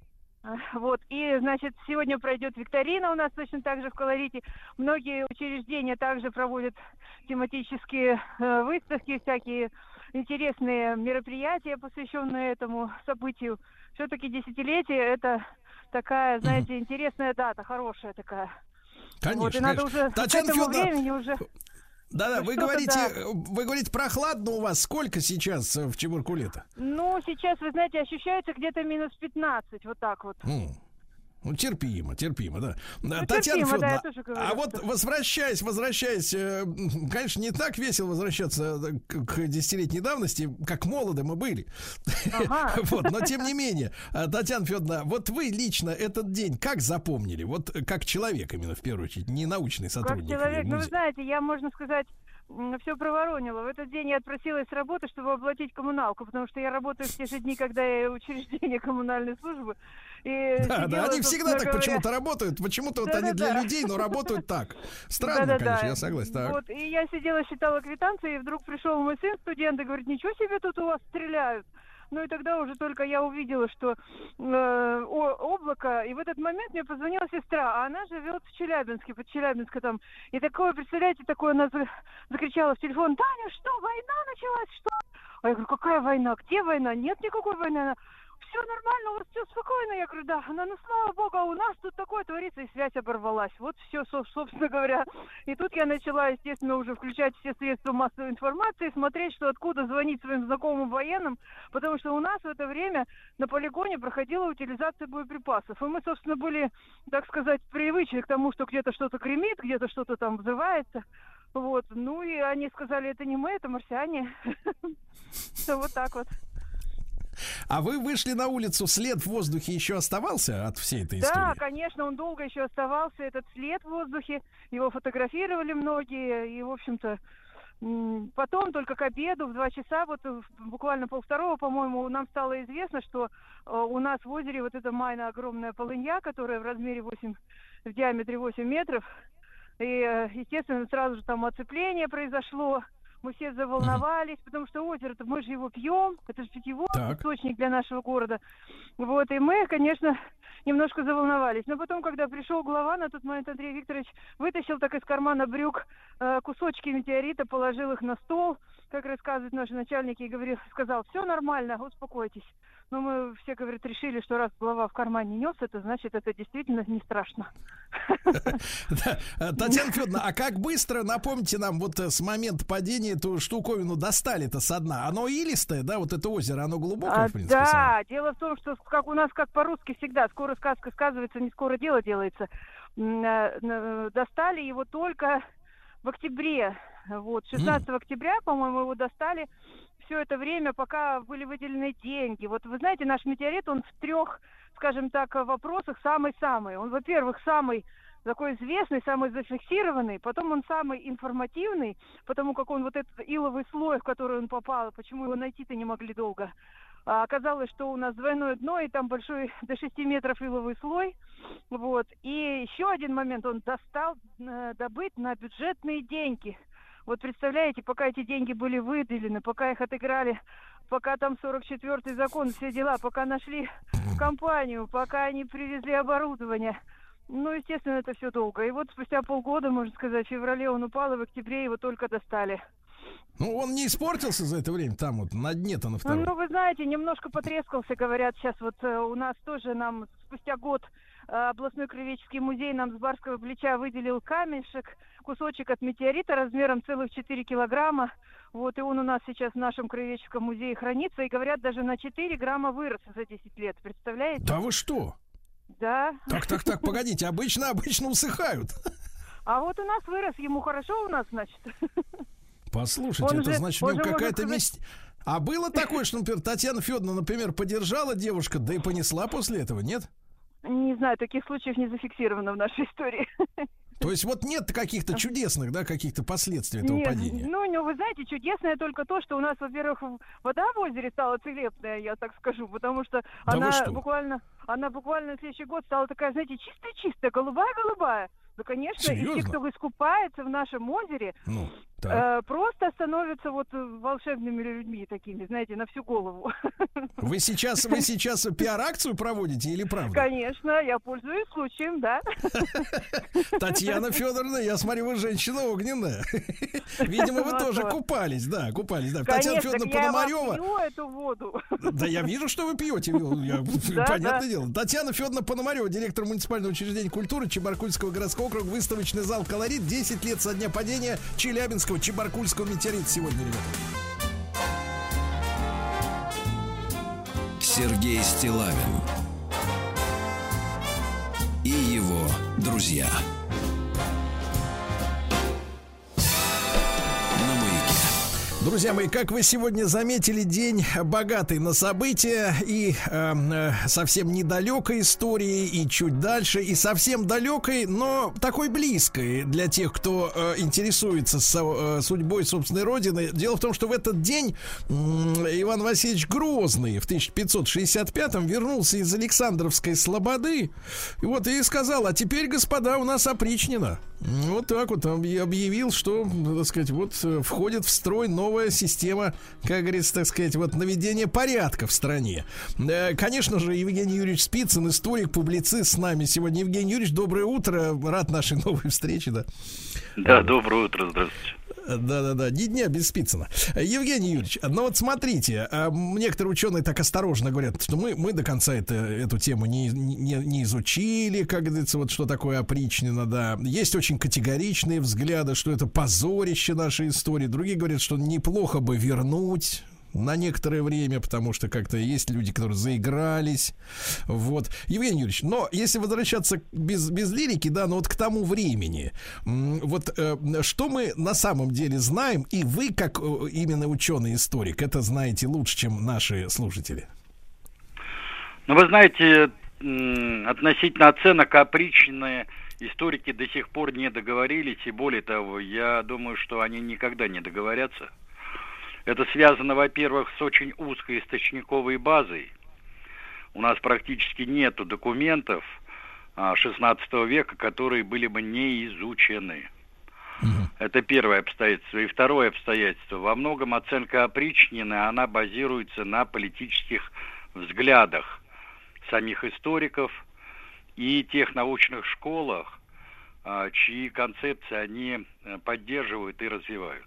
Вот, и, значит, сегодня пройдет викторина у нас точно так же в «Колорите». Многие учреждения также проводят тематические э, выставки, всякие интересные мероприятия, посвященные этому событию. Все-таки десятилетие — это такая, знаете, интересная дата, хорошая такая. Конечно, вот, и надо конечно. уже Татьяна к этому Федоровна... времени уже... Да-да, ну, вы говорите, да. вы говорите, прохладно у вас. Сколько сейчас в Чебаркуле-то? Ну, сейчас, вы знаете, ощущается где-то минус пятнадцать, вот так вот. Mm. Ну, терпимо, терпимо, да. Ну, Татьяна терпимо, Федоровна, да, говорю, а что... вот возвращаясь, возвращаясь, конечно, не так весело возвращаться к десятилетней давности, как молоды мы были. Ага. Вот, но тем не менее, Татьяна Федоровна, вот вы лично этот день как запомнили? Вот как человек именно, в первую очередь, не научный сотрудник. Как человек, ну, вы знаете, я, можно сказать, все проворонила. В этот день я отпросилась с работы, чтобы оплатить коммуналку, потому что я работаю в те же дни, когда я учреждение коммунальной службы. И да, да, они всегда так говоря... почему-то работают, почему-то да, вот да, они да. для людей, но работают так. Странно, да, да, конечно, да. я согласен. Так. Вот, и я сидела, считала квитанции, и вдруг пришел мой сын, студент, и говорит, ничего себе тут у вас стреляют. Ну и тогда уже только я увидела, что э, облако, и в этот момент мне позвонила сестра, а она живет в Челябинске, под Челябинском там. И такое, представляете, такое она закричала в телефон: Таня, что, война началась, что? А я говорю, какая война, где война? Нет никакой войны. Она: все нормально, у вас все спокойно. Я говорю, да. Она, ну, слава богу, а у нас тут такое творится, и связь оборвалась. Вот все, собственно говоря. И тут я начала, естественно, уже включать все средства массовой информации, смотреть, что откуда звонить своим знакомым военным, потому что у нас в это время на полигоне проходила утилизация боеприпасов. И мы, собственно, были, так сказать, привычны к тому, что где-то что-то гремит, где-то что-то там взрывается. Вот. Ну и они сказали, это не мы, это марсиане. Вот так вот. А вы вышли на улицу, след в воздухе еще оставался от всей этой истории? Да, конечно, он долго еще оставался, этот след в воздухе. Его фотографировали многие, и, в общем-то, потом только к обеду в два часа, вот буквально полвторого, по-моему, нам стало известно, что у нас в озере вот эта майна огромная полынья, которая в размере восемь, в диаметре восемь метров. И, естественно, сразу же там оцепление произошло. Мы все заволновались, mm-hmm. потому что озеро-то, мы же его пьем, это же питьевой источник для нашего города. Вот, и мы, конечно, немножко заволновались. Но потом, когда пришел глава, на тот момент Андрей Викторович вытащил так из кармана брюк э, кусочки метеорита, положил их на стол, как рассказывают наши начальники, и говорил, сказал, все нормально, успокойтесь. Но мы все, говорят, решили, что раз глава в кармане нес, это значит, это действительно не страшно. Татьяна Федоровна, а как быстро, напомните нам, вот с момента падения эту штуковину достали-то со дна? Оно илистое, да, вот это озеро, оно глубокое, в принципе? Да, дело в том, что как у нас, как по-русски всегда, скоро сказка сказывается, не скоро дело делается. Достали его только в октябре, вот, шестнадцатого октября, по-моему, его достали. Все это время, пока были выделены деньги. Вот вы знаете, наш метеорит, он в трех, скажем так, вопросах самый-самый. Он, во-первых, самый такой известный, самый зафиксированный, потом он самый информативный, потому как он вот этот иловый слой, в который он попал, почему его найти-то не могли долго. А оказалось, что у нас двойное дно, и там большой до шести метров иловый слой. Вот. И еще один момент, он достал э, добыть на бюджетные деньги. Вот представляете, пока эти деньги были выделены, пока их отыграли, пока там сорок четвёртый закон, все дела, пока нашли компанию, пока они привезли оборудование. Ну, естественно, это все долго. И вот спустя полгода, можно сказать, в феврале он упал, и в октябре его только достали. Ну, он не испортился за это время, там вот на дне-то на втором? Ну, вы знаете, немножко потрескался, говорят, сейчас вот э, у нас тоже нам спустя год э, областной краеведческий музей нам с барского плеча выделил камешек, кусочек от метеорита размером целых четыре килограмма. Вот, и он у нас сейчас в нашем краеведческом музее хранится, и, говорят, даже на четыре грамма вырос за десять лет, представляете? Да вы что? Да. Так, так, так, погодите, обычно, обычно усыхают. А вот у нас вырос, ему хорошо у нас, значит. Послушайте, он это же, значит, у него какая-то месть. А было такое, что, например, Татьяна Федоровна, например, подержала девушка, да и понесла после этого, нет? Не знаю, таких случаев не зафиксировано в нашей истории. То есть вот нет каких-то чудесных, да, каких-то последствий этого нет, падения? Ну, ну, вы знаете, чудесное только то, что у нас, во-первых, вода в озере стала целебная, я так скажу, потому что да она буквально, она буквально на следующий год стала такая, знаете, чистая-чистая, голубая-голубая. Ну, конечно, серьезно? И те, кто искупается в нашем озере, ну, э, просто становятся вот волшебными людьми такими, знаете, на всю голову. Вы сейчас, вы сейчас пиар-акцию проводите или правда? Конечно, я пользуюсь случаем, да. Татьяна Федоровна, я смотрю, вы женщина огненная. Видимо, вы тоже купались, да, купались, да. Татьяна Федоровна Пономарева. Я пью эту воду. Да, я вижу, что вы пьете. Понятное дело. Татьяна Федоровна Пономарева, директор муниципального учреждения культуры Чебаркульского городского округа, выставочный зал «Колорит». десять лет со дня падения Челябинского Чебаркульского метеорита сегодня, ребята. Сергей Стиллавин и его друзья. Друзья мои, как вы сегодня заметили, день богатый на события и э, э, совсем недалекой истории, и чуть дальше, и совсем далекой, но такой близкой для тех, кто э, интересуется со, э, судьбой собственной родины. Дело в том, что в этот день э, Иван Васильевич Грозный в тысяча пятьсот шестьдесят пятом вернулся из Александровской слободы и вот и сказал: а теперь, господа, у нас опричнина. Вот так вот он объявил, что, так сказать, вот входит в строй новая система, как говорится, так сказать, вот наведение порядка в стране. Конечно же, Евгений Юрьевич Спицын, историк, публицист, с нами сегодня. Евгений Юрьевич, доброе утро, рад нашей новой встрече, да. Да, доброе утро, здравствуйте. Да-да-да, ни дня без Спицына. Евгений Юрьевич, ну вот смотрите, некоторые ученые так осторожно говорят, что мы, мы до конца это, эту тему не, не, не изучили, как говорится, вот что такое опричнина, да. Есть очень категоричные взгляды, что это позорище нашей истории. Другие говорят, что неплохо бы вернуть на некоторое время, потому что как-то есть люди, которые заигрались. Вот. Евгений Юрьевич, но если возвращаться без, без лирики, да, но вот к тому времени, вот э, что мы на самом деле знаем, и вы, как именно ученый-историк, это знаете лучше, чем наши слушатели? Ну, вы знаете, относительно оценок опричнины историки до сих пор не договорились, и более того, я думаю, что они никогда не договорятся. Это связано, во-первых, с очень узкой источниковой базой. У нас практически нету документов шестнадцатого века, которые были бы не изучены. Uh-huh. Это первое обстоятельство. И второе обстоятельство. Во многом оценка опричнины, она базируется на политических взглядах самих историков и тех научных школах, чьи концепции они поддерживают и развивают.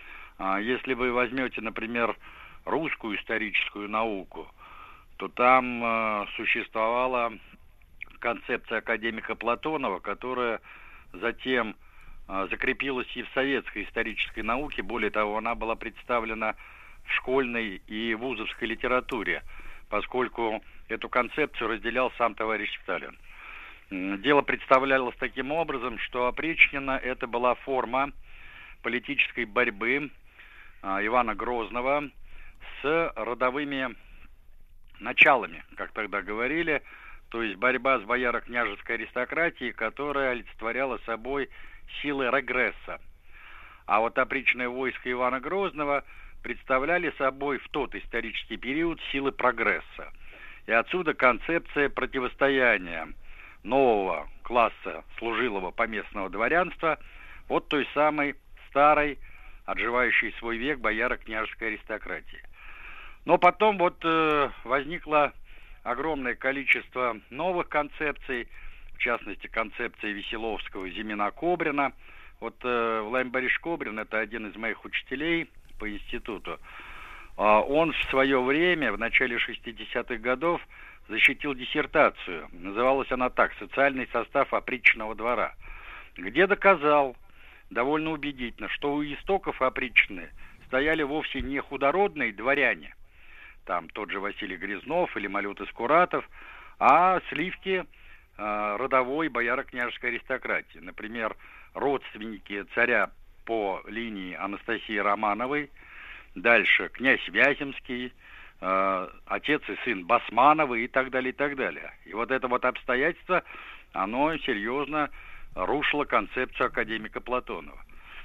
Если вы возьмете, например, русскую историческую науку, то там э, существовала концепция академика Платонова, которая затем э, закрепилась и в советской исторической науке. Более того, она была представлена в школьной и вузовской литературе, поскольку эту концепцию разделял сам товарищ Сталин. Дело представлялось таким образом, что опричнина – это была форма политической борьбы Ивана Грозного с родовыми началами, как тогда говорили, то есть борьба с бояро-княжеской аристократией, которая олицетворяла собой силы регресса. А вот опричное войско Ивана Грозного представляли собой в тот исторический период силы прогресса. И отсюда концепция противостояния нового класса служилого поместного дворянства вот той самой старой, отживающей свой век бояро-княжеской аристократии. Но потом вот э, возникло огромное количество новых концепций, в частности, концепции Веселовского, Зимина, Кобрина. Вот э, Владимир Борисович Кобрин, это один из моих учителей по институту. Э, он в свое время, в начале шестидесятых годов, защитил диссертацию. Называлась она так: «Социальный состав опричного двора», где доказал довольно убедительно, что у истоков опричнины стояли вовсе не худородные дворяне, там тот же Василий Грязнов или Малют Искуратов, а сливки э, родовой бояро-княжеской аристократии. Например, родственники царя по линии Анастасии Романовой, дальше князь Вяземский, э, отец и сын Басмановы и так далее, и так далее. И вот это вот обстоятельство, оно серьезно рушило концепцию академика Платонова.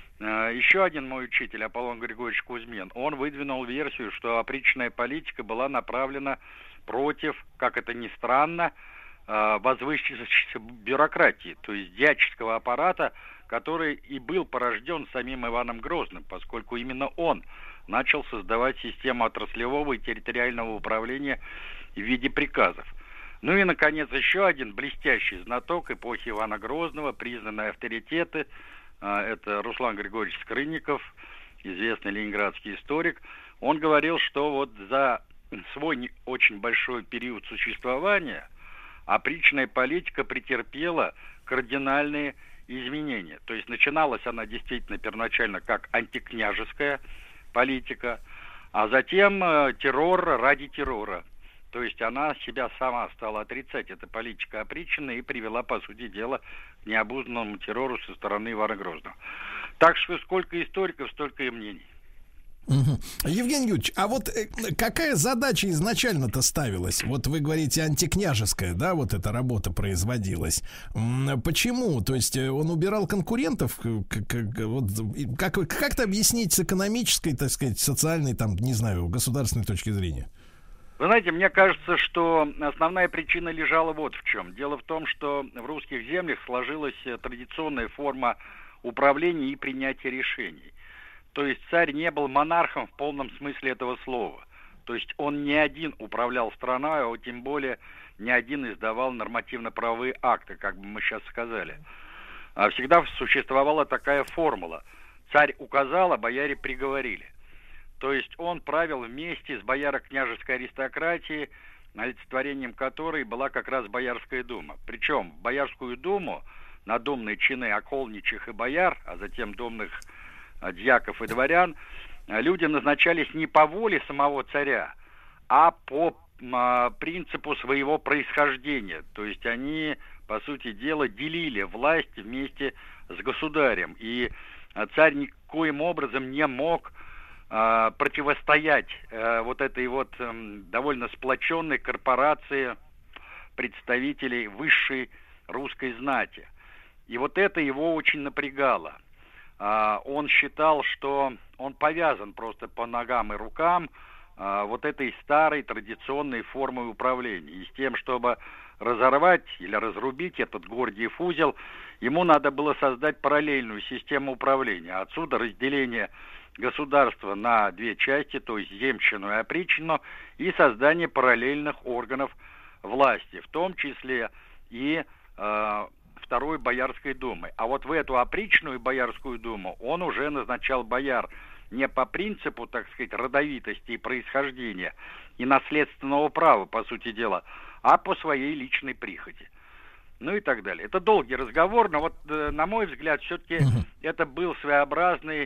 Еще один мой учитель, Аполлон Григорьевич Кузьмин, он выдвинул версию, что опричная политика была направлена против, как это ни странно, возвышающейся бюрократии, то есть дьяческого аппарата, который и был порожден самим Иваном Грозным, поскольку именно он начал создавать систему отраслевого и территориального управления в виде приказов. Ну и, наконец, еще один блестящий знаток эпохи Ивана Грозного, признанные авторитеты, это Руслан Григорьевич Скрынников, известный ленинградский историк. Он говорил, что вот за свой очень большой период существования опричная политика претерпела кардинальные изменения. То есть начиналась она действительно первоначально как антикняжеская политика, а затем террор ради террора. То есть она себя сама стала отрицать. Эта политика опричнина и привела, по сути дела, к необузданному террору со стороны Ивана Грозного. Так что сколько историков, столько и мнений. Угу. Евгений Юрьевич, а вот какая задача изначально-то ставилась? Вот вы говорите, антикняжеская, да, вот эта работа производилась. Почему? То есть он убирал конкурентов? Вот, как, как это объяснить с экономической, так сказать, социальной, там, не знаю, государственной точки зрения? Вы знаете, мне кажется, что основная причина лежала вот в чем. Дело в том, что в русских землях сложилась традиционная форма управления и принятия решений. То есть царь не был монархом в полном смысле этого слова. То есть он не один управлял страной, а тем более не один издавал нормативно-правовые акты, как бы мы сейчас сказали. А всегда существовала такая формула. царь указал, а бояре приговорили. То есть он правил вместе с бояро-княжеской аристократией, олицетворением которой была как раз Боярская дума. Причем в Боярскую думу на думные чины околничих и бояр, а затем думных дьяков и дворян, люди назначались не по воле самого царя, а по а, принципу своего происхождения. То есть они, по сути дела, делили власть вместе с государем. И царь никоим образом не мог а, противостоять а, вот этой вот а, довольно сплоченной корпорации представителей высшей русской знати. И вот это его очень напрягало. Он считал, что он повязан просто по ногам и рукам вот этой старой традиционной формой управления. И с тем, чтобы разорвать или разрубить этот Гордиев узел, ему надо было создать параллельную систему управления. Отсюда разделение государства на две части, то есть земщину и опричнину, и создание параллельных органов власти, в том числе и э, Второй Боярской думы. А вот в эту опричную Боярскую думу он уже назначал бояр не по принципу, так сказать, родовитости и происхождения и наследственного права, по сути дела, а по своей личной прихоти. Ну и так далее. Это долгий разговор, но вот, на мой взгляд, все-таки uh-huh. это был своеобразный,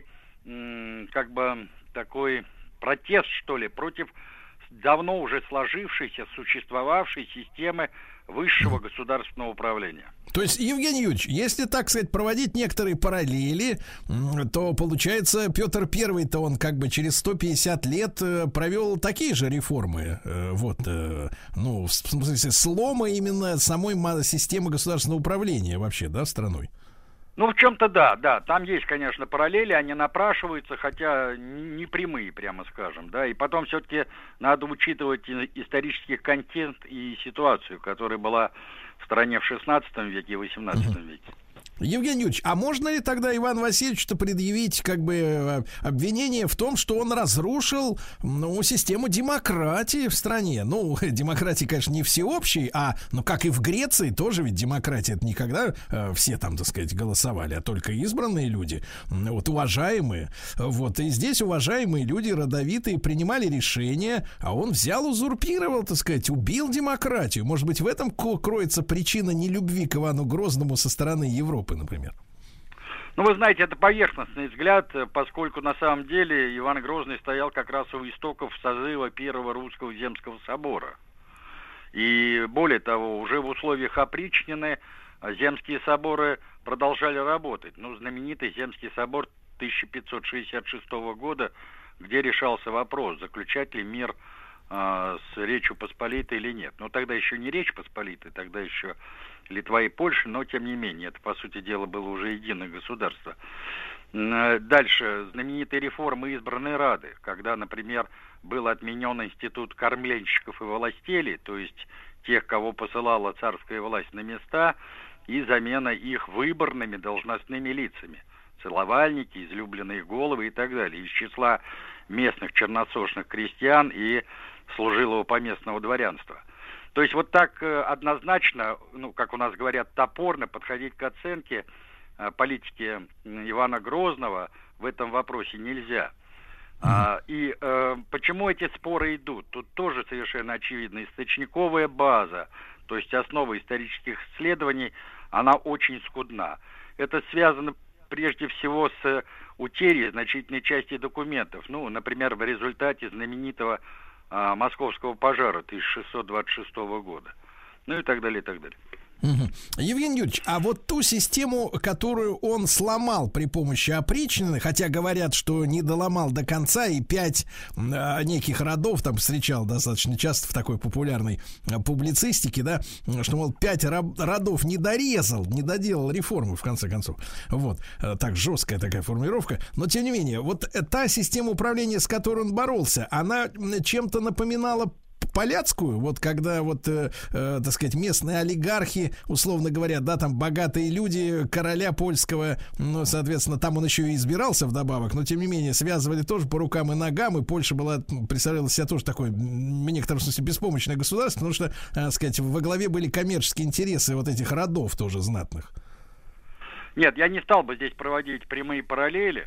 м- как бы, такой протест, что ли, против давно уже сложившейся, существовавшей системы высшего государственного управления. То есть, Евгений Юрьевич, если, так сказать, проводить некоторые параллели, то, получается, Петр Первый-то он как бы через сто пятьдесят лет провел такие же реформы. Вот, ну, в смысле, слома именно самой системы государственного управления вообще, да, страной? Ну, в чем-то да, да, там есть, конечно, параллели, они напрашиваются, хотя не прямые, прямо скажем, да, и потом все-таки надо учитывать исторический контекст и ситуацию, которая была в стране в шестнадцатом веке и восемнадцатом веке. Евгений Юрьевич, а можно ли тогда Ивану Васильевичу-то предъявить как бы обвинение в том, что он разрушил, ну, систему демократии в стране? Ну, демократии, конечно, не всеобщей, а, ну, как и в Греции, тоже ведь демократия, это не когда э, все там, так сказать, голосовали, а только избранные люди, вот, уважаемые. Вот, и здесь уважаемые люди, родовитые, принимали решения, а он взял, узурпировал, так сказать, убил демократию. Может быть, в этом кроется причина нелюбви к Ивану Грозному со стороны Европы, например? Ну, вы знаете, это поверхностный взгляд, поскольку на самом деле Иван Грозный стоял как раз у истоков созыва Первого Русского Земского собора. И более того, уже в условиях опричнины земские соборы продолжали работать. Ну, знаменитый Земский собор тысяча пятьсот шестьдесят шестого года, где решался вопрос, заключать ли мир э, с Речью Посполитой или нет. Но тогда еще не Речь Посполитой, тогда еще Литва и Польша, но тем не менее, это, по сути дела, было уже единое государство. Дальше, знаменитые реформы избранной Рады, когда, например, был отменен институт кормленщиков и властелей, то есть тех, кого посылала царская власть на места, и замена их выборными должностными лицами. Целовальники, излюбленные головы и так далее. Из числа местных черносошных крестьян и служилого поместного дворянства. То есть вот так однозначно, ну, как у нас говорят, топорно подходить к оценке э, политики Ивана Грозного в этом вопросе нельзя. А, и э, почему эти споры идут? Тут тоже совершенно очевидно. Источниковая база, то есть основа исторических исследований, она очень скудна. Это связано прежде всего с утерей значительной части документов. Ну, например, в результате знаменитого Московского пожара тысяча шестьсот двадцать шестого года. Ну и так далее, и так далее. Угу. Евгений Юрьевич, а вот ту систему, которую он сломал при помощи опричнины, хотя говорят, что не доломал до конца, и пять а, неких родов там встречал достаточно часто в такой популярной а, публицистике, да, что, мол, пять раб- родов не дорезал, не доделал реформы, в конце концов. Вот, а, так жесткая такая формулировка. Но, тем не менее, вот та система управления, с которой он боролся, она чем-то напоминала поляцкую, вот когда вот, э, э, так сказать, местные олигархи, условно говоря, да, там богатые люди короля польского, ну, соответственно, там он еще и избирался вдобавок, но, тем не менее, связывали тоже по рукам и ногам, и Польша была, представляла себя тоже такое, в некотором смысле, беспомощное государство, потому что, так сказать, во главе были коммерческие интересы вот этих родов тоже знатных. Нет, я не стал бы здесь проводить прямые параллели.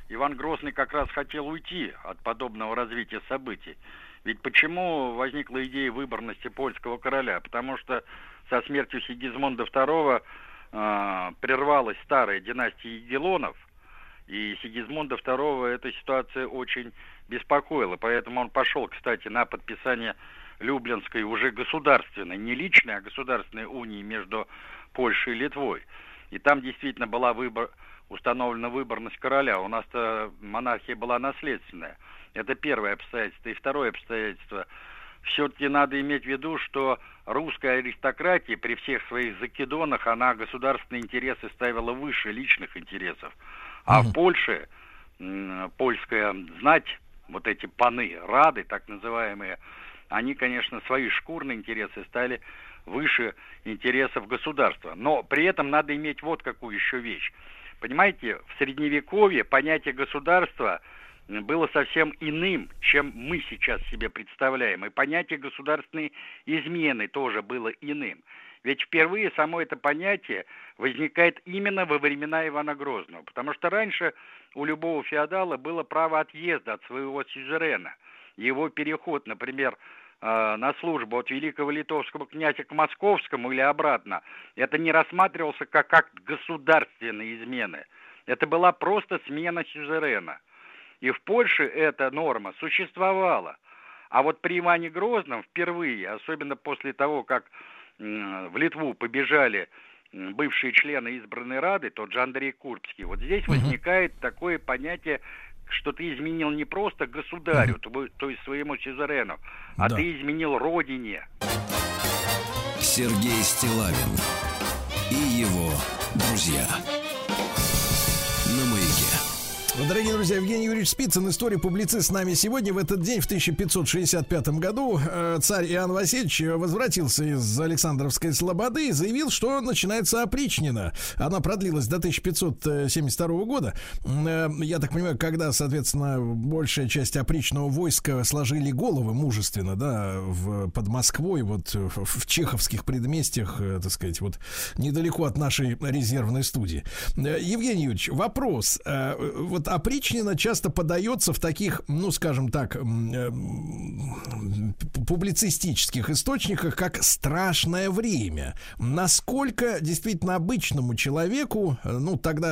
Иван Грозный как раз хотел уйти от подобного развития событий. Ведь почему возникла идея выборности польского короля? Потому что со смертью Сигизмунда второго э, прервалась старая династия Ягеллонов, и Сигизмунда второго эта ситуация очень беспокоила. Поэтому он пошел, кстати, на подписание Люблинской уже государственной, не личной, а государственной унии между Польшей и Литвой. И там действительно была выбор, установлена выборность короля. У нас-то монархия была наследственная. Это первое обстоятельство. И второе обстоятельство. Все-таки надо иметь в виду, что русская аристократия при всех своих закидонах, она государственные интересы ставила выше личных интересов. А mm-hmm. в Польше м, польская знать, вот эти паны, рады, так называемые, они, конечно, свои шкурные интересы ставили выше интересов государства. Но при этом надо иметь вот какую еще вещь. Понимаете, в Средневековье понятие государства было совсем иным, чем мы сейчас себе представляем. И понятие государственной измены тоже было иным. Ведь впервые само это понятие возникает именно во времена Ивана Грозного. Потому что раньше у любого феодала было право отъезда от своего сюзерена. Его переход, например, на службу от великого литовского князя к московскому или обратно, это не рассматривался как акт государственной измены. Это была просто смена сюзерена. И в Польше эта норма существовала. А вот при Иване Грозном впервые, особенно после того, как в Литву побежали бывшие члены избранной Рады, тот же Андрей Курбский, вот здесь mm-hmm. возникает такое понятие, что ты изменил не просто государю, mm-hmm. то есть своему сюзерену, а да. ты изменил родине. Сергей Стиллавин и его друзья на Маяке. Дорогие друзья, Евгений Юрьевич Спицын, историк-публицист, с нами сегодня. В этот день, в тысяча пятьсот шестьдесят пятом году, царь Иоанн Васильевич возвратился из Александровской слободы и заявил, что начинается опричнина. Она продлилась до тысяча пятьсот семьдесят второго года. Я так понимаю, когда, соответственно, большая часть опричного войска сложили головы мужественно, да, в, под Москвой, вот в, в чеховских предместьях, так сказать, вот недалеко от нашей резервной студии. Евгений Юрьевич, вопрос. Вот опричнина часто подается в таких, ну, скажем так, публицистических источниках, как «страшное время». Насколько действительно обычному человеку, ну, тогда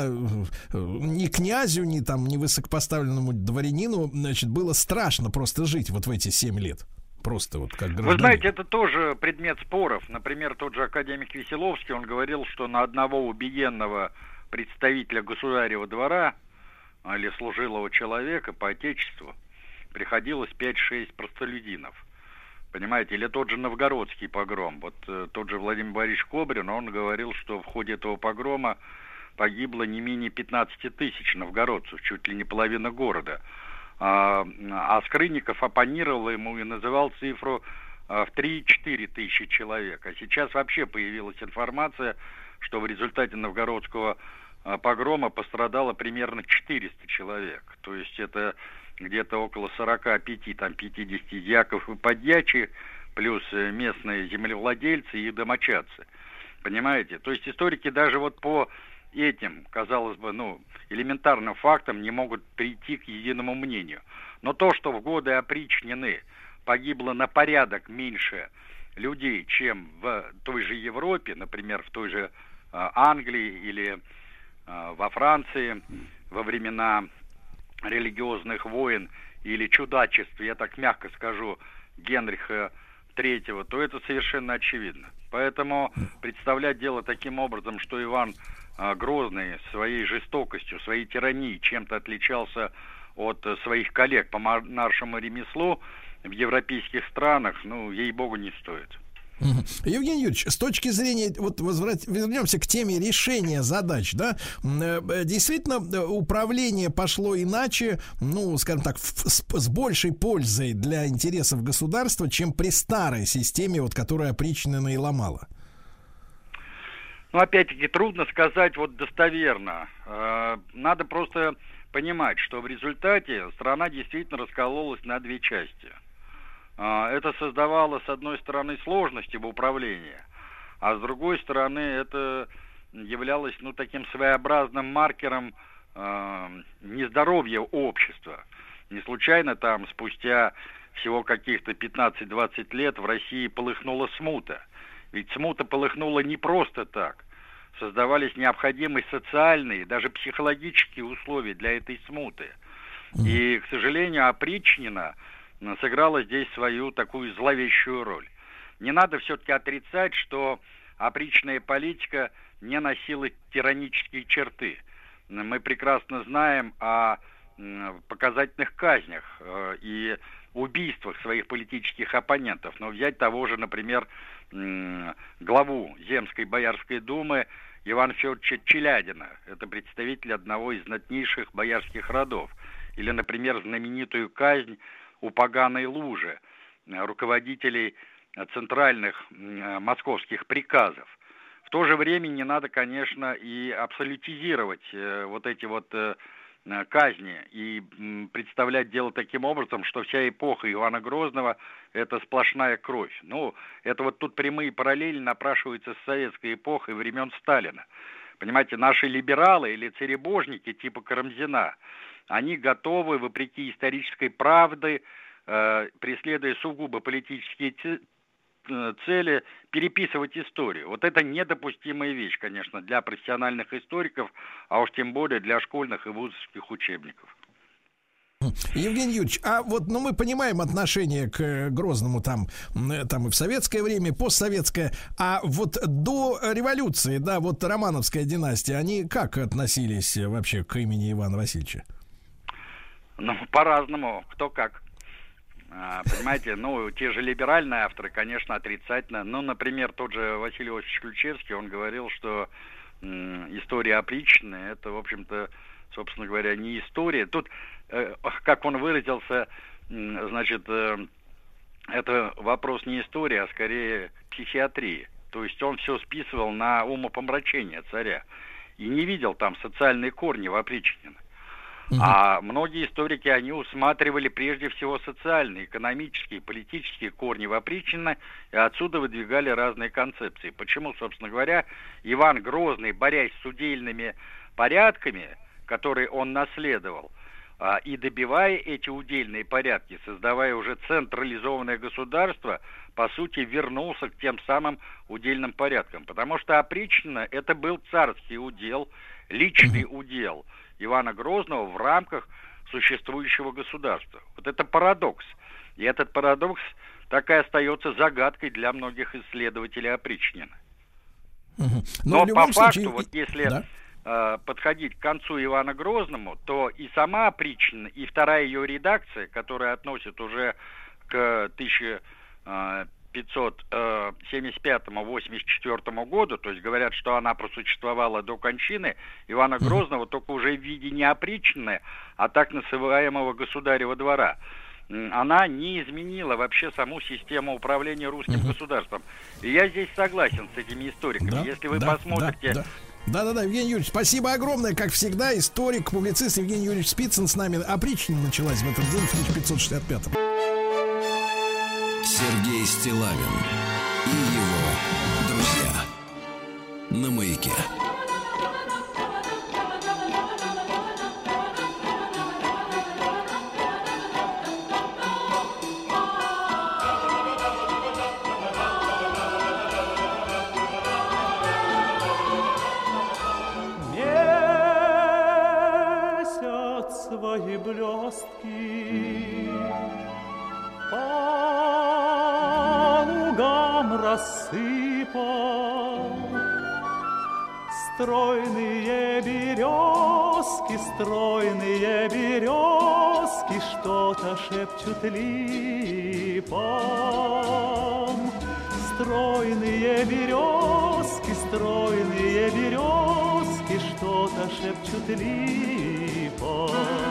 ни князю, ни там, ни высокопоставленному дворянину, значит, было страшно просто жить вот в эти семь лет? Просто вот как гражданин. Вы знаете, это тоже предмет споров. Например, тот же академик Веселовский, он говорил, что на одного убиенного представителя государева двора или служилого человека по отечеству приходилось пять-шесть простолюдинов. Понимаете, или тот же новгородский погром. Вот э, тот же Владимир Борисович Кобрин, он говорил, что в ходе этого погрома погибло не менее пятнадцать тысяч новгородцев, чуть ли не половина города. А, а Скрынников оппонировал ему и называл цифру а, в три-четыре тысячи человек. А сейчас вообще появилась информация, что в результате новгородского погрома пострадало примерно четыреста человек. То есть это где-то около сорок пять, там, пятьдесят дьяков и подьячий, плюс местные землевладельцы и домочадцы. Понимаете? То есть историки даже вот по этим, казалось бы, ну, элементарным фактам не могут прийти к единому мнению. Но то, что в годы опричнины погибло на порядок меньше людей, чем в той же Европе, например, в той же э, Англии или во Франции во времена религиозных войн или чудачеств, я так мягко скажу, Генриха третьего, то это совершенно очевидно. Поэтому представлять дело таким образом, что Иван а, Грозный своей жестокостью, своей тиранией чем-то отличался от а, своих коллег по монаршему ремеслу в европейских странах, ну, ей-богу, не стоит. Евгений Юрьевич, с точки зрения, вот возврат, вернемся к теме решения задач, да, действительно управление пошло иначе, ну, скажем так, в, с, с большей пользой для интересов государства, чем при старой системе, вот, которая опричнина и ломала. Ну, опять-таки, трудно сказать вот достоверно. Надо просто понимать, что в результате страна действительно раскололась на две части. Это создавало, с одной стороны, сложности в управлении, а с другой стороны, это являлось, ну, таким своеобразным маркером э, нездоровье общества. Не случайно там спустя всего каких-то пятнадцать-двадцать лет в России полыхнула смута. Ведь смута полыхнула не просто так. Создавались необходимые социальные, даже психологические условия для этой смуты. И, к сожалению, опричнина сыграла здесь свою такую зловещую роль. Не надо все-таки отрицать, что опричная политика не носила тиранические черты. Мы прекрасно знаем о показательных казнях и убийствах своих политических оппонентов. Но взять того же, например, главу Земской Боярской думы Ивана Федоровича Челядина. Это представитель одного из знатнейших боярских родов. Или, например, знаменитую казнь у Поганой Лужи, руководителей центральных московских приказов. В то же время не надо, конечно, и абсолютизировать вот эти вот казни и представлять дело таким образом, что вся эпоха Ивана Грозного – это сплошная кровь. Ну, это вот тут прямые параллели напрашиваются с советской эпохой времен Сталина. Понимаете, наши либералы или царебожники типа Карамзина, они готовы, вопреки исторической правде, э, преследуя сугубо политические цели, переписывать историю. Вот это недопустимая вещь, конечно, для профессиональных историков, а уж тем более для школьных и вузовских учебников. Евгений Юрьевич, а вот, ну, мы понимаем отношение к Грозному там, там и в советское время, и постсоветское, а вот до революции, да, вот Романовская династия, они как относились вообще к имени Ивана Васильевича? Ну, по-разному, кто как. Понимаете, ну, те же либеральные авторы, конечно, отрицательно. Ну, например, тот же Василий Иосифович Ключевский, он говорил, что м, история опричнина, это, в общем-то, собственно говоря, не история. Тут, э, как он выразился, э, значит, э, это вопрос не истории, а скорее психиатрии. То есть он все списывал на умопомрачение царя и не видел там социальные корни в опричнине. Uh-huh. А многие историки, они усматривали прежде всего социальные, экономические, политические корни в опричнине, и отсюда выдвигали разные концепции. Почему, собственно говоря, Иван Грозный, борясь с удельными порядками, которые он наследовал, и добивая эти удельные порядки, создавая уже централизованное государство, по сути, вернулся к тем самым удельным порядкам. Потому что опричнина – это был царский удел, личный uh-huh. удел Ивана Грозного в рамках существующего государства. Вот это парадокс. И этот парадокс так и остается загадкой для многих исследователей опричнины. Uh-huh. Но, Но по факту, случае... вот если да. э, подходить к концу Ивана Грозному, то и сама опричнина, и вторая ее редакция, которая относит уже к тысяча пятьсот семьдесят пятому — восемьдесят четвёртому году, то есть говорят, что она просуществовала до кончины Ивана Грозного, mm-hmm. только уже в виде не опричнины, а так называемого государева двора. Она не изменила вообще саму систему управления русским mm-hmm. государством. И я здесь согласен с этими историками. Да, Если вы да, посмотрите... Да, да. Да-да-да, Евгений Юрьевич, спасибо огромное. Как всегда, историк, публицист Евгений Юрьевич Спицын с нами. Опричнина началась в этот день в тысяча пятьсот шестьдесят пятом. Сергей Стиллавин и его друзья на Маяке. Месяц свои блестки рассыпал. Стройные березки, стройные березки что-то шепчут липам. Стройные березки, стройные березки что-то шепчут липам.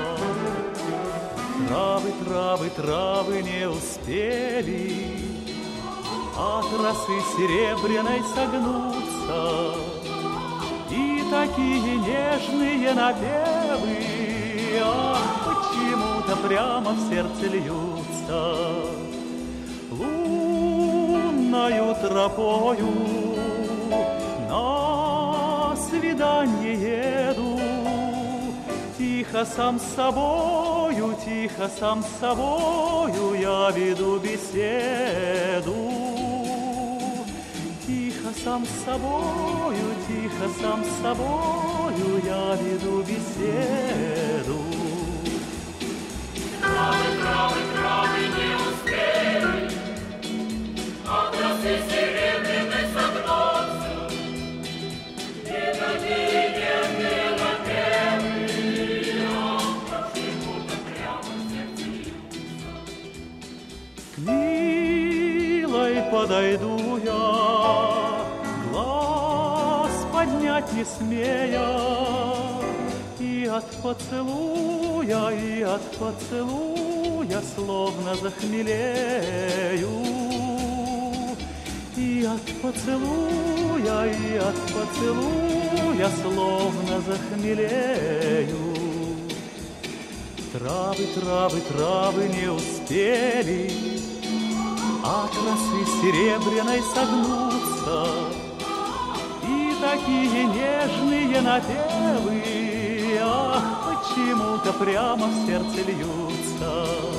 Травы, травы, травы не успели от росы серебряной согнуться, и такие нежные напевы, ах, почему-то прямо в сердце льются. Лунною тропою на свидание еду, Тихо сам с собою, тихо сам с собою я веду беседу. Тихо сам с собою, тихо сам с собою я веду беседу. Травы, травы, травы не успели, а красы серебряной согнутся, и такие нежные напевы, а почему-то прямо в сердце льются. К милой подойду я, глаз поднять не смея, и от поцелуя, и от поцелуя словно захмелею. И от поцелуя, и от поцелуя словно захмелею. Травы, травы, травы не успели от росы серебряной согнуться, и такие нежные напевы, ах, почему-то прямо в сердце льются.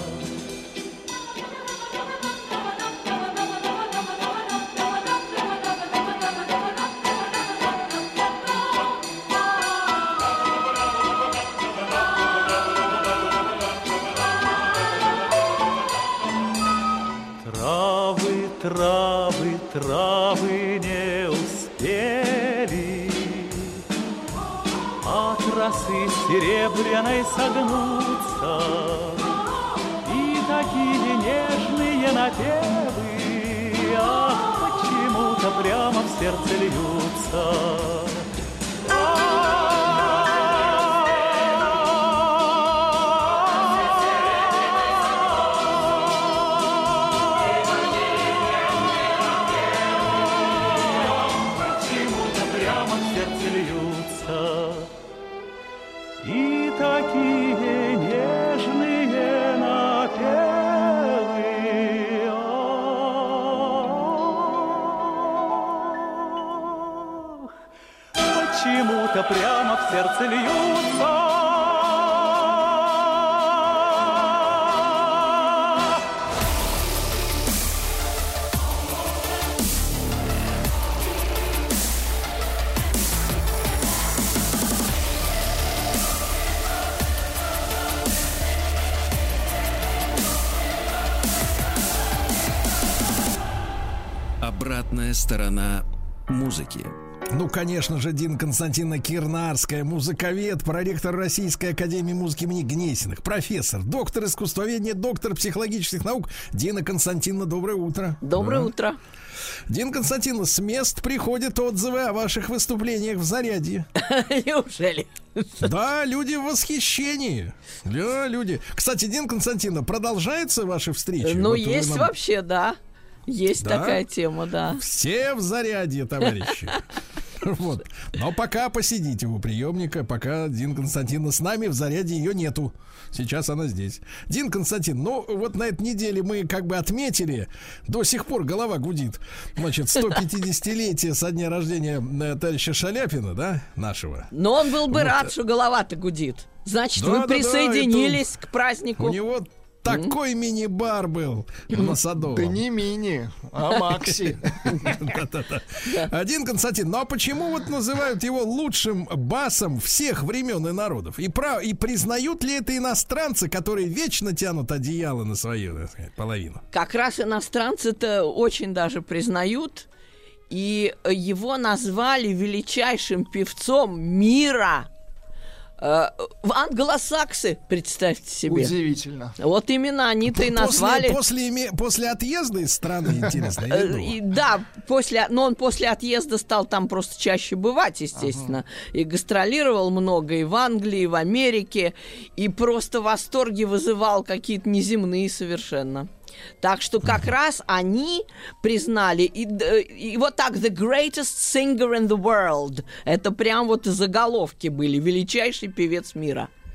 Травы, травы, травы не успели от росы серебряной согнуться, и такие нежные напевы, ах, почему-то прямо в сердце льются. И такие нежные напевы, ах, почему-то прямо в сердце льются. Обратная сторона музыки. Ну, конечно же, Дина Константиновна Кирнарская, музыковед, проректор Российской академии музыки имени Гнесиных, профессор, доктор искусствоведения, доктор психологических наук. Дина Константиновна, доброе утро. Доброе да. утро. Дина Константиновна, с мест приходят отзывы о ваших выступлениях в «Зарядье». Неужели? Да, люди в восхищении. Да, люди. Кстати, Дина Константиновна, продолжаются ваши встречи? Ну, вот есть нам... вообще, да. Есть да? такая тема, да. Все в «Зарядье», товарищи. Вот. Но пока посидите у приемника, пока Дина Константиновна с нами, в «Зарядье» ее нету. Сейчас она здесь. Дина Константин, ну вот на этой неделе мы как бы отметили, до сих пор голова гудит, значит, сто пятидесятилетие со дня рождения товарища Шаляпина, да, нашего. Но он был бы вот. рад, что голова-то гудит. Значит, да, вы да, присоединились да, это... к празднику. У него такой мини-бар был на Садовом. Да не мини, а макси. Один Константин, ну а почему вот называют его лучшим басом всех времен и народов? И, прав, и признают ли это иностранцы, которые вечно тянут одеяло на свою, так сказать, половину? Как раз иностранцы-то очень даже признают. И его назвали величайшим певцом мира. В англосаксы, представьте себе. Удивительно. Вот именно они-то и назвали. После, после, после отъезда из страны, интересно. Да, после, но он после отъезда стал там просто чаще бывать, естественно. Ага. И гастролировал много и в Англии, и в Америке. И просто восторги вызывал какие-то неземные совершенно. Так что как uh-huh. раз они признали и, и вот так the greatest singer in the world. Это прям вот заголовки были. Величайший певец мира.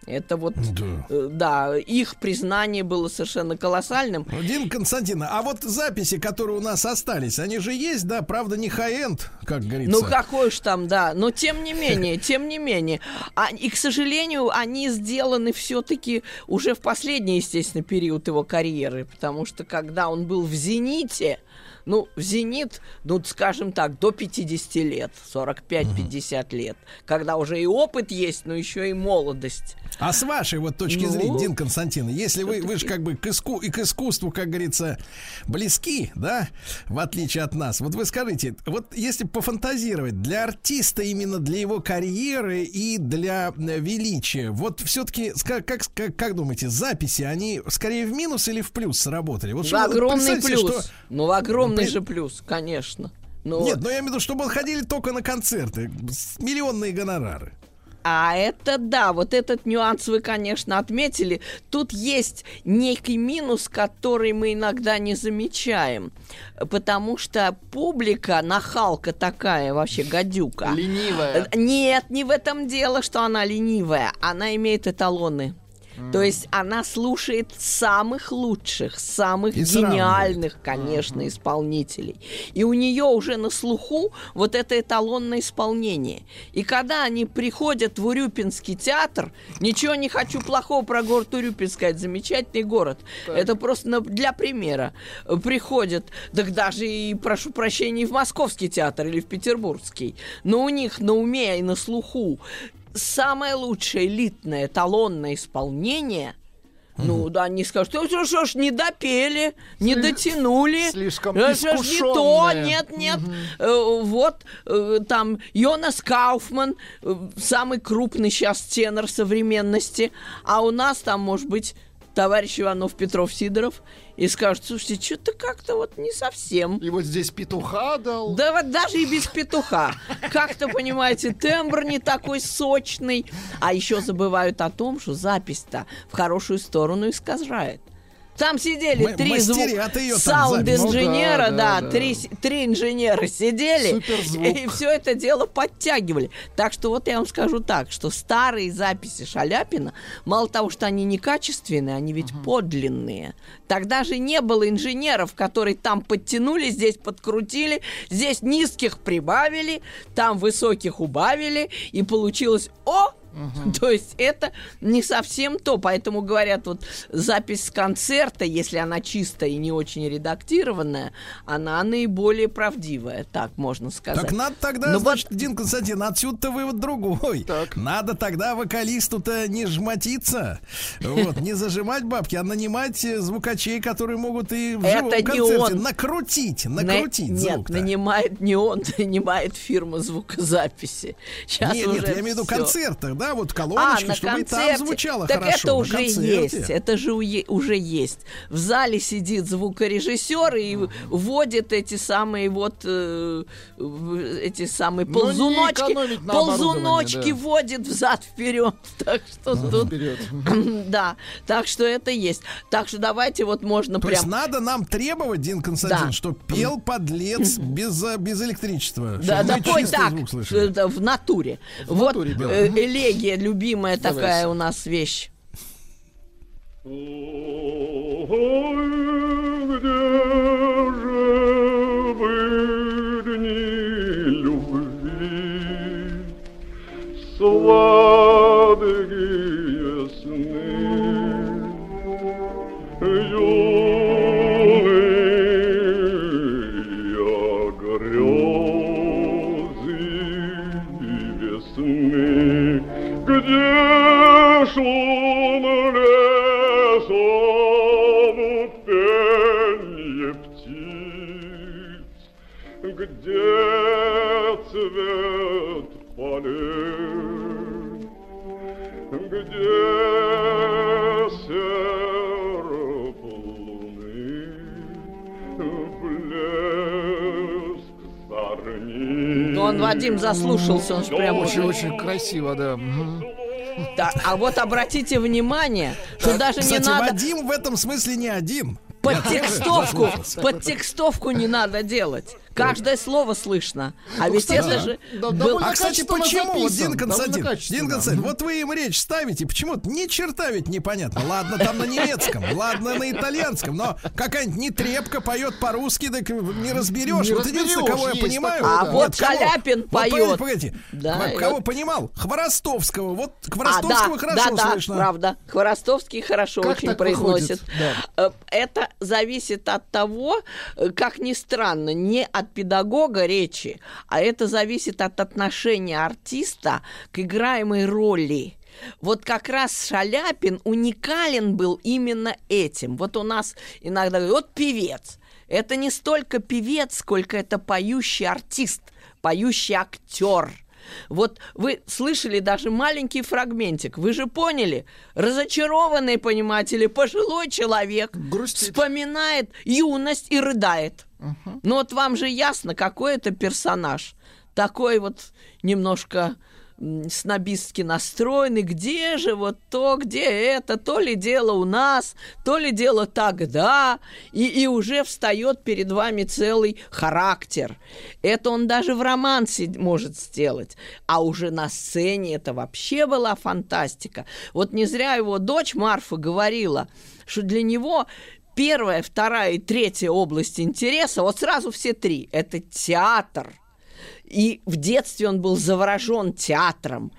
Это вот, да. Э, да, их признание было совершенно колоссальным. Дина Константиновна, а вот записи, которые у нас остались, они же есть, да, правда, не хай-энд, как говорится. Ну, какой уж там, да, но тем не менее, тем не менее. А, и, к сожалению, они сделаны все-таки уже в последний, естественно, период его карьеры, потому что когда он был в «Зените», ну, в «Зенит», ну, скажем так, до пятидесяти лет, сорок пять пятьдесят лет, когда уже и опыт есть, но еще и молодость. А с вашей вот точки ну, зрения, Дина Константиновна, если вы, вы же как бы к, иску, и к искусству, как говорится, близки, да, в отличие от нас, вот вы скажите, вот если пофантазировать, для артиста именно для его карьеры и для величия, вот все-таки, как, как, как думаете, записи, они скорее в минус или в плюс сработали? Вот в огромный плюс, что... ну, в огромный же плюс, конечно. Но... Нет, но я имею в виду, чтобы ходили только на концерты, миллионные гонорары. А это да, вот этот нюанс вы, конечно, отметили. Тут есть некий минус, который мы иногда не замечаем. Потому что публика, нахалка такая, вообще гадюка. Ленивая. Нет, не в этом дело, что она ленивая. Она имеет эталоны. То есть она слушает самых лучших, самых и гениальных, сравнивает. конечно, uh-huh. исполнителей. И у нее уже на слуху вот это эталонное исполнение. И когда они приходят в Урюпинский театр, ничего не хочу плохого про город Урюпинск сказать, замечательный город. Так. Это просто для примера. Приходят, так даже и, прошу прощения, и в Московский театр или в Петербургский. Но у них на уме и на слуху самое лучшее элитное эталонное исполнение. Mm-hmm. Ну, да, они скажут, что, что ж, не допели, не Слишком дотянули. Слишком что искушенные. ж, не то, нет, нет. Mm-hmm. Вот, там, Йонас Кауфман, самый крупный сейчас тенор современности, а у нас там, может быть, товарищ Иванов, Петров, Сидоров, и скажут, слушайте, что-то как-то вот не совсем. И вот здесь петуха дал. Да вот даже и без петуха. Как-то, понимаете, тембр не такой сочный. А еще забывают о том, что запись-то в хорошую сторону искажает. Там сидели М- три звук... саунд-инженера, ну, да, да, да. Три, три инженера сидели и, и все это дело подтягивали. Так что вот я вам скажу так, что старые записи Шаляпина, мало того, что они некачественные, они ведь uh-huh. подлинные. Тогда же не было инженеров, которые там подтянули, здесь подкрутили, здесь низких прибавили, там высоких убавили, и получилось «О!» Uh-huh. То есть это не совсем то, поэтому говорят, вот запись с концерта, если она чистая и не очень редактированная, она наиболее правдивая, так можно сказать. Так надо тогда, ну, значит, вот... Дин Константин, отсюда-то вывод другой. Так. Надо тогда вокалисту-то не жмотиться, вот, не зажимать бабки, а нанимать звукачей, которые могут и в живом концерте накрутить, накрутить звук. Нет, нанимает не он, нанимает фирма звукозаписи. Нет, нет, я имею в виду концерты. Да, вот колоночка, а, чтобы и там звучало так хорошо. Так это уже есть, это же у- уже есть. В зале сидит звукорежиссер и uh-huh. вводит эти самые вот э, эти самые Но ползуночки, ползуночки да. вводит взад-вперед. Так что взад тут, вперед. да, так что это есть. Так что давайте вот можно То прям. есть надо нам требовать, Дин Константин, да. что пел подлец без без электричества. Да, такой так в натуре. В вот натуре, да. э, элегия, любимая Давай. такая у нас вещь. Ой, где же вы дни любви, сладкие сны, юные грезы весны, где шум лесом пенье птиц, где цвет полей, где серп луны, блеск зорниц. Ну, он, Вадим, заслушался, он же прям очень-очень красиво, да. Да, а вот обратите внимание, что так, даже кстати, не надо... Вадим в этом смысле не один. Подтекстовку, подтекстовку не надо делать. Каждое слово слышно. А Ну, ведь кстати, это же... да, был- довольно А, кстати, качественно почему, вот, записан, Дин Константин, довольно качественно. Дин Константин, вот вы им речь ставите, почему-то ни черта ведь непонятно. Ладно, там на немецком, ладно, на итальянском, но какая-нибудь нетрепка поет по-русски, так не разберешь. Не вот единственное, кого я разберешь, есть понимаю... А да. вот нет, кого? Шаляпин Вот поет. погодите, погодите. Да, Кого- и кого вот- понимал? Хворостовского. Вот А, Хворостовского да, хорошо да, слышно. да, правда. Хворостовский хорошо Как очень так произносит. выходит? Э, Это зависит от того, э, как ни странно, не от педагога речи, а это зависит от отношения артиста к играемой роли. Вот как раз Шаляпин уникален был именно этим. Вот у нас иногда говорят, вот певец. Это не столько певец, сколько это поющий артист, поющий актер. Вот вы слышали даже маленький фрагментик. Вы же поняли, разочарованный, понимаете ли, пожилой человек Грустит. вспоминает юность и рыдает. Uh-huh. Ну вот вам же ясно, какой это персонаж. Такой вот немножко м, снобистски настроенный. Где же вот то, где это? То ли дело у нас, то ли дело тогда. И, и уже встает перед вами целый характер. Это он даже в романсе может сделать. А уже на сцене это вообще была фантастика. Вот не зря его дочь Марфа говорила, что для него... Первая, вторая и третья область интереса, вот сразу все три, это театр. И в детстве он был заворожен театром.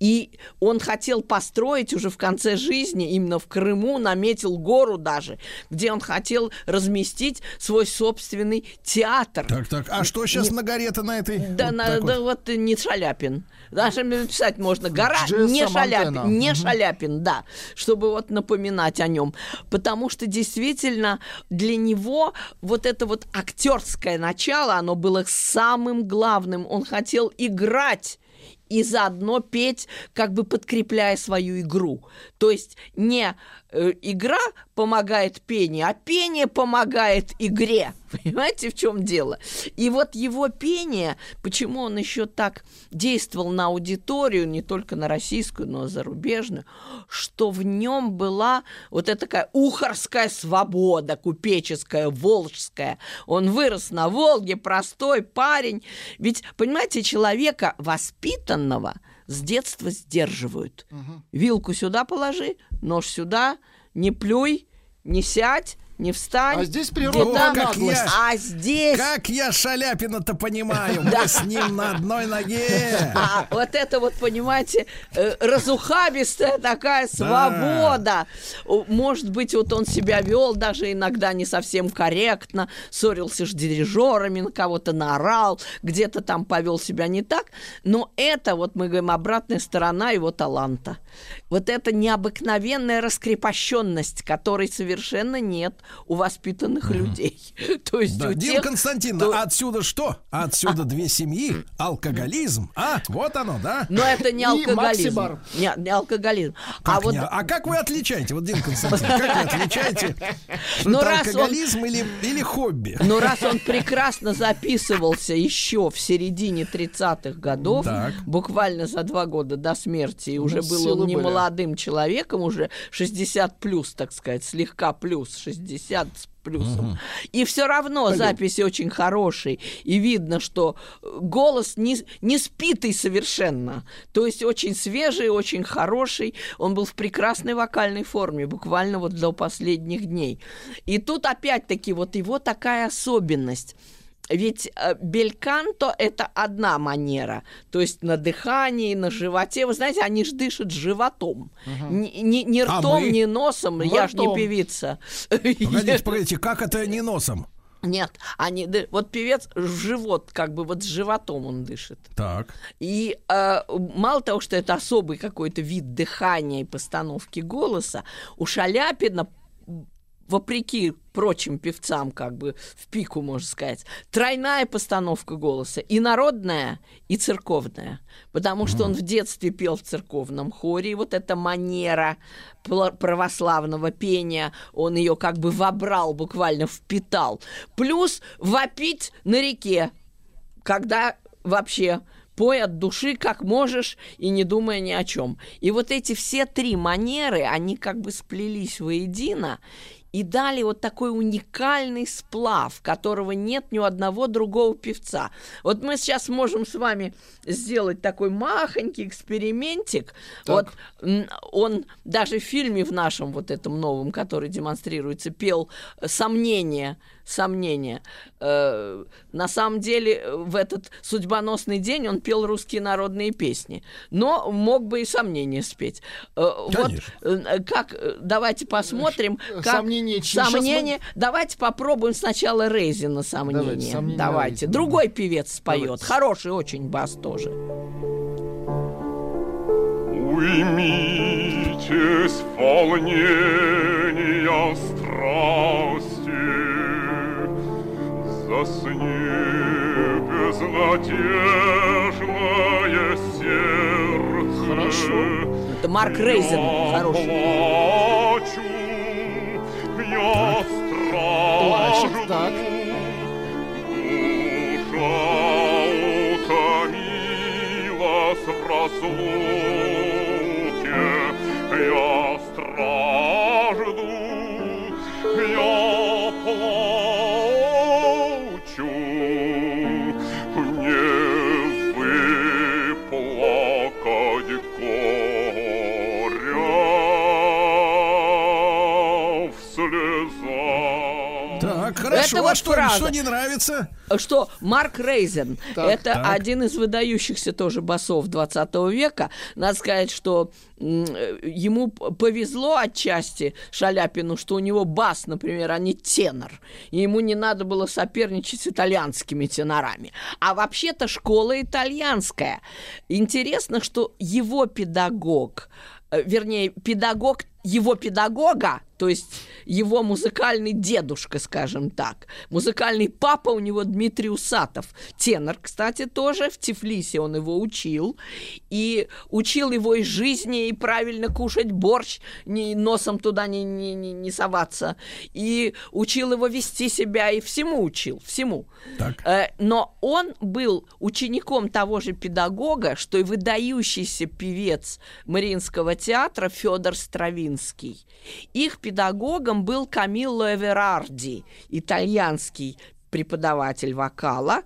И он хотел построить уже в конце жизни, именно в Крыму, наметил гору даже, где он хотел разместить свой собственный театр. Так, так. А что сейчас Не- на горе-то на этой? Да, Вот на- так да вот. вот не Шаляпин. Даже написать можно гора, джи эс не эм Шаляпин, антенна. не Мгм. Шаляпин, да, чтобы вот напоминать о нем. Потому что действительно для него вот это вот актерское начало, оно было самым главным. Он хотел играть и заодно петь, как бы подкрепляя свою игру. То есть не э, игра помогает пению, а пение помогает игре. Понимаете, в чем дело? И вот его пение, почему он еще так действовал на аудиторию, не только на российскую, но и зарубежную, что в нем была вот эта такая ухарская свобода, купеческая, волжская. Он вырос на Волге, простой парень. Ведь, понимаете, человека воспитанного с детства сдерживают. Мгм. Вилку сюда положи, нож сюда, не плюй, не сядь, не встань. А здесь где природная там- наглость. А здесь... Как я Шаляпина-то понимаю, мы с ним на одной ноге. А вот это вот, понимаете, э, разухабистая такая свобода. О, Может быть, вот он себя вел даже иногда не совсем корректно, ссорился с дирижерами, на кого-то наорал, где-то там повел себя не так. Но это, вот мы говорим, обратная сторона его таланта. Вот это необыкновенная раскрепощенность, которой совершенно нет у воспитанных людей. То есть Да, у Дина тех, Константиновна, кто- отсюда что? Отсюда две семьи, алкоголизм. А, вот оно, да? Но это не И алкоголизм. Максибар. Не, не алкоголизм. Как а вот не- а как вы отличаете, вот, Дина Константиновна, как вы отличаете, что Ну, это раз он- алкоголизм или, или хобби? Но раз он прекрасно записывался еще в середине тридцатых годов, Так. буквально за два года до смерти, и уже Ну, был силы он не были. молодым человеком, уже шестьдесят плюс, так сказать, слегка плюс, шестьдесят с плюсом. И все равно записи очень хорошие. И видно, что голос не, не спитый совершенно. То есть очень свежий, очень хороший. Он был в прекрасной вокальной форме, буквально вот до последних дней. И тут опять-таки вот его такая особенность. Ведь э, бельканто – это одна манера, то есть на дыхании, на животе. Вы знаете, они же дышат животом, ни, ни- ни А ртом, мы? ни носом. Я же не Ртом. певица. Погодите, погодите, как это не носом? Нет, они, ды- вот певец в живот, как бы вот с животом он дышит. Так. И э, мало того, что это особый какой-то вид дыхания и постановки голоса, у Шаляпина, вопреки прочим певцам, как бы в пику, можно сказать, тройная постановка голоса, и народная, и церковная. Потому что он в детстве пел в церковном хоре, и вот эта манера пла- православного пения, он ее как бы вобрал, буквально впитал. Плюс вопить на реке, когда вообще... Пой от души, как можешь, и не думая ни о чем. И вот эти все три манеры, они как бы сплелись воедино, и дали вот такой уникальный сплав, которого нет ни у одного другого певца. Вот мы сейчас можем с вами сделать такой махонький экспериментик. Так. Вот он даже в фильме в нашем вот этом новом, который демонстрируется, пел «Сомнения». Сомнения. Э, на самом деле в этот судьбоносный день он пел русские народные песни, но мог бы и «Сомнения» спеть. Э, вот э, как, давайте посмотрим, как «Сомнения». Сомнения. Мы... Давайте попробуем сначала Рейзена «Сомнения». Давайте. Сомнения давайте. Другой певец споет. Давайте. Хороший очень бас тоже. Уймитесь, волнения, страсти, засни безнадежное сердце. Хорошо. Это Марк Рейзен хороший. Плачу, я стражу, так. душа утомилась в разлуке, я стражду, я плачу, не выплакать горя в слезах. Так, хорошо, это а вот что, что не нравится? Что Марк Рейзен, так, это так. один из выдающихся тоже басов двадцатого века. Надо сказать, что м- ему повезло отчасти Шаляпину, что у него бас, например, а не тенор. И ему не надо было соперничать с итальянскими тенорами. А вообще-то школа итальянская. Интересно, что его педагог, вернее, педагог его педагога, то есть его музыкальный дедушка, скажем так. Музыкальный папа у него Дмитрий Усатов. Тенор, кстати, тоже. В Тифлисе он его учил. И учил его и жизни, и правильно кушать борщ, ни носом туда не, не, не, не соваться. И учил его вести себя, и всему учил, всему. Так. Но он был учеником того же педагога, что и выдающийся певец Мариинского театра Федор Стравинский. Их педагогом был Камилло Эверарди, итальянский преподаватель вокала,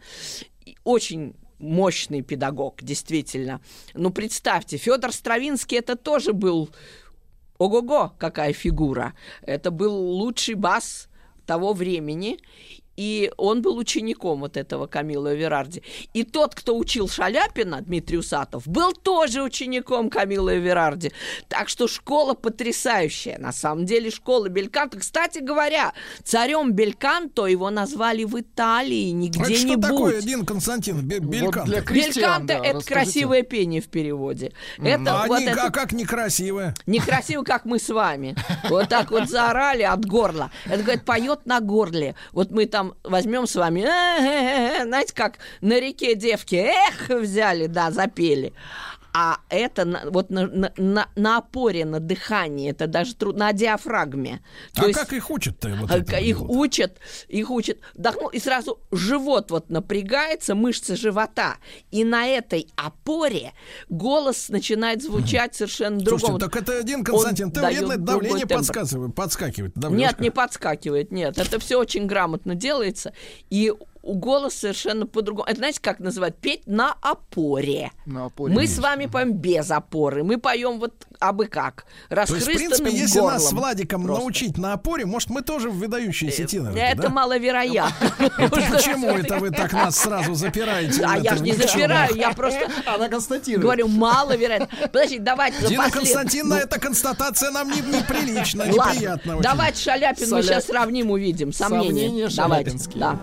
очень мощный педагог, действительно. Ну, представьте, Федор Стравинский это тоже был, ого-го, какая фигура. Это был лучший бас того времени. И он был учеником вот этого Камилло Эверарди. И тот, кто учил Шаляпина, Дмитрий Усатов, был тоже учеником Камилло Эверарди. Так что школа потрясающая. На самом деле школа Бельканто. Кстати говоря, царем Бельканто его назвали в Италии, не где-нибудь. Это что такое, Дин Константин, Бельканто? Вот для крестьян, Бельканто да, это расскажите. Красивое пение в переводе. Mm. Это, а вот не, это... а как некрасивое? Некрасиво, как мы с вами. Вот так вот заорали от горла. Это, говорит, поет на горле. Вот мы там возьмем с вами, э-э-э, знаете, как на реке девки, эх, взяли, да, запели. А это на, вот на, на, на опоре, на дыхании, это даже трудно, на диафрагме. То а есть, как их учат-то? Вот их делать? учат, их учат, вдохнул, и сразу живот вот напрягается, мышцы живота, и на этой опоре голос начинает звучать совершенно другому. Слушайте, так это один Константин, ты военное давление подсказывает, подскакивает. Да, нет, не подскакивает, нет, это все очень грамотно делается, и у голос совершенно по-другому. Это, знаете, как называют? Петь на опоре. На опоре. Мы с вами поем без опоры. Мы поем вот абы как. Расхрыстанным горлом. То есть, в принципе, если нас с Владиком просто научить на опоре, может, мы тоже выдающиеся теноры. Это маловероятно. Почему это вы так нас сразу запираете? А я же не запираю, я просто Она констатирует. Говорю, маловероятно. Подождите, давайте... Дина Константиновна, эта констатация нам неприлична, неприятна. Давайте Шаляпин мы сейчас сравним, увидим. Сомнения. Шаляпинские. Да.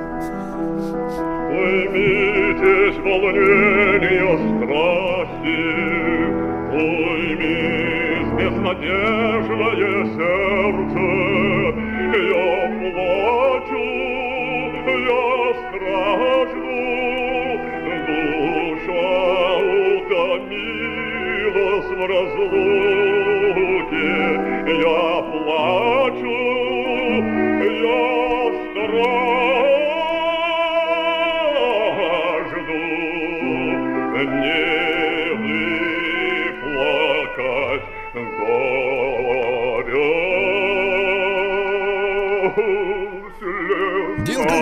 Уймитесь, волнения, страсти, уймись, безнадежное сердце. Я плачу, я стражду, душа утомилась в разлуке. Я плачу, я стражду.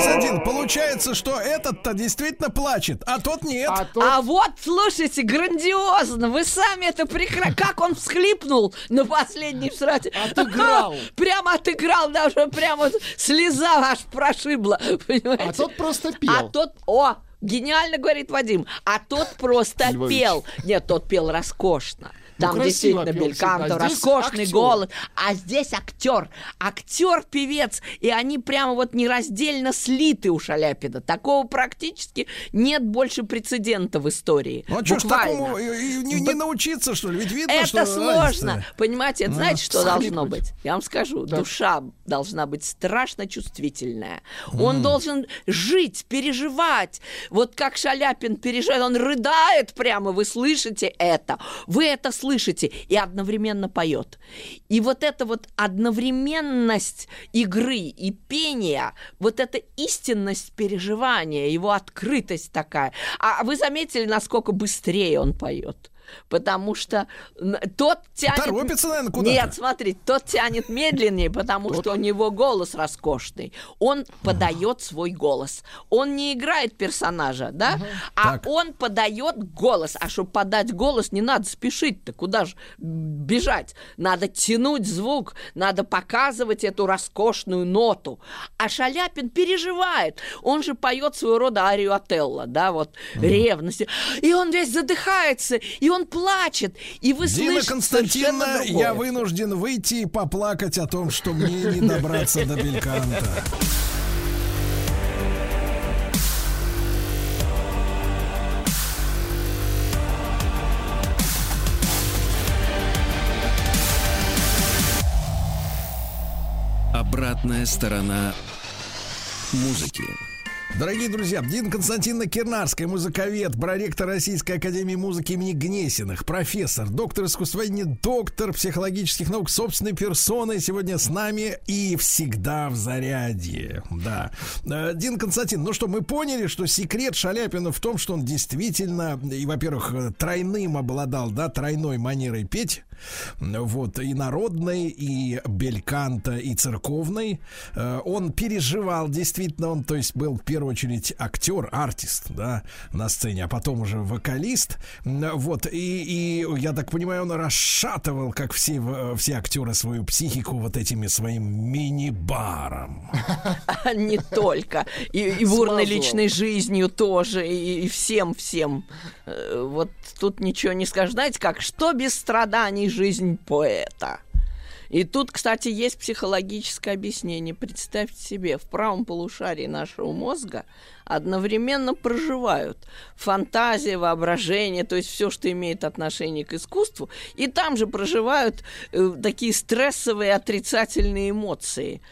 Константин, получается, что этот-то действительно плачет, а тот нет. А, тот... а вот, слушайте, грандиозно. Вы сами это прекрасно. Как он всхлипнул на последней встрате. Отыграл. Прямо отыграл, даже прямо слеза аж прошибла. Понимаете? А тот просто пел. А тот, о, гениально, говорит Вадим. А тот просто Львович. пел. Нет, тот пел роскошно. Там ну, действительно бельканто, а роскошный актер. Голос. А здесь актер. Актер-певец. И они прямо вот нераздельно слиты у Шаляпина. Такого практически нет больше прецедента в истории. Ну, а что ж такому и, и, не, не научиться, что ли? Ведь видно, это что... сложно. Разница. Понимаете, это, а, знаете, что схлипнуть. должно быть? Я вам скажу. Да. Душа должна быть страшно чувствительная. Mm. Он должен жить, переживать. Вот как Шаляпин переживает. Он рыдает прямо. Вы слышите это. Вы это слышите. Слышите, и одновременно поет. И вот эта вот одновременность игры и пения, вот эта истинность переживания, его открытость такая. А вы заметили, насколько быстрее он поет? Потому что тот тянет... Торопится, наверное, куда-то. Нет, смотрите, тот тянет медленнее, потому тот... что у него голос роскошный. Он подает свой голос. Он не играет персонажа, да? Угу. А так. он подает голос. А чтобы подать голос, не надо спешить-то. Куда же бежать? Надо тянуть звук, надо показывать эту роскошную ноту. А Шаляпин переживает. Он же поет своего рода арию Отелло, да, вот, угу. ревности. И он весь задыхается, и он плачет, и вы Дина слышите Константиновна, я вынужден выйти и поплакать о том, что мне не добраться до бельканта. Обратная сторона музыки. Дорогие друзья, Дина Константиновна Кирнарская, музыковед, проректор Российской академии музыки имени Гнесиных, профессор, доктор искусствоведения, доктор психологических наук собственной персоной сегодня с нами и всегда в заряде. Да. Дина Константиновна, ну что, мы поняли, что секрет Шаляпина в том, что он действительно, и, во-первых, тройным обладал, да, тройной манерой петь. Вот, и народной, и бельканто, и церковной. Он переживал, действительно, он, то есть, был в первую очередь актер, артист, да, на сцене, а потом уже вокалист. Вот, и, и я так понимаю, он расшатывал, как все, все актеры, свою психику вот этими своим мини-баром. Не только. И бурной личной жизнью тоже, и всем-всем. Вот тут ничего не скажешь. Знаете как, что без страданий жизнь поэта. И тут, кстати, есть психологическое объяснение. Представьте себе, в правом полушарии нашего мозга одновременно проживают фантазия, воображение, то есть все, что имеет отношение к искусству, и там же проживают э, такие стрессовые отрицательные эмоции.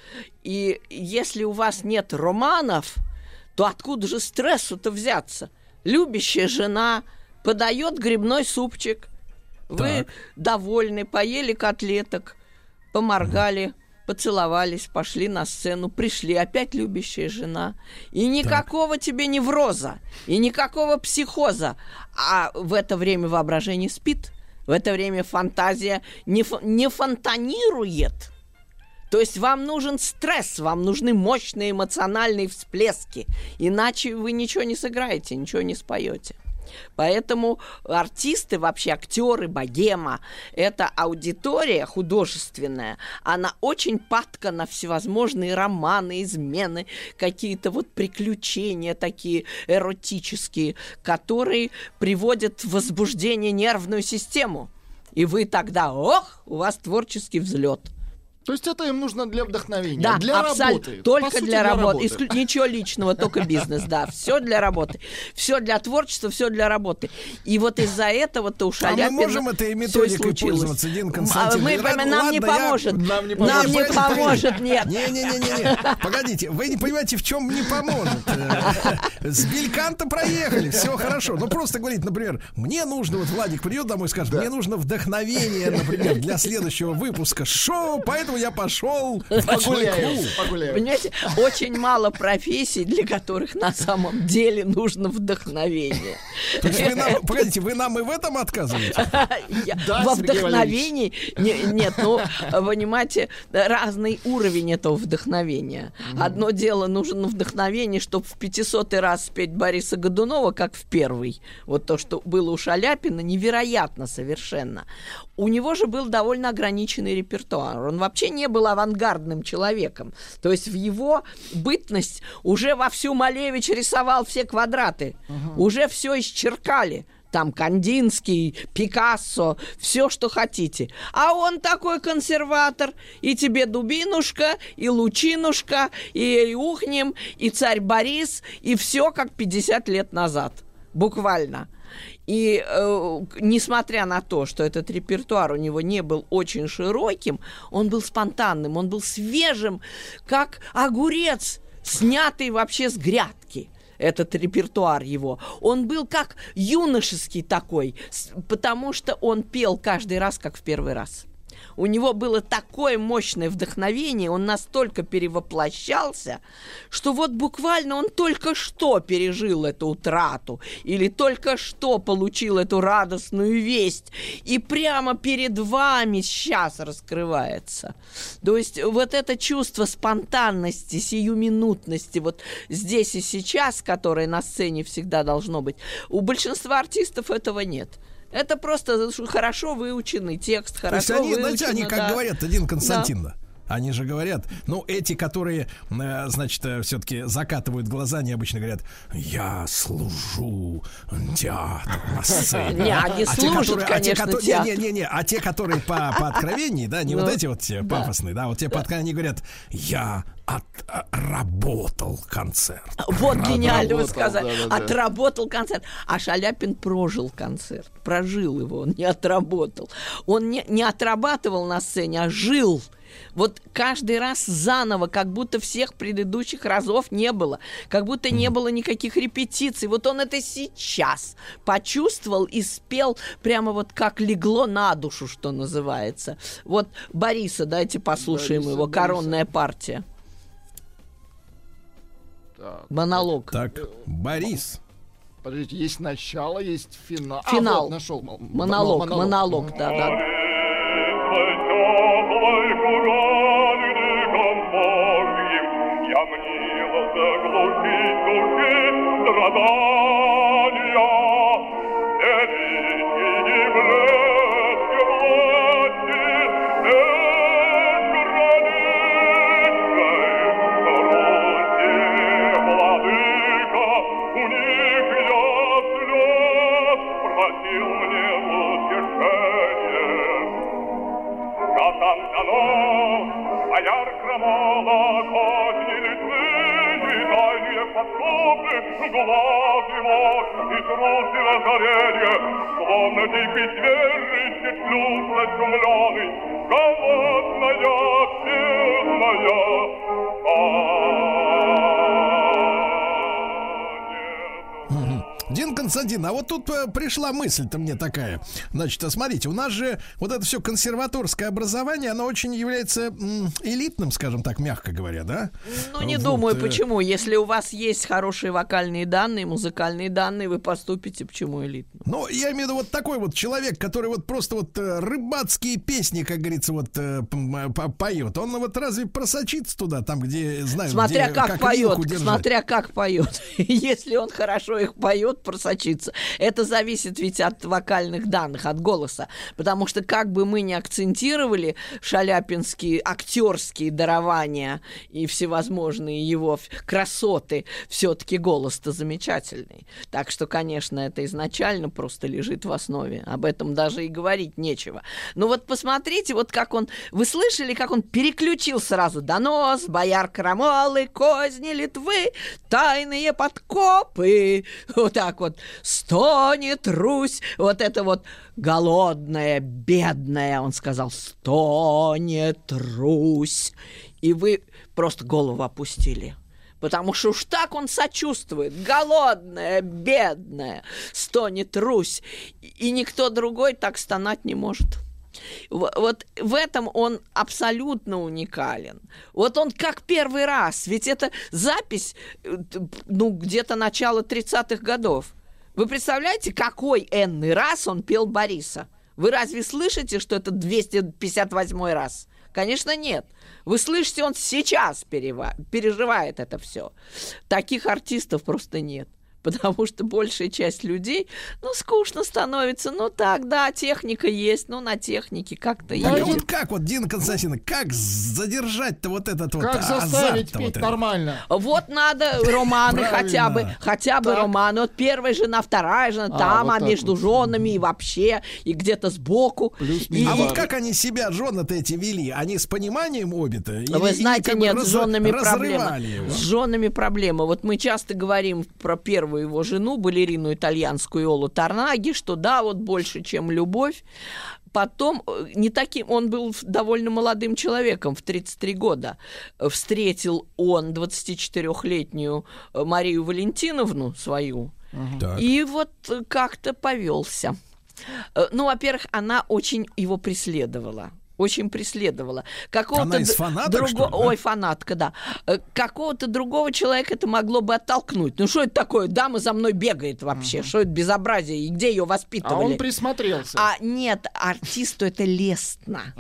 И если у вас нет романов, то откуда же стрессу-то взяться? Любящая жена подает грибной супчик, вы так. довольны, поели котлеток, поморгали, поцеловались, пошли на сцену, пришли, опять любящая жена. И никакого так. тебе невроза, и никакого психоза. А в это время воображение спит, в это время фантазия не, ф- не фонтанирует. То есть вам нужен стресс, вам нужны мощные эмоциональные всплески. Иначе вы ничего не сыграете, ничего не споете. Поэтому артисты, вообще актеры, богема, это аудитория художественная, она очень падка на всевозможные романы, измены, какие-то вот приключения такие эротические, которые приводят в возбуждение нервную систему. И вы тогда, ох, у вас творческий взлет. То есть это им нужно для вдохновения, да, для абсолютно, работы. Только сути, для, для работы. работы. Исклю... Ничего личного, только бизнес, да. Все для работы. Все для творчества, все для работы. И вот из-за этого-то у Шаляпина а мы можем этой методикой пользоваться, Дин Константин? Мы, Ладно, нам ладно, не поможет. Я... Нам не поможет, нам не поможет нет. Не-не-не-не. Погодите, вы не понимаете, в чем не поможет. С бельканто проехали, все хорошо. Ну, просто говорить, например, мне нужно, вот Владик придет домой и скажет, мне нужно вдохновение, например, для следующего выпуска шоу, поэтому поэтому я пошел Погуляю, погуляю. Понимаете, очень мало профессий, для которых на самом деле нужно вдохновение. То есть вы нам, погодите, вы нам и в этом отказываете? Да, Во Сергей вдохновении не- нет, ну, понимаете, разный уровень этого вдохновения. Одно дело, нужно вдохновение, чтобы в пятисотый раз спеть Бориса Годунова, как в первый. Вот то, что было у Шаляпина, невероятно совершенно. У него же был довольно ограниченный репертуар. Он вообще не был авангардным человеком. То есть в его бытность уже вовсю Малевич рисовал все квадраты. Угу. Уже все исчеркали. Там Кандинский, Пикассо, все, что хотите. А он такой консерватор. И тебе Дубинушка, и Лучинушка, и Ухнем, и царь Борис, и все как пятьдесят лет назад. Буквально. И э, несмотря на то, что этот репертуар у него не был очень широким, он был спонтанным, он был свежим, как огурец, снятый вообще с грядки. Этот репертуар его. Он был как юношеский такой, потому что он пел каждый раз, как в первый раз. У него было такое мощное вдохновение, он настолько перевоплощался, что вот буквально он только что пережил эту утрату или только что получил эту радостную весть, и прямо перед вами сейчас раскрывается. То есть вот это чувство спонтанности, сиюминутности, вот здесь и сейчас, которое на сцене всегда должно быть, у большинства артистов этого нет. Это просто хорошо выученный текст, хорошо То есть они, выучено, знаете, они как да. говорят, Дина Константиновна, Да. они же говорят, ну, эти, которые, э, значит, э, все-таки закатывают глаза, они обычно говорят, я служу театру на сцене. Не, они служат, конечно, театру. Не-не-не, а те, которые по откровении, да, не вот эти вот те пафосные, да, вот те по откровению, они говорят, я отработал концерт. Вот гениально вы сказали. Да, да, да. Отработал концерт. А Шаляпин прожил концерт. Прожил его, он не отработал. Он не, не отрабатывал на сцене, а жил. Вот каждый раз заново, как будто всех предыдущих разов не было. Как будто не было никаких репетиций. Вот он это сейчас почувствовал и спел прямо вот как легло на душу, что называется. Вот Бориса, давайте послушаем Бориса, его. Бориса. Коронная партия. Так, монолог. Так, Борис. Подождите, есть начало, есть финал. Финал. А, вот, нашел. Монолог, монолог, монолог, да, да. Дин Константин, а вот тут э, пришла мысль-то мне такая. Значит, а смотрите, у нас же вот это все консерваторское образование, оно очень является м, элитным, скажем так, мягко говоря, да? Ну, не вот, думаю, э... почему. Если у вас есть хорошие вокальные данные, музыкальные данные, вы поступите, почему элитно? Ну, я имею в виду вот такой вот человек, который вот просто вот э, рыбацкие песни, как говорится, вот э, поет. Он вот разве просочится туда, там, где, знаю, смотря где, как, как поет, смотря как поет. Если он хорошо их поет, просочиться. Это зависит ведь от вокальных данных, от голоса. Потому что как бы мы ни акцентировали шаляпинские актерские дарования и всевозможные его красоты, все-таки голос-то замечательный. Так что, конечно, это изначально просто лежит в основе. Об этом даже и говорить нечего. Но вот посмотрите, вот как он... Вы слышали, как он переключил сразу? Донос, бояр крамолы, козни Литвы, тайные подкопы. Вот так вот. Стонет Русь. Вот это вот голодная, бедная, он сказал, стонет Русь. И вы просто голову опустили. Потому что уж так он сочувствует. Голодная, бедная, стонет Русь. И никто другой так стонать не может. Вот в этом он абсолютно уникален. Вот он как первый раз. Ведь это запись, ну, где-то начала тридцатых годов. Вы представляете, какой энный раз он пел Бориса? Вы разве слышите, что это двести пятьдесят восьмой раз? Конечно, нет. Вы слышите, он сейчас перева- переживает это все. Таких артистов просто нет. Потому что большая часть людей, ну, скучно становится. Ну, так, да, техника есть, но на технике как-то Так, есть. а вот как, вот, Дина Константиновна, как задержать-то вот этот вот Как заставить петь вот нормально? Вот надо романы хотя бы, хотя бы Так. романы. Вот первая жена, вторая жена, А, там, вот а так между вот. женами и вообще, и где-то сбоку. И- А вот как они себя, жены-то эти, вели? Они с пониманием обе-то? Или- Вы или знаете, как бы нет, раз- с женами разрывали проблема. его? С женами проблема. Вот мы часто говорим про первую его жену, балерину итальянскую Иолу Торнаги, что да, вот больше, чем любовь. Потом, э, не таким, он был довольно молодым человеком, в тридцать три года. Э, Встретил он двадцатичетырёхлетнюю э, Марию Валентиновну свою, Так. и вот э, как-то повелся. Э, Ну, во-первых, она очень его преследовала. Очень преследовала. Какого-то Она из д- фанаток, друго- что ли, да? Ой, фанатка, да. Э, Какого-то другого человека это могло бы оттолкнуть. Ну, что это такое? Дама за мной бегает вообще. Что это безобразие? И где ее А воспитывали? он присмотрелся. А нет, артисту это лестно.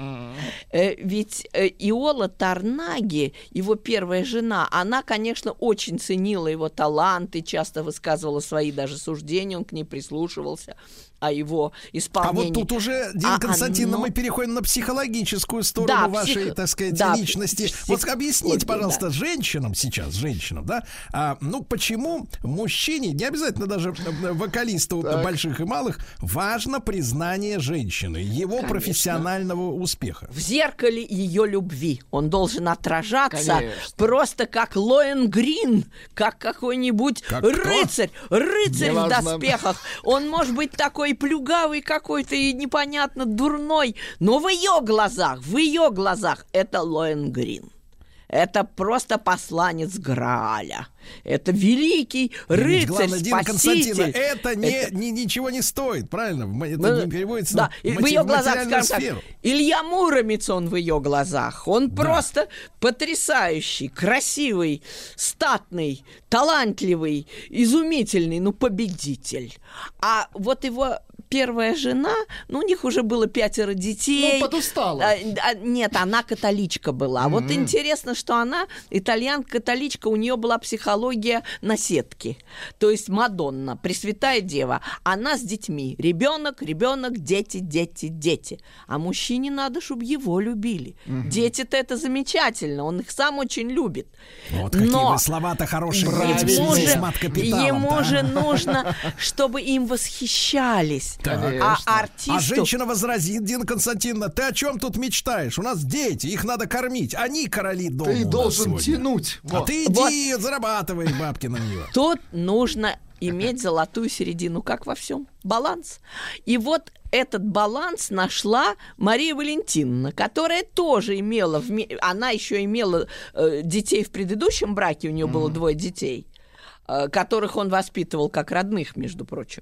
Э, Ведь э, Иола Торнаги, его первая жена, она, конечно, очень ценила его таланты, часто высказывала свои даже суждения, он к ней прислушивался, о его А исполнении. вот тут уже, Дина А Константиновна, оно- мы переходим на психологическую сторону Да, вашей, псих- так сказать, да, личности. псих- Вот объясните, да. пожалуйста, женщинам сейчас, женщинам, да, а, ну почему мужчине, не обязательно даже э, вокалисту Так. больших и малых, важно признание женщины, его Конечно. профессионального успеха? В зеркале ее любви. Он должен отражаться Конечно. просто как Лоэнгрин, как какой-нибудь Как кто? рыцарь, рыцарь в Неважно. доспехах. Он может быть такой плюгавый какой-то и непонятно дурной, но в ее глазах, в ее глазах это Лоэнгрин. Это просто посланец Грааля. Это великий И ведь рыцарь, главное, Дина Константиновна, спаситель. это, не, Это- ни- ничего не стоит, правильно? М- Это Ну, не переводится да, в и в мати- ее в глазах, материальную скажем сферу. так, Илья Муромец он в ее глазах. Он Да. просто потрясающий, красивый, статный, талантливый, изумительный, ну, победитель. А вот его первая жена, ну, у них уже было пятеро детей. Ну, подустала. А, а, нет, она католичка была. Мгм. Вот интересно, что она, итальянка-католичка, у нее была психология наседки. То есть Мадонна, Пресвятая Дева. Она с детьми. Ребенок, ребенок, дети, дети, дети. А мужчине надо, чтобы его любили. Дети-то это замечательно, он их сам очень любит. Вот какие Но вы слова-то хорошие ему говорите в связи же, с мат-капиталом, ему да. же нужно, чтобы им восхищались. Так. А артисту... А женщина возразит, Дина Константиновна, ты о чем тут мечтаешь? У нас дети, их надо кормить. Они короли дома. Ты у нас должен сегодня. тянуть. А Вот. ты иди, зарабатывай бабки на нее. Тут нужно иметь золотую середину, как во всем. Баланс. И вот этот баланс нашла Мария Валентиновна, которая тоже имела, вме- она еще имела э, детей в предыдущем браке, у нее было двое детей, э, которых он воспитывал как родных, между прочим.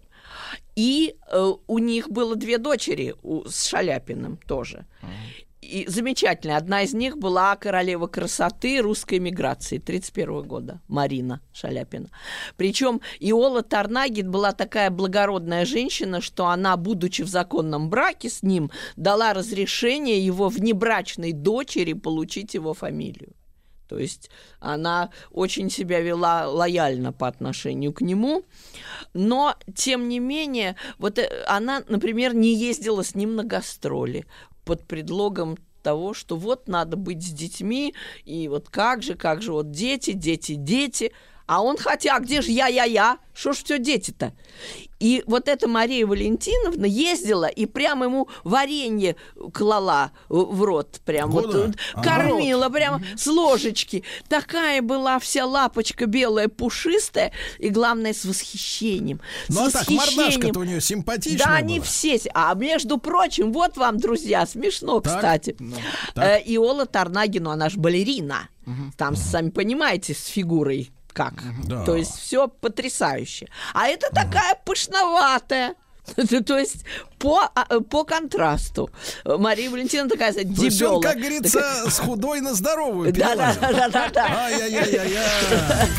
И э, у них было две дочери у, с Шаляпиным тоже. И замечательно. Одна из них была королева красоты русской эмиграции тридцать первого года, Марина Шаляпина. Причем Иола Торнаги была такая благородная женщина, что она, будучи в законном браке с ним, дала разрешение его внебрачной дочери получить его фамилию. То есть она очень себя вела лояльно по отношению к нему, но, тем не менее, вот э, она, например, не ездила с ним на гастроли под предлогом того, что вот надо быть с детьми, и вот как же, как же, вот дети, дети, дети. А он хотя, а где же я-я-я? Что ж все дети-то? И вот эта Мария Валентиновна ездила и прямо ему варенье клала в рот, прям вот Куда? вот, кормила прямо с ложечки. Такая была вся лапочка белая, пушистая, и главное, с восхищением. С Ну а так, восхищением. мордашка-то у нее симпатичная Да, они была. все. А между прочим, вот вам, друзья, смешно, Так, кстати. так. Э, Иола Торнаги, ну она ж балерина. Там, сами понимаете, с фигурой как. Да. То есть все потрясающе. А это такая пышноватая. То есть по, по контрасту. Мария Валентиновна такая дебёла. То есть он, как говорится, с худой на здоровую перелазил. Да-да-да. Ай-яй-яй-яй-яй.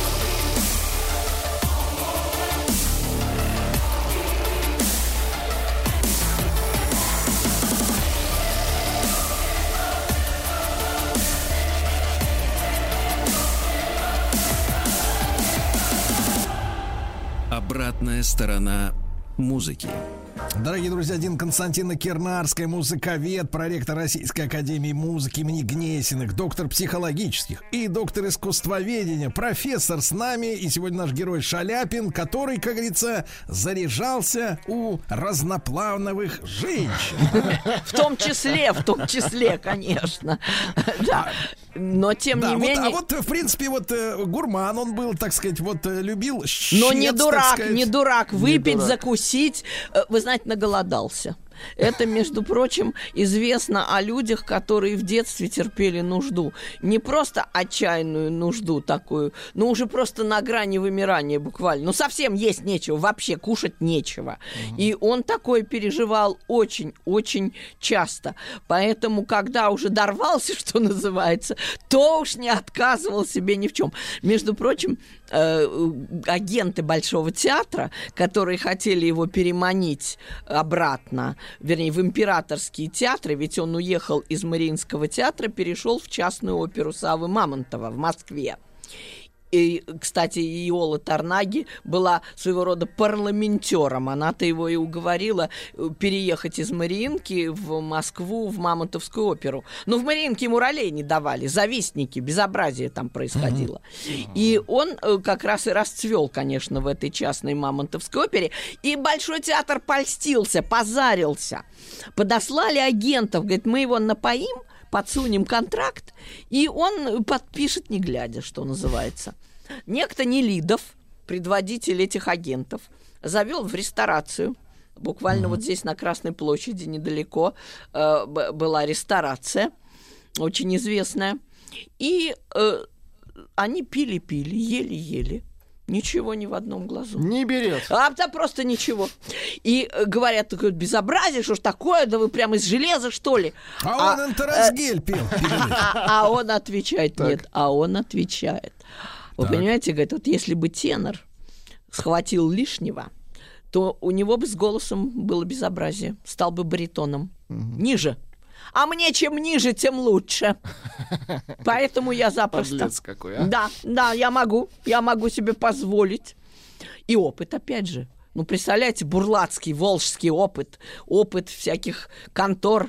Обратная сторона музыки. Дорогие друзья, Дина Константиновна Кирнарская, музыковед, проректор Российской академии музыки имени Гнесиных, доктор психологических и доктор искусствоведения, профессор с нами. И сегодня наш герой Шаляпин, который, как говорится, заряжался у разноплановых женщин. В том числе, в том числе, конечно. Да. Но тем да, не вот, менее... А вот, в принципе, вот гурман он был, так сказать, вот любил щец, но не дурак, не дурак, выпить, дурак. закусить. Вы знаете, наголодался. Это, между прочим, известно о людях, которые в детстве терпели нужду. Не просто отчаянную нужду такую, но уже просто на грани вымирания буквально. Ну, совсем есть нечего, вообще кушать нечего. Угу. И он такое переживал очень-очень часто. Поэтому, когда уже дорвался, что называется, то уж не отказывал себе ни в чем. Между прочим, э, агенты Большого театра, которые хотели его переманить обратно, вернее, в императорские театры, ведь он уехал из Мариинского театра, перешел в частную оперу Саввы Мамонтова в Москве. И, кстати, Иола Тарнаги была своего рода парламентером. Она-то его и уговорила переехать из Мариинки в Москву, в Мамонтовскую оперу. Но в Мариинке ему ролей не давали. Завистники, безобразие там происходило. Mm-hmm. И он как раз и расцвел, конечно, в этой частной Мамонтовской опере. И Большой театр польстился, позарился. Подослали агентов. Говорит, мы его напоим, подсунем контракт, и он подпишет, не глядя, что называется. Некто Нелидов, предводитель этих агентов, завел в ресторацию. Буквально mm-hmm. вот здесь на Красной площади недалеко э, была ресторация, очень известная. И э, они пили-пили, ели-ели. Ничего ни в одном глазу. Не берет. А да просто ничего. И э, говорят, такое безобразие, что ж такое, да вы прямо из железа, что ли? А, а он Энтерасгель пил. А, а он отвечает, так. Нет, а он отвечает. Вы так. понимаете, говорит, вот если бы тенор схватил лишнего, то у него бы с голосом было безобразие. Стал бы баритоном. Угу. Ниже. А мне чем ниже, тем лучше. Поэтому я запросто... Подлец какой, а? Да, да, я могу. Я могу себе позволить. И опыт, опять же. Ну, представляете, бурлацкий, волжский опыт. Опыт всяких контор.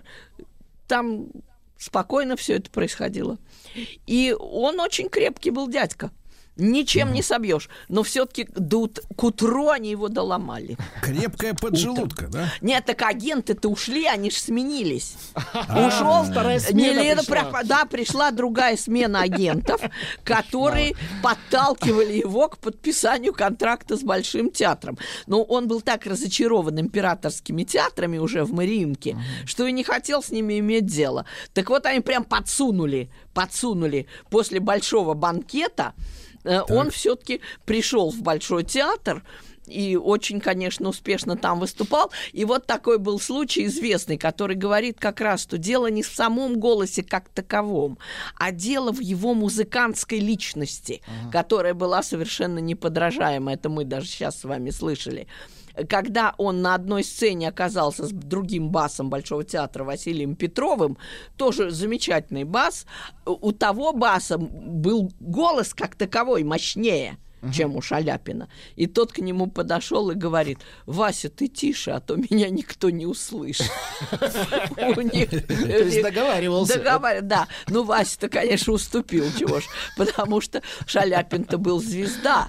Там спокойно все это происходило. И он очень крепкий был дядька. Ничем mm-hmm. не собьешь. Но все-таки к утру они его доломали. Крепкая поджелудка, да? Нет, так агенты-то ушли, они же сменились. Ушел вторая смена пришла. Да, пришла другая смена агентов, которые подталкивали его к подписанию контракта с Большим театром. Но он был так разочарован императорскими театрами уже в Мариинке, что и не хотел с ними иметь дело. Так вот, они прям подсунули, подсунули после большого банкета. Так. Он все-таки пришел в Большой театр и очень, конечно, успешно там выступал. И вот такой был случай известный, который говорит как раз, что дело не в самом голосе как таковом, а дело в его музыкантской личности, ага. которая была совершенно неподражаема. Это мы даже сейчас с вами слышали. Когда он на одной сцене оказался с другим басом Большого театра Василием Петровым, тоже замечательный бас, у того баса был голос как таковой мощнее, uh-huh. чем у Шаляпина. И тот к нему подошел и говорит: Вася, ты тише, а то меня никто не услышит. То есть договаривался. Договаривался, да. Ну, Вася-то, конечно, уступил, чего ж, потому что Шаляпин-то был звезда,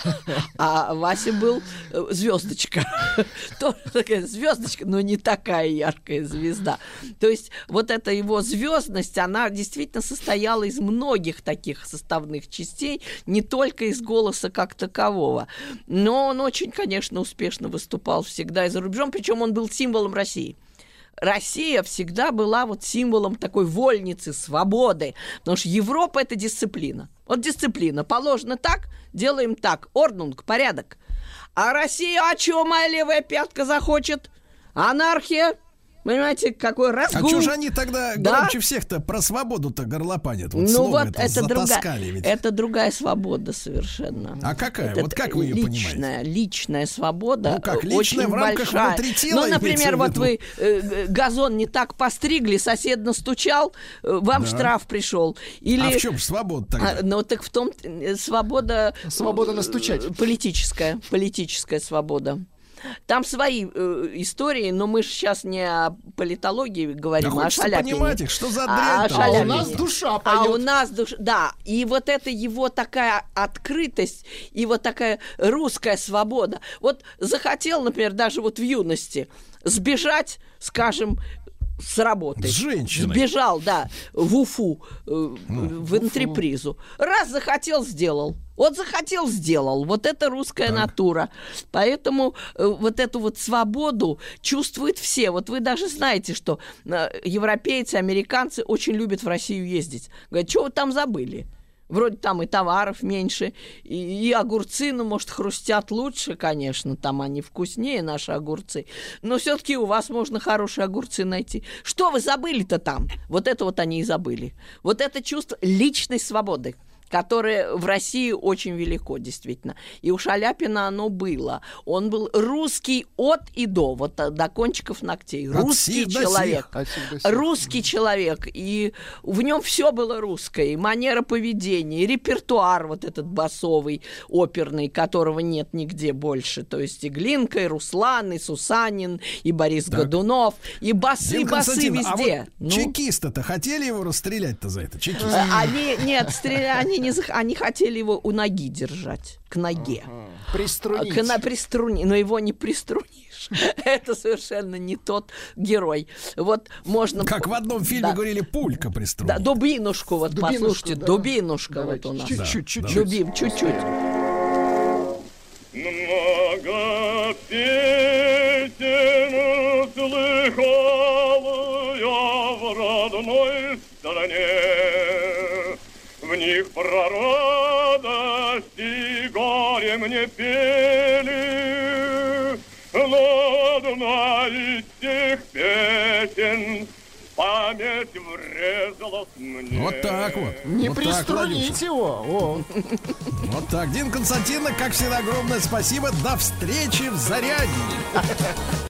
а Вася был звездочка. Тоже такая звездочка, но не такая яркая звезда. То есть вот эта его звездность, она действительно состояла из многих таких составных частей, не только из голоса как такового. Но он очень, конечно, успешно выступал всегда и за рубежом, причем он был символом России. Россия всегда была вот символом такой вольницы, свободы, потому что Европа — это дисциплина. Вот дисциплина. Положено так, делаем так. Орднунг, порядок. А Россия, а чего моя левая пятка захочет? Анархия. Понимаете, какой разгул. А что же они тогда да? громче всех-то про свободу-то горлопанят? Вот ну вот это, это другая, ведь. это другая свобода совершенно. А какая? Это вот как вы ее личная, понимаете? Личная свобода. Ну как, личная очень в рамках большая. внутри тела? Ну, например, вот вы э, газон не так постригли, сосед настучал, э, вам да. штраф пришел. Или... А в чем свобода тогда? А, ну так в том э, свобода... Свобода настучать. Политическая, политическая свобода. Там свои э, истории, но мы же сейчас не о политологии говорим, да а о Шаляпине. Понимать их, что за дрянь? А, а у нас душа поет. А у нас душа, да. И вот это его такая открытость, и вот такая русская свобода. Вот захотел, например, даже вот в юности сбежать, скажем, с работы. С женщиной. Сбежал, да, в Уфу, э, ну, в антрепризу. Раз захотел, сделал. Вот захотел, сделал. Вот это русская так. натура. Поэтому э, вот эту вот свободу чувствуют все. Вот вы даже знаете, что э, европейцы, американцы очень любят в Россию ездить. Говорят, что вы там забыли? Вроде там и товаров меньше, и, и огурцы, ну, может, хрустят лучше, конечно, там они вкуснее, наши огурцы, но все-таки у вас можно хорошие огурцы найти. Что вы забыли-то там? Вот это вот они и забыли. Вот это чувство личной свободы, которое в России очень велико, действительно. И у Шаляпина оно было. Он был русский от и до, вот до кончиков ногтей. От русский человек. Русский человек. И в нем все было русское. И манера поведения, и репертуар вот этот басовый, оперный, которого нет нигде больше. То есть и Глинка, и Руслан, и Сусанин, и Борис так. Годунов, и басы, басы везде. А вот ну? чекисты-то хотели его расстрелять-то за это? Чекисты? Они, нет, стреляли, они не зах... они хотели его у ноги держать, к ноге. Ага. Приструнить. К, на, приструни... Но его не приструнишь. Это совершенно не тот герой. Вот можно... Как в одном фильме да. говорили, пулька приструнит. Да, дубинушку, вот дубинушку, послушайте, да. дубинушка Давайте. вот у нас. Чуть-чуть, чуть-чуть. Любим, чуть-чуть. Много песен слыхал я в родной стране, в них про радость и горе мне пели, но одна из тех песен память врезалась мне. Вот так вот. Не вот приструнить его. О. Вот так. Дин Константиновна, как всегда, огромное спасибо. До встречи в Зарядье.